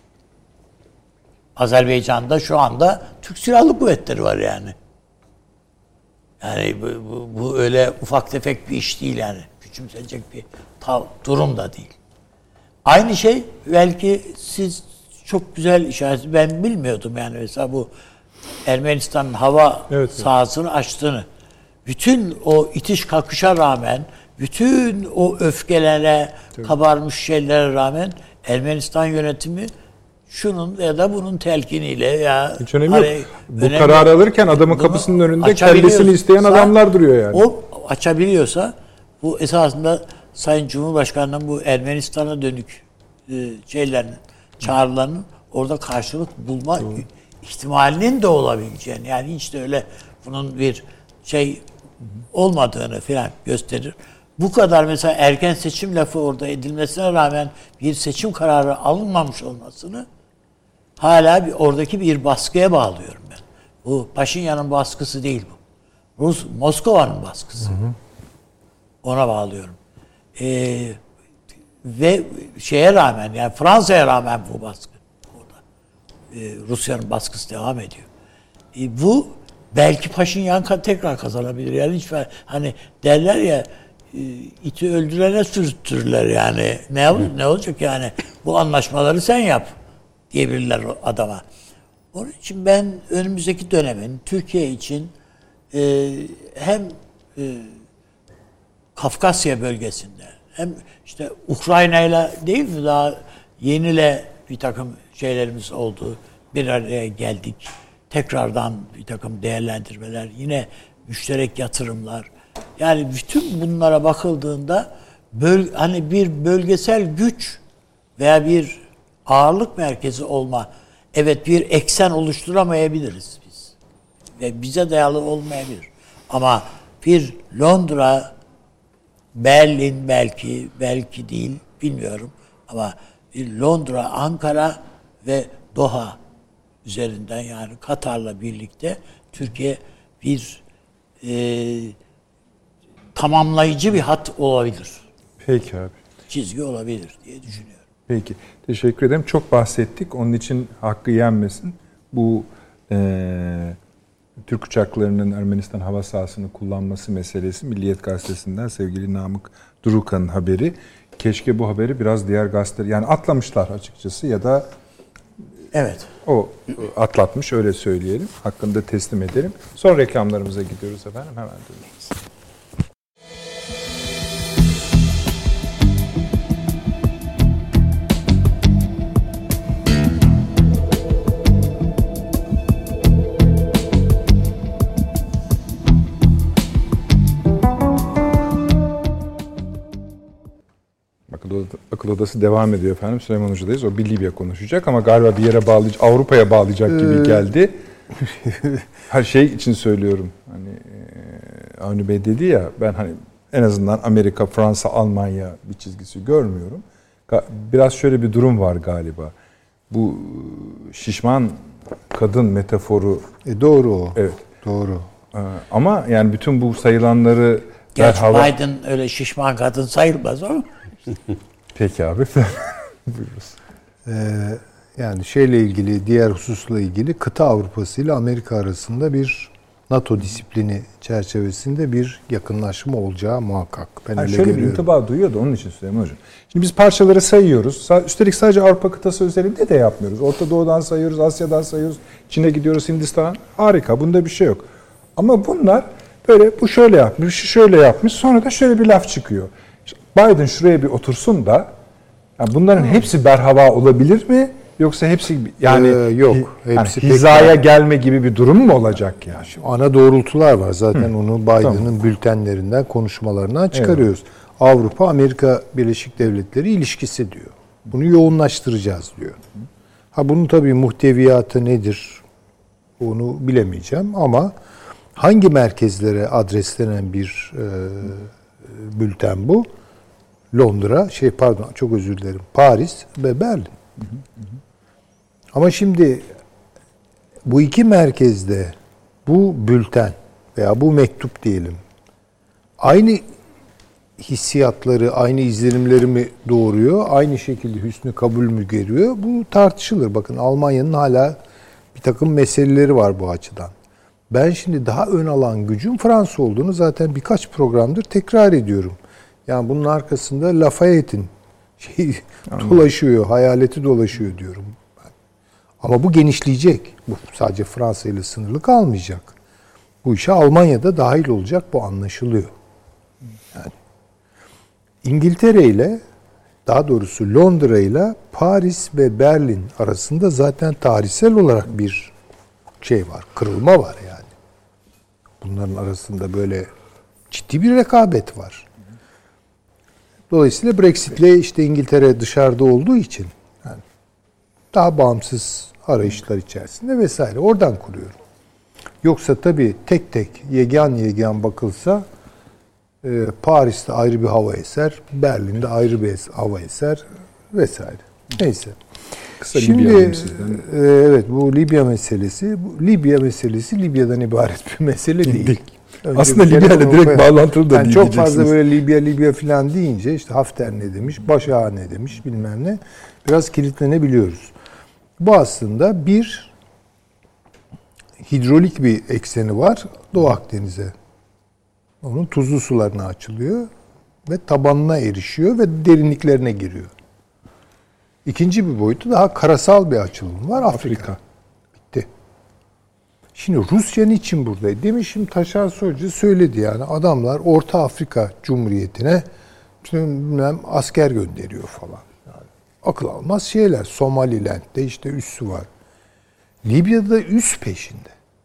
Azerbaycan'da şu anda Türk Silahlı Kuvvetleri var yani. Yani bu, bu, bu öyle ufak tefek bir iş değil yani. Küçümsenecek bir tav, durum da değil. Aynı şey belki siz çok güzel işaret, ben bilmiyordum yani mesela bu Ermenistan'ın hava evet, sahasını evet. açtığını. Bütün o itiş kakışa rağmen, bütün o öfkelere, tabii. kabarmış şeylere rağmen Ermenistan yönetimi şunun ya da bunun telkiniyle ya Hiç önemi hani yok. Bu önemli- kararı alırken adamın bunu kapısının önünde açabiliyorsa- kellesini isteyen adamlar duruyor yani. O açabiliyorsa bu esasında Sayın Cumhurbaşkanı'nın bu Ermenistan'a dönük e, şeylerin, çağrılarının orada karşılık bulma ihtimalinin de olabileceğini, yani hiç de öyle bunun bir şey olmadığını filan gösterir. Bu kadar mesela erken seçim lafı orada edilmesine rağmen bir seçim kararı alınmamış olmasını hala bir oradaki bir baskıya bağlıyorum ben. Bu Paşinyan'ın baskısı değil bu. Rus, Moskova'nın baskısı. Hı hı. Ona bağlıyorum. Ee, ve şeye rağmen, yani Fransa'ya rağmen bu baskı orada. Ee, Rusya'nın baskısı devam ediyor. Ee, bu belki Paşinyan tekrar kazanabilir. Yani hiç hani derler ya, iti öldürene sürtürürler yani. Ne yap- ne olacak yani? Bu anlaşmaları sen yap diyebilirler adama. Onun için ben önümüzdeki dönemin Türkiye için e, hem e, Kafkasya bölgesinde hem işte Ukrayna'yla değil mi daha yenile bir takım şeylerimiz oldu. Bir araya geldik. Tekrardan bir takım değerlendirmeler, yine müşterek yatırımlar. Yani bütün bunlara bakıldığında böl, hani bir bölgesel güç veya bir ağırlık merkezi olma, evet bir eksen oluşturamayabiliriz biz. Ve bize dayalı olmayabilir. Ama bir Londra, Berlin belki, belki değil, bilmiyorum. Ama bir Londra, Ankara ve Doha üzerinden, yani Katar'la birlikte Türkiye bir e, tamamlayıcı bir hat olabilir. Peki abi. Çizgi olabilir diye düşünüyorum. Peki. Teşekkür ederim. Çok bahsettik. Onun için hakkı yenmesin. Bu e, Türk uçaklarının Ermenistan hava sahasını kullanması meselesi Milliyet Gazetesi'nden sevgili Namık Durukan'ın haberi. Keşke bu haberi biraz diğer gazeteler, yani atlamışlar açıkçası ya da evet, o atlatmış, öyle söyleyelim. Hakkını da teslim edelim. Sonra reklamlarımıza gidiyoruz efendim. Hemen döneceğiz. Akıl Odası devam ediyor efendim. Süleyman Hoca'dayız. O bir Libya konuşacak ama galiba bir yere bağlayacak, Avrupa'ya bağlayacak gibi geldi. Her şey için söylüyorum. Hani Avni Bey dedi ya, ben hani en azından Amerika, Fransa, Almanya bir çizgisi görmüyorum. Biraz şöyle bir durum var galiba. Bu şişman kadın metaforu. E doğru o. Evet. Doğru. Ama yani bütün bu sayılanları gerçi hava... Biden öyle şişman kadın sayılmaz ama. Peki abi. Buyuruz. Ee, yani şeyle ilgili, diğer hususla ilgili kıta Avrupası ile Amerika arasında bir NATO disiplini çerçevesinde bir yakınlaşma olacağı muhakkak. Ben yani öyle şöyle görüyorum. Bir intiba duyuyor da onun için Süleyman Hocam. Şimdi biz parçaları sayıyoruz. Üstelik sadece Avrupa kıtası üzerinde de yapmıyoruz. Orta Doğu'dan sayıyoruz, Asya'dan sayıyoruz. Çin'e gidiyoruz, Hindistan'a. Harika. Bunda bir şey yok. Ama bunlar böyle, bu şöyle yapmış, şu şöyle yapmış. Sonra da şöyle bir laf çıkıyor. Biden şuraya bir otursun da, yani bunların hepsi berhava olabilir mi? Yoksa hepsi yani ee, yok. Hepsi yani hizaya pek gelme gibi bir durum mu olacak yani? Şimdi ana doğrultular var. Zaten Hı. onu Biden'ın tamam. bültenlerinden, konuşmalarından çıkarıyoruz. Evet. Avrupa Amerika Birleşik Devletleri ilişkisi diyor. Bunu yoğunlaştıracağız diyor. Ha bunun tabii muhteviyatı nedir? Onu bilemeyeceğim ama hangi merkezlere adreslenen bir e, bülten bu? Londra, şey pardon çok özür dilerim. Paris ve Berlin. Hı hı hı. Ama şimdi bu iki merkezde bu bülten veya bu mektup diyelim aynı hissiyatları, aynı izlenimleri mi doğuruyor? Aynı şekilde hüsnü kabul mü görüyor? Bu tartışılır. Bakın Almanya'nın hala bir takım meseleleri var bu açıdan. Ben şimdi daha ön alan gücün Fransa olduğunu zaten birkaç programdır tekrar ediyorum. Yani bunun arkasında Lafayette'in şey dolaşıyor, hayaleti dolaşıyor diyorum. Ama bu genişleyecek. Bu sadece Fransa ile sınırlı kalmayacak. Bu işe Almanya'da dahil olacak, bu anlaşılıyor. Yani İngiltere ile daha doğrusu Londra ile Paris ve Berlin arasında zaten tarihsel olarak bir şey var, kırılma var yani. Bunların arasında böyle ciddi bir rekabet var. Dolayısıyla Brexit'le işte İngiltere dışarıda olduğu için yani daha bağımsız arayışlar içerisinde vesaire oradan kuruyorum. Yoksa tabii tek tek yegan yegan bakılsa e, Paris'te ayrı bir hava eser, Berlin'de ayrı bir hava eser vesaire. Neyse. Kısa Şimdi Libya alayım sizden. e, evet bu Libya meselesi, bu Libya meselesi Libya'dan ibaret bir mesele değil. Değil. Önce Aslında bir kere Libya ile onu direkt koyalım. bağlantılı da Yani değil çok fazla diyeceksiniz. böyle Libya Libya falan deyince işte Hafter ne demiş, Başak'a ne demiş bilmem ne. Biraz kilitlenebiliyoruz. Bu aslında bir hidrolik bir ekseni var Doğu Akdeniz'e. Onun tuzlu sularına açılıyor ve tabanına erişiyor ve derinliklerine giriyor. İkinci bir boyutu daha karasal bir açılım var. Afrika. Afrika. Bitti. Şimdi Rusya niçin buradaydı? Demişim Taşar Soycu söyledi yani. Adamlar Orta Afrika Cumhuriyeti'ne işte bilmem, asker gönderiyor falan. Yani akıl almaz şeyler. Somaliland'de işte üssü var. Libya'da üs peşinde.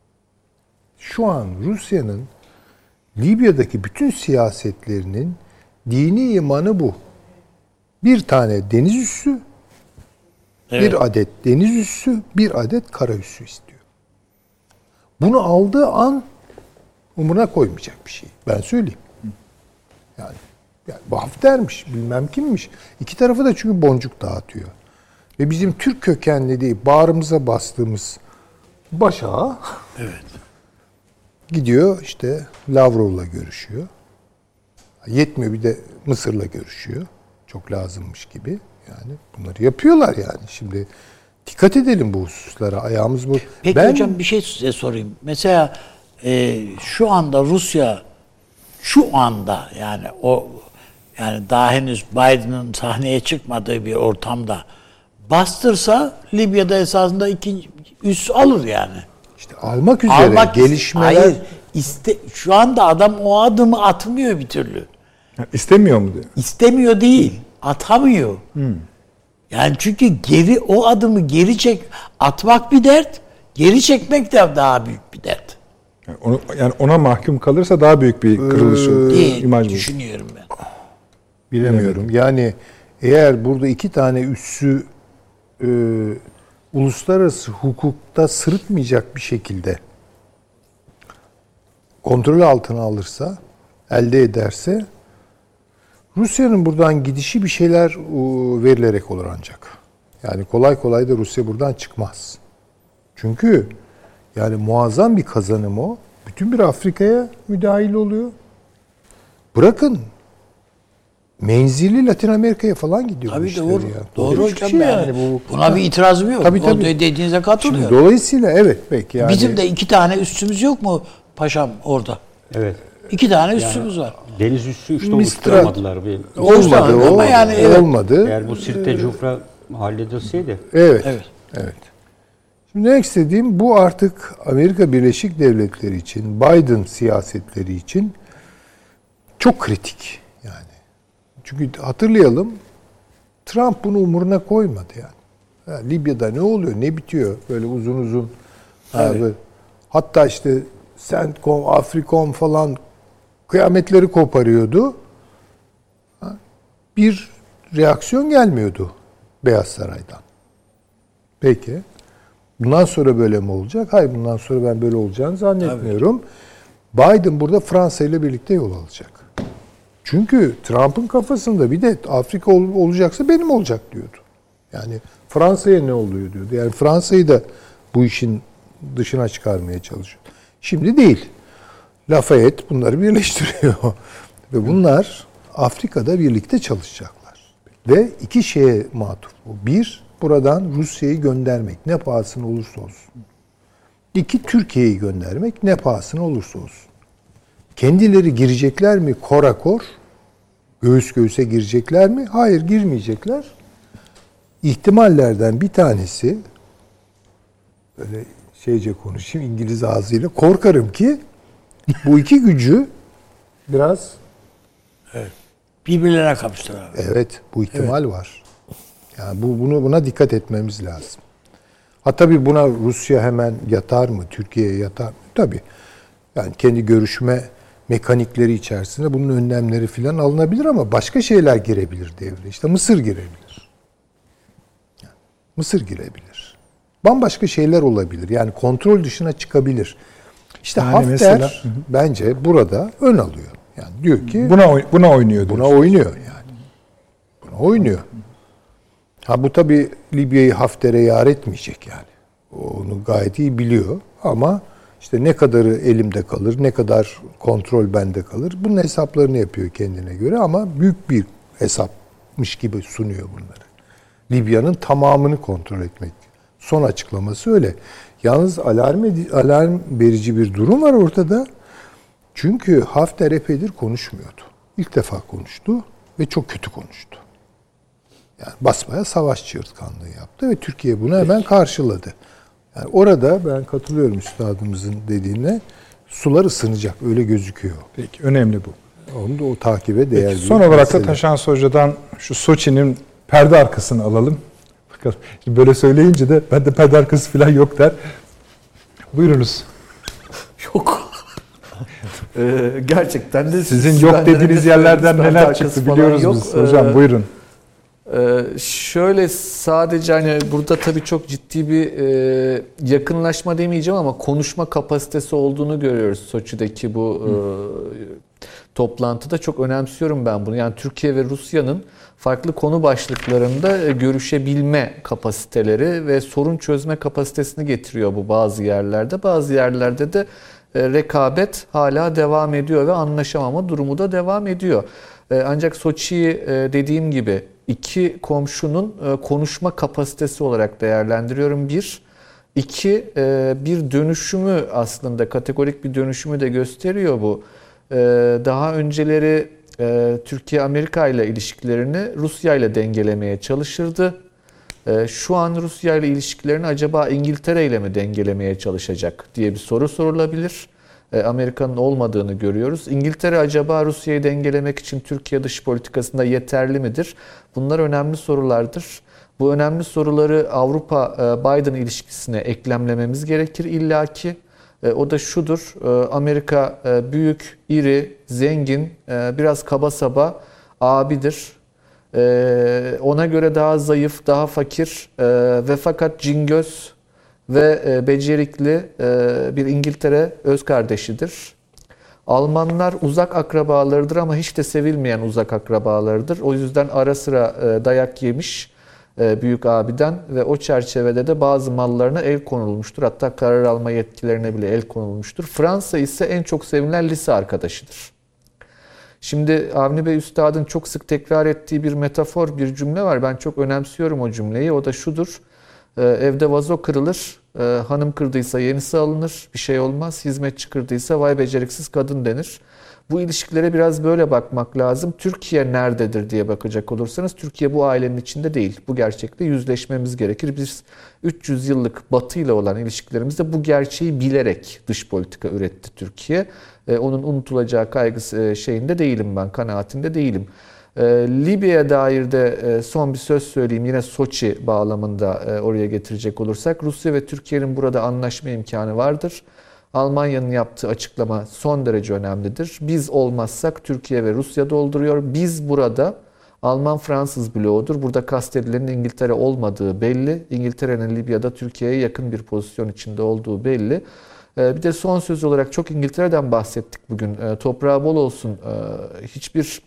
Şu an Rusya'nın Libya'daki bütün siyasetlerinin dini imanı bu. Bir tane deniz üssü, Evet. bir adet deniz üssü, bir adet kara üssü istiyor. Bunu aldığı an umuruna koymayacak bir şey. Ben söyleyeyim. Yani, yani bu Hafter'miş, bilmem kimmiş. İki tarafı da çünkü boncuk dağıtıyor. Ve bizim Türk kökenli değil, bağrımıza bastığımız Başak'a Evet. gidiyor işte Lavrov'la görüşüyor. Yetmiyor bir de Mısır'la görüşüyor. Çok lazımmış gibi. Yani bunları yapıyorlar yani. Şimdi dikkat edelim bu hususlara. Ayağımız bu. Peki Ben, hocam bir şey size sorayım. Mesela e, şu anda Rusya şu anda yani o yani daha henüz Biden'ın sahneye çıkmadığı bir ortamda bastırsa Libya'da esasında ikinci üs alır yani. işte almak üzere Almak gelişmeler. Hayır, iste, şu anda adam o adımı atmıyor bir türlü. Ha, İstemiyor mu diyor. İstemiyor değil, atamıyor. Yani çünkü geri o adımı geri çek atmak bir dert, geri çekmek de daha büyük bir dert. Yani, onu, yani ona mahkum kalırsa daha büyük bir kırılış olur. diye İmaj bu. düşünüyorum ben. Bilemiyorum. Yani eğer burada iki tane üssü e, uluslararası hukukta sırıtmayacak bir şekilde kontrol altına alırsa, elde ederse Rusya'nın buradan gidişi bir şeyler e, verilerek olur ancak. Yani kolay kolay da Rusya buradan çıkmaz. Çünkü yani muazzam bir kazanım o. Bütün bir Afrika'ya müdahil oluyor. Bırakın menzili Latin Amerika'ya falan gidiyor. bu Tabii işler doğru. ya. Doğru Böyle bir hocam şey yani. bu. Buna bir itirazım yok. Tabii, O tabii. dediğinize katılıyorum. Şimdi dolayısıyla evet peki yani. Bizim de iki tane üssümüz yok mu paşam orada? Evet. İki tane üssümüz var. Deniz üssü işte Mistral. oluşturamadılar. Bir, olmadı o. Ama yani evet. Olmadı. eğer bu Sirte Cufra halledilseydi. Evet. Evet. Evet. Şimdi ne istediğim bu artık Amerika Birleşik Devletleri için, Biden siyasetleri için çok kritik yani. Çünkü hatırlayalım Trump bunu umuruna koymadı yani. Ya, Libya'da ne oluyor, ne bitiyor böyle uzun uzun. Evet. Abi, hatta işte CENTCOM, Afrikom falan kıyametleri koparıyordu. Ha, bir reaksiyon gelmiyordu Beyaz Saray'dan. Peki. Bundan sonra böyle mi olacak? Hayır, bundan sonra ben böyle olacağını zannetmiyorum. Tabii. Biden burada Fransa ile birlikte yol alacak. Çünkü Trump'ın kafasında bir de Afrika ol, olacaksa benim olacak diyordu. Yani Fransa'ya ne oluyor diyordu. Yani Fransa'yı da bu işin dışına çıkarmaya çalışıyor. Şimdi değil. Lafayette bunları birleştiriyor. Ve bunlar Afrika'da birlikte çalışacaklar. Ve iki şeye matuf bu. Bir, buradan Rusya'yı göndermek ne pahasına olursa olsun. İki, Türkiye'yi göndermek ne pahasına olursa olsun. Kendileri girecekler mi kora kor? Göğüs göğüse girecekler mi? Hayır, girmeyecekler. İhtimallerden bir tanesi, böyle şeyce konuşayım İngiliz ağzıyla, korkarım ki bu iki gücü biraz Evet. Birbirlerine kapıştılar. Evet, bu ihtimal evet. var. Yani bu bunu buna dikkat etmemiz lazım. Ha tabii buna Rusya hemen yatar mı? Türkiye'ye yatar mı? Tabii. Yani kendi görüşme mekanikleri içerisinde bunun önlemleri filan alınabilir ama başka şeyler girebilir devreye. İşte Mısır girebilir. Yani Mısır girebilir. Bambaşka şeyler olabilir. Yani kontrol dışına çıkabilir. İşte yani Hafter mesela, bence burada ön alıyor. Yani diyor ki buna buna oynuyor. Buna oynuyor yani. Buna oynuyor. Ha bu tabii Libya'yı Hafter'e yar etmeyecek yani. Onu gayet iyi biliyor ama işte ne kadarı elimde kalır, ne kadar kontrol bende kalır. Bunun hesaplarını yapıyor kendine göre ama büyük bir hesapmış gibi sunuyor bunları. Libya'nın tamamını kontrol etmek. Son açıklaması öyle. Yalnız alarm, alarm verici bir durum var ortada. Çünkü Hafter epeydir konuşmuyordu. İlk defa konuştu ve çok kötü konuştu. Yani basmaya savaş çığırtkanlığı yaptı ve Türkiye bunu hemen karşıladı. Yani orada ben katılıyorum üstadımızın dediğine, sular ısınacak, öyle gözüküyor. Peki, önemli bu. Onu da o takibe değer. Peki, son olarak da Taşans Hoca'dan şu Soçi'nin perde arkasını alalım. Bakalım. Şimdi böyle söyleyince de ben de perde arkası falan yok der. Buyurunuz. Yok. ee, gerçekten de sizin yok dediğiniz yerlerden neler çıktı biliyoruz yok. Biz. Hocam ee, buyurun. Ee, şöyle sadece hani burada tabii çok ciddi bir e, yakınlaşma demeyeceğim ama konuşma kapasitesi olduğunu görüyoruz Soçi'deki bu e, toplantıda. Çok önemsiyorum ben bunu. Yani Türkiye ve Rusya'nın farklı konu başlıklarında e, görüşebilme kapasiteleri ve sorun çözme kapasitesini getiriyor bu bazı yerlerde. Bazı yerlerde de e, rekabet hala devam ediyor ve anlaşamama durumu da devam ediyor. E, ancak Soçi'yi e, dediğim gibi İki komşunun konuşma kapasitesi olarak değerlendiriyorum. Bir. İki, bir dönüşümü aslında kategorik bir dönüşümü de gösteriyor bu. Daha önceleri Türkiye-Amerika ile ilişkilerini Rusya ile dengelemeye çalışırdı. Şu an Rusya ile ilişkilerini acaba İngiltere ile mi dengelemeye çalışacak diye bir soru sorulabilir. Amerika'nın olmadığını görüyoruz. İngiltere acaba Rusya'yı dengelemek için Türkiye dış politikasında yeterli midir? Bunlar önemli sorulardır. Bu önemli soruları Avrupa-Biden ilişkisine eklemlememiz gerekir illaki. O da şudur, Amerika büyük, iri, zengin, biraz kaba saba abidir. Ona göre daha zayıf, daha fakir ve fakat cingöz ve becerikli bir İngiltere öz kardeşidir. Almanlar uzak akrabalarıdır ama hiç de sevilmeyen uzak akrabalarıdır. O yüzden ara sıra dayak yemiş büyük abiden ve o çerçevede de bazı mallarına el konulmuştur. Hatta karar alma yetkilerine bile el konulmuştur. Fransa ise en çok sevilen lise arkadaşıdır. Şimdi Avni Bey Üstad'ın çok sık tekrar ettiği bir metafor, bir cümle var. Ben çok önemsiyorum o cümleyi. O da şudur. Evde vazo kırılır, hanım kırdıysa yenisi alınır, bir şey olmaz. Hizmetçi kırdıysa vay beceriksiz kadın denir. Bu ilişkilere biraz böyle bakmak lazım. Türkiye nerededir diye bakacak olursanız, Türkiye bu ailenin içinde değil. Bu gerçekle yüzleşmemiz gerekir. Biz üç yüz yıllık Batı ile olan ilişkilerimizde bu gerçeği bilerek dış politika üretti Türkiye. Onun unutulacağı kaygısı şeyinde değilim ben, kanaatinde değilim. Libya'ya dair de son bir söz söyleyeyim. Yine Soçi bağlamında oraya getirecek olursak, Rusya ve Türkiye'nin burada anlaşma imkanı vardır. Almanya'nın yaptığı açıklama son derece önemlidir. Biz olmazsak Türkiye ve Rusya dolduruyor. Biz burada Alman-Fransız bloğudur. Burada kastedilenin İngiltere olmadığı belli. İngiltere'nin Libya'da Türkiye'ye yakın bir pozisyon içinde olduğu belli. Bir de son söz olarak çok İngiltere'den bahsettik bugün. Toprağı bol olsun. Hiçbir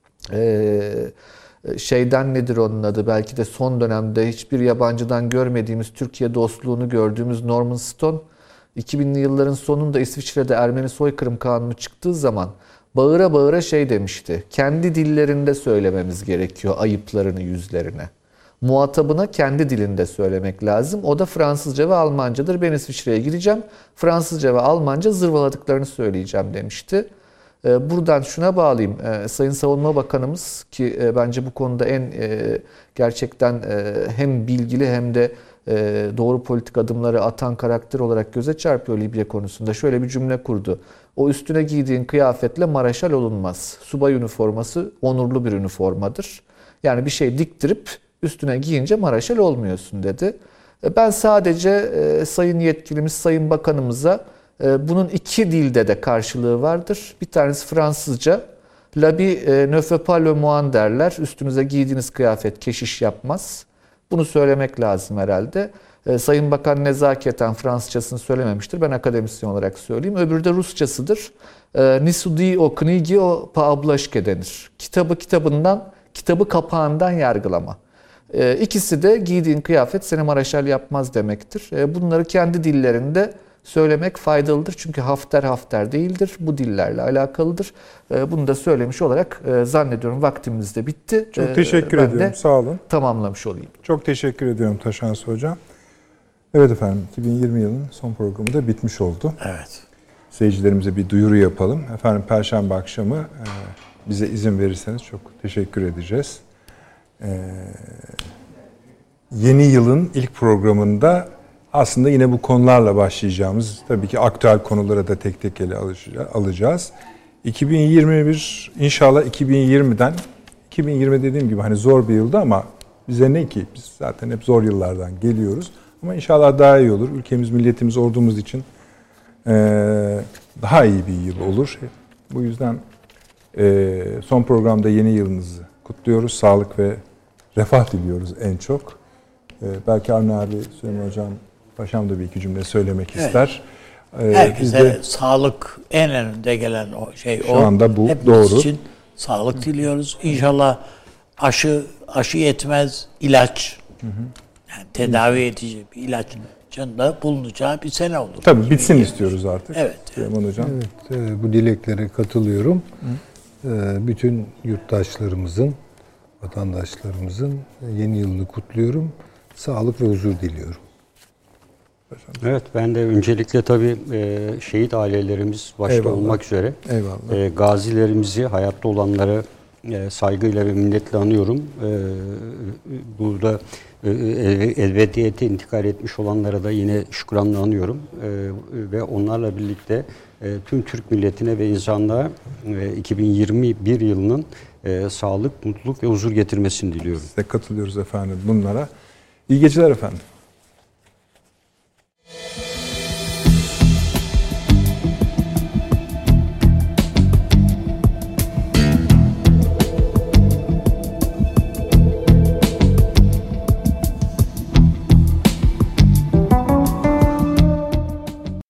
şeyden nedir onun adı? Belki de son dönemde hiçbir yabancıdan görmediğimiz Türkiye dostluğunu gördüğümüz Norman Stone, iki binli yılların sonunda İsviçre'de Ermeni soykırım kanunu çıktığı zaman bağıra bağıra şey demişti. Kendi dillerinde söylememiz gerekiyor ayıplarını yüzlerine. Muhatabına kendi dilinde söylemek lazım. O da Fransızca ve Almancadır. Ben İsviçre'ye gideceğim. Fransızca ve Almanca zırvaladıklarını söyleyeceğim demişti. Buradan şuna bağlayayım. Sayın Savunma Bakanımız ki bence bu konuda en gerçekten hem bilgili hem de doğru politik adımları atan karakter olarak göze çarpıyor Libya konusunda. Şöyle bir cümle kurdu. O üstüne giydiğin kıyafetle Maraşal olunmaz. Subay üniforması onurlu bir üniformadır. Yani bir şey diktirip üstüne giyince Maraşal olmuyorsun dedi. Ben sadece e, Sayın Yetkilimiz, Sayın Bakanımıza e, bunun iki dilde de karşılığı vardır. Bir tanesi Fransızca. L'habit ne fait pas le moine derler. Üstünüze giydiğiniz kıyafet keşiş yapmaz. Bunu söylemek lazım herhalde. E, Sayın Bakan nezaketen Fransızcasını söylememiştir. Ben akademisyen olarak söyleyeyim. Öbürü de Rusçasıdır. Ne sudi o knigi o paablaşke denir. Kitabı kitabından, kitabı kapağından yargılama. E, ikisi de giydiğin kıyafet seni Maraşal yapmaz demektir. E, bunları kendi dillerinde söylemek faydalıdır. Çünkü Hafter Hafter değildir. Bu dillerle alakalıdır. E, bunu da söylemiş olarak e, zannediyorum vaktimiz de bitti. Çok teşekkür e, ben ediyorum. de Sağ olun. tamamlamış olayım. Çok teşekkür ediyorum Taşansı Hocam. Evet efendim, iki bin yirmi yılının son programı da bitmiş oldu. Evet. Seyircilerimize bir duyuru yapalım. Efendim Perşembe akşamı e, bize izin verirseniz çok teşekkür edeceğiz. E, yeni yılın ilk programında aslında yine bu konularla başlayacağımız, tabii ki aktüel konulara da tek tek ele alacağız. iki bin yirmi bir inşallah iki bin yirmiden, iki bin yirmi dediğim gibi hani zor bir yıldı ama bize ne ki? Biz zaten hep zor yıllardan geliyoruz. Ama inşallah daha iyi olur. Ülkemiz, milletimiz, ordumuz için daha iyi bir yıl olur. Bu yüzden son programda yeni yılınızı kutluyoruz. Sağlık ve refah diliyoruz en çok. Belki Avni abi, Süleyman Hocam, Paşam da bir iki cümle söylemek evet. ister. Herkese Biz de, sağlık en önde gelen o şey şu o. anda bu Hepimiz doğru. için sağlık diliyoruz. İnşallah aşı aşı yetmez, ilaç. Hı hı. Yani tedavi edici bir ilacın da bulunacağı bir sene olur. Tabii bitsin istiyoruz artık. Evet. Süleyman Hocam. Evet, e, bu dileklere katılıyorum. E, bütün yurttaşlarımızın, vatandaşlarımızın yeni yılını kutluyorum. Sağlık ve huzur diliyorum. Evet, ben de öncelikle tabii e, şehit ailelerimiz başta Eyvallah. olmak üzere e, gazilerimizi, hayatta olanlara e, saygıyla ve minnetle anıyorum. E, burada e, elvediyete intikal etmiş olanlara da yine şükranla anıyorum. E, ve onlarla birlikte e, tüm Türk milletine ve insanlığa e, iki bin yirmi bir yılının e, sağlık, mutluluk ve huzur getirmesini diliyorum. Size katılıyoruz efendim bunlara. İyi geceler efendim.